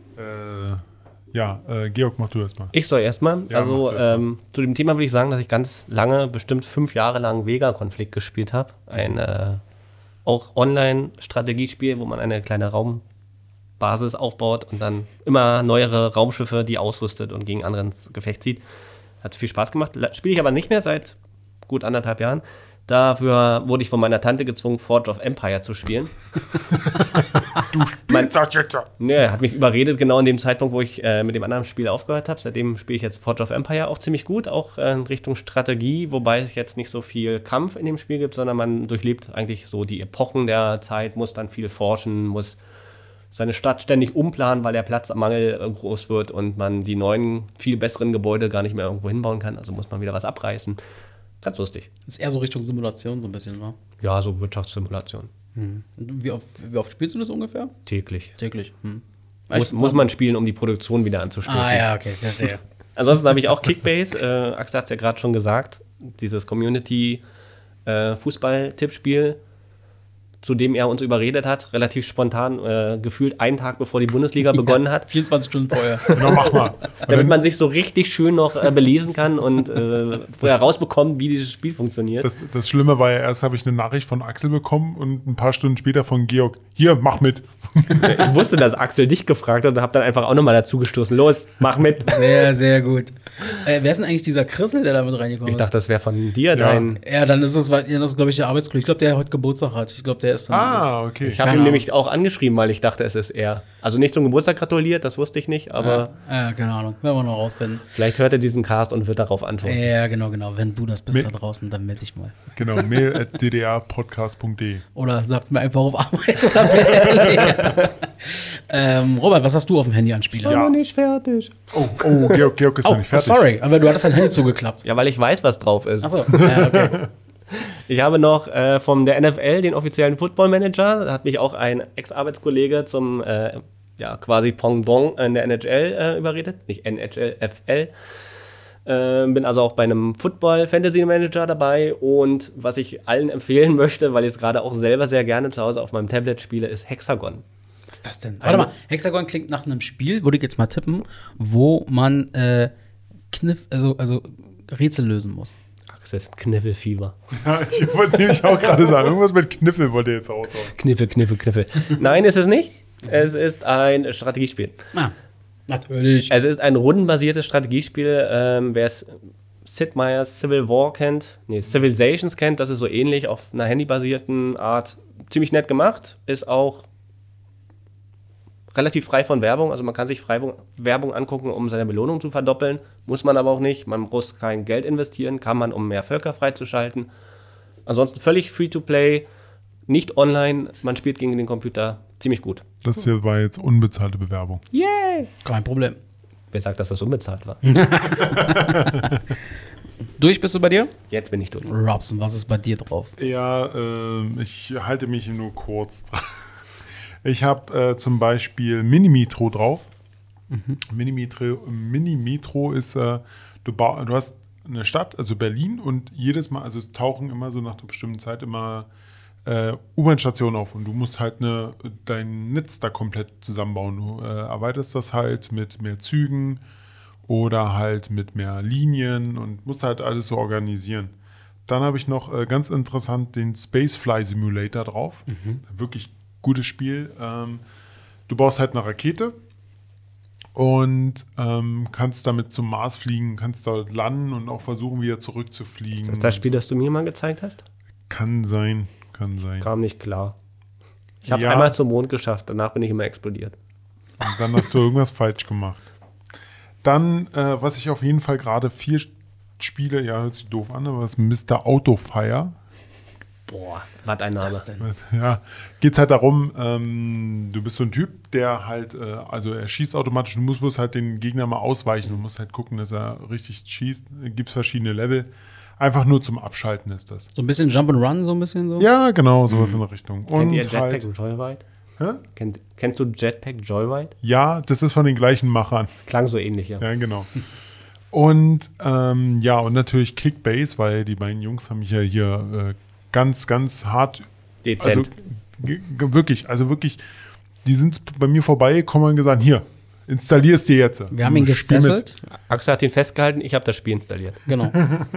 Georg, mach du erst mal. Ich soll erstmal. Ja, Also mach du erst mal. zu dem Thema würde ich sagen, dass ich ganz lange, bestimmt 5 Jahre lang Vega-Konflikt gespielt habe. Ein auch Online-Strategiespiel, wo man eine kleine Raumbasis aufbaut und dann immer neuere Raumschiffe, die ausrüstet und gegen andere ins Gefecht zieht. Hat viel Spaß gemacht. Spiele ich aber nicht mehr seit gut 1,5 Jahren. Dafür wurde ich von meiner Tante gezwungen, Forge of Empire zu spielen. Du spielst das jetzt. Ne, hat mich überredet, genau in dem Zeitpunkt, wo ich mit dem anderen Spiel aufgehört habe. Seitdem spiele ich jetzt Forge of Empire auch ziemlich gut, auch in Richtung Strategie, wobei es jetzt nicht so viel Kampf in dem Spiel gibt, sondern man durchlebt eigentlich so die Epochen der Zeit, muss dann viel forschen, muss seine Stadt ständig umplanen, weil der Platzmangel groß wird und man die neuen, viel besseren Gebäude gar nicht mehr irgendwo hinbauen kann. Also muss man wieder was abreißen. Ganz lustig. Das ist eher so Richtung Simulation, so ein bisschen, ne? Ja, so Wirtschaftssimulation. Wie oft spielst du das ungefähr? Täglich. Täglich. Muss man spielen, um die Produktion wieder anzustoßen. Ah, ja, okay, verstehe. Ansonsten habe ich auch Kickbase. Axel hat es ja gerade schon gesagt. Dieses Community-Fußball-Tippspiel, zu dem er uns überredet hat, relativ spontan, gefühlt einen Tag bevor die Bundesliga begonnen hat. 24 Stunden vorher. Genau, mach mal. Damit man sich so richtig schön noch belesen kann und herausbekommt, wie dieses Spiel funktioniert. Das Schlimme war ja, erst habe ich eine Nachricht von Axel bekommen und ein paar Stunden später von Georg. Hier, mach mit. Ich wusste, dass Axel dich gefragt hat und habe dann einfach auch nochmal dazu gestoßen. Los, mach mit. Sehr, sehr gut. Wer ist denn eigentlich dieser Chrisel, der da mit reingekommen ist? Ich dachte, das wäre von dir dein... Ja, dann ist das, glaube ich, der Arbeitskollege. Ich glaube, der heute Geburtstag hat. Ich glaube, der ist dann... Okay. Ich habe ihn nämlich auch angeschrieben, weil ich dachte, es ist er. Also nicht zum Geburtstag gratuliert, das wusste ich nicht, aber... Ja, keine Ahnung. Werden wir noch rausfinden. Vielleicht hört er diesen Cast und wird darauf antworten. Ja, genau. Wenn du das bist da draußen, dann melde dich mal. Genau, mail@ddrpodcast.de. Oder sagt mir einfach auf Arbeit oder per Robert, was hast du auf dem Handy an Spiele? Ich bin noch nicht fertig. Oh, Georg ist noch nicht fertig. Sorry, aber du hattest dein Handy zugeklappt. Ja, weil ich weiß, was drauf ist. Achso, ja, okay. Ich habe noch von der NFL den offiziellen Football Manager. Da hat mich auch ein Ex-Arbeitskollege zum quasi Pendant in der NHL überredet. Nicht NHL, FL. Bin also auch bei einem Football-Fantasy-Manager dabei. Und was ich allen empfehlen möchte, weil ich es gerade auch selber sehr gerne zu Hause auf meinem Tablet spiele, ist Hexagon. Was ist das denn? Warte mal, Hexagon klingt nach einem Spiel, würde ich jetzt mal tippen, wo man also Rätsel lösen muss. Axel, Kniffelfieber. Ja, ich wollte nämlich auch gerade sagen, irgendwas mit Kniffel wollte ihr jetzt raushauen. Kniffel. Nein, ist es nicht. Es ist ein Strategiespiel. Ah, natürlich. Es ist ein rundenbasiertes Strategiespiel. Wer es Sid Meier's Civilizations kennt, das ist so ähnlich auf einer handybasierten Art. Ziemlich nett gemacht. Ist auch relativ frei von Werbung. Also man kann sich frei Werbung angucken, um seine Belohnung zu verdoppeln. Muss man aber auch nicht. Man muss kein Geld investieren. Kann man, um mehr Völker freizuschalten. Ansonsten völlig Free-to-Play. Nicht online. Man spielt gegen den Computer ziemlich gut. Das hier war jetzt unbezahlte Bewerbung. Yay! Kein Problem. Wer sagt, dass das unbezahlt war? Durch bist du bei dir? Jetzt bin ich durch. Robson, was ist bei dir drauf? Ja, ich halte mich nur kurz dran. Ich habe zum Beispiel Minimetro drauf. Minimetro ist, du hast eine Stadt, also Berlin, und jedes Mal, also es tauchen immer so nach einer bestimmten Zeit immer U-Bahn-Stationen auf und du musst halt dein Netz da komplett zusammenbauen. Du erweiterst das halt mit mehr Zügen oder halt mit mehr Linien und musst halt alles so organisieren. Dann habe ich noch ganz interessant den Spacefly Simulator drauf. Wirklich gutes Spiel. Du baust halt eine Rakete und kannst damit zum Mars fliegen, kannst dort landen und auch versuchen, wieder zurückzufliegen. Ist das das Spiel, das du mir mal gezeigt hast? Kann sein. Kam nicht klar. Ich habe Ja. einmal zum Mond geschafft, danach bin ich immer explodiert. Und dann hast du irgendwas falsch gemacht. Dann, was ich auf jeden Fall gerade viel spiele, ja, hört sich doof an, aber das ist Mr. Autofire. Boah, was ein Name. Ja, geht es halt darum, du bist so ein Typ, der halt, also er schießt automatisch, du musst bloß halt den Gegner mal ausweichen, du musst halt gucken, dass er richtig schießt. Gibt es verschiedene Level. Einfach nur zum Abschalten ist das. So ein bisschen Jump'n'Run, so ein bisschen so? Ja, genau, sowas in der Richtung. Kennt ihr Und Jetpack halt, Joyride? hä? Kennst du Jetpack Joyride? Ja, das ist von den gleichen Machern. Klang so ähnlich, ja. Ja, genau. Und ja, und natürlich Kickbase, weil die beiden Jungs haben mich ja hier ganz, ganz hart, Dezent. also wirklich, die sind bei mir vorbeigekommen und gesagt, hier, installier es dir jetzt. Wir haben ihn Spiel mit. gefesselt. Axel hat ihn festgehalten, ich habe das Spiel installiert. Genau.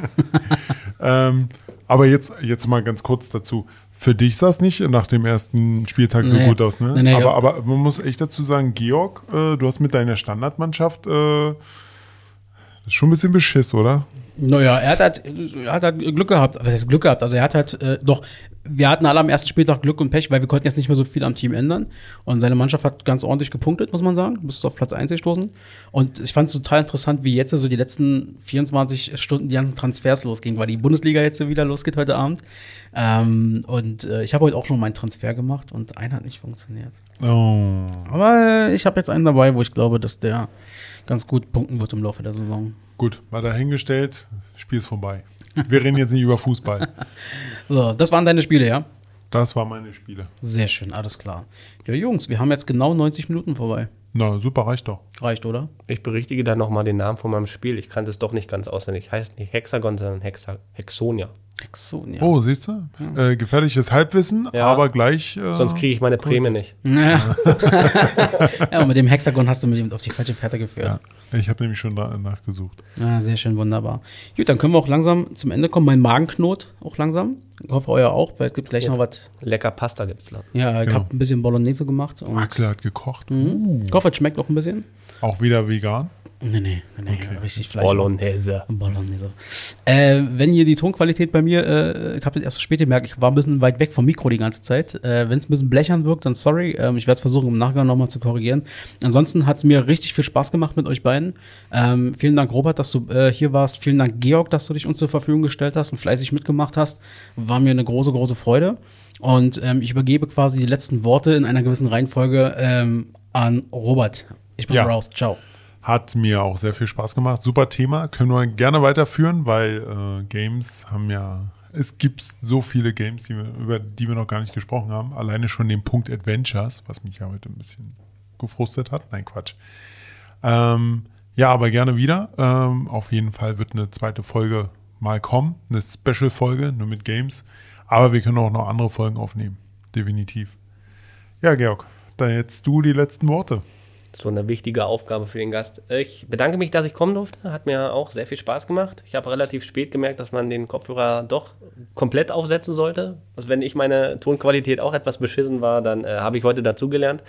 Aber jetzt mal ganz kurz dazu. Für dich sah es nicht nach dem ersten Spieltag so Nee. gut aus, ne? Nee, aber man muss echt dazu sagen, Georg, du hast mit deiner Standardmannschaft das ist schon ein bisschen Beschiss, oder? Naja, er hat halt Glück gehabt. Aber das ist Glück gehabt. Also er hat halt wir hatten alle am ersten Spieltag Glück und Pech, weil wir konnten jetzt nicht mehr so viel am Team ändern. Und seine Mannschaft hat ganz ordentlich gepunktet, muss man sagen. Bis auf Platz 1 gestoßen. Und ich fand es total interessant, wie jetzt so die letzten 24 Stunden die ganzen Transfers losgingen, weil die Bundesliga jetzt wieder losgeht heute Abend. Ich habe heute auch schon meinen Transfer gemacht und einer hat nicht funktioniert. Oh. Aber ich habe jetzt einen dabei, wo ich glaube, dass der ganz gut punkten wird im Laufe der Saison. Gut, war dahingestellt, Spiel ist vorbei. Wir reden jetzt nicht über Fußball. So, das waren deine Spiele, ja? Das waren meine Spiele. Sehr schön, alles klar. Ja, Jungs, wir haben jetzt genau 90 Minuten vorbei. Na, super, reicht doch. Reicht, oder? Ich berichtige dann nochmal den Namen von meinem Spiel. Ich kannte es doch nicht ganz auswendig. Heißt nicht Hexagon, sondern Hexonia. Exonia. Oh, siehst du? Gefährliches Halbwissen, Ja. aber gleich. Sonst kriege ich meine Prämie nicht. Ja. Ja, und mit dem Hexagon hast du mich auf die falsche Fährte geführt. Ja, ich habe nämlich schon nachgesucht. Ja, sehr schön, wunderbar. Gut, dann können wir auch langsam zum Ende kommen. Mein Magen knurrt auch langsam. Ich hoffe, euer auch, weil es gibt gleich Jetzt noch was. Lecker Pasta gibt's da. Ja, ich Genau. habe ein bisschen Bolognese gemacht. Und Axel hat gekocht. Ich hoffe, es schmeckt auch ein bisschen. Auch wieder vegan. Nee, richtig Fleisch. Bolognese. Bolognese. Wenn hier die Tonqualität bei mir, ich habe das erst so spät gemerkt, ich war ein bisschen weit weg vom Mikro die ganze Zeit. Wenn es ein bisschen blechern wirkt, dann sorry. Ich werde es versuchen, im Nachgang nochmal zu korrigieren. Ansonsten hat es mir richtig viel Spaß gemacht mit euch beiden. Vielen Dank, Robert, dass du hier warst. Vielen Dank, Georg, dass du dich uns zur Verfügung gestellt hast und fleißig mitgemacht hast. War mir eine große, große Freude. Und ich übergebe quasi die letzten Worte in einer gewissen Reihenfolge an Robert. Ich bin raus. Ciao. Hat mir auch sehr viel Spaß gemacht. Super Thema. Können wir gerne weiterführen, weil Games haben ja. Es gibt so viele Games, über die wir noch gar nicht gesprochen haben. Alleine schon den Punkt Adventures, was mich ja heute ein bisschen gefrustet hat. Nein, Quatsch. Ja, aber gerne wieder. Auf jeden Fall wird eine zweite Folge mal kommen. Eine Special-Folge, nur mit Games. Aber wir können auch noch andere Folgen aufnehmen. Definitiv. Ja, Georg, da jetzt du die letzten Worte. So eine wichtige Aufgabe für den Gast. Ich bedanke mich, dass ich kommen durfte. Hat mir auch sehr viel Spaß gemacht. Ich habe relativ spät gemerkt, dass man den Kopfhörer doch komplett aufsetzen sollte. Also wenn ich meine Tonqualität auch etwas beschissen war, dann habe ich heute dazugelernt.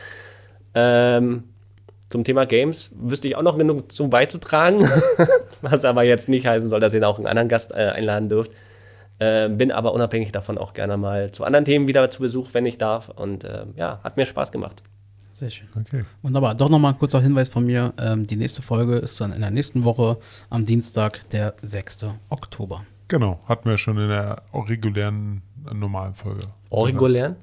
Zum Thema Games wüsste ich auch noch genug zum beizutragen, was aber jetzt nicht heißen soll, dass ihr auch einen anderen Gast einladen dürft. Bin aber unabhängig davon auch gerne mal zu anderen Themen wieder zu Besuch, wenn ich darf. Und ja, hat mir Spaß gemacht. Sehr schön. Okay. Wunderbar. Doch nochmal ein kurzer Hinweis von mir. Die nächste Folge ist dann in der nächsten Woche am Dienstag, der 6. Oktober. Genau, hatten wir schon in der regulären, normalen Folge. Regulären?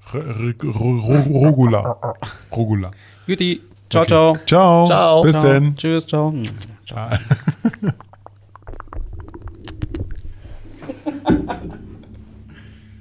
Rogula. Juti. Ciao, Okay. ciao. Ciao. Ciao. Bis Ciao. denn. Tschüss, ciao. Ciao.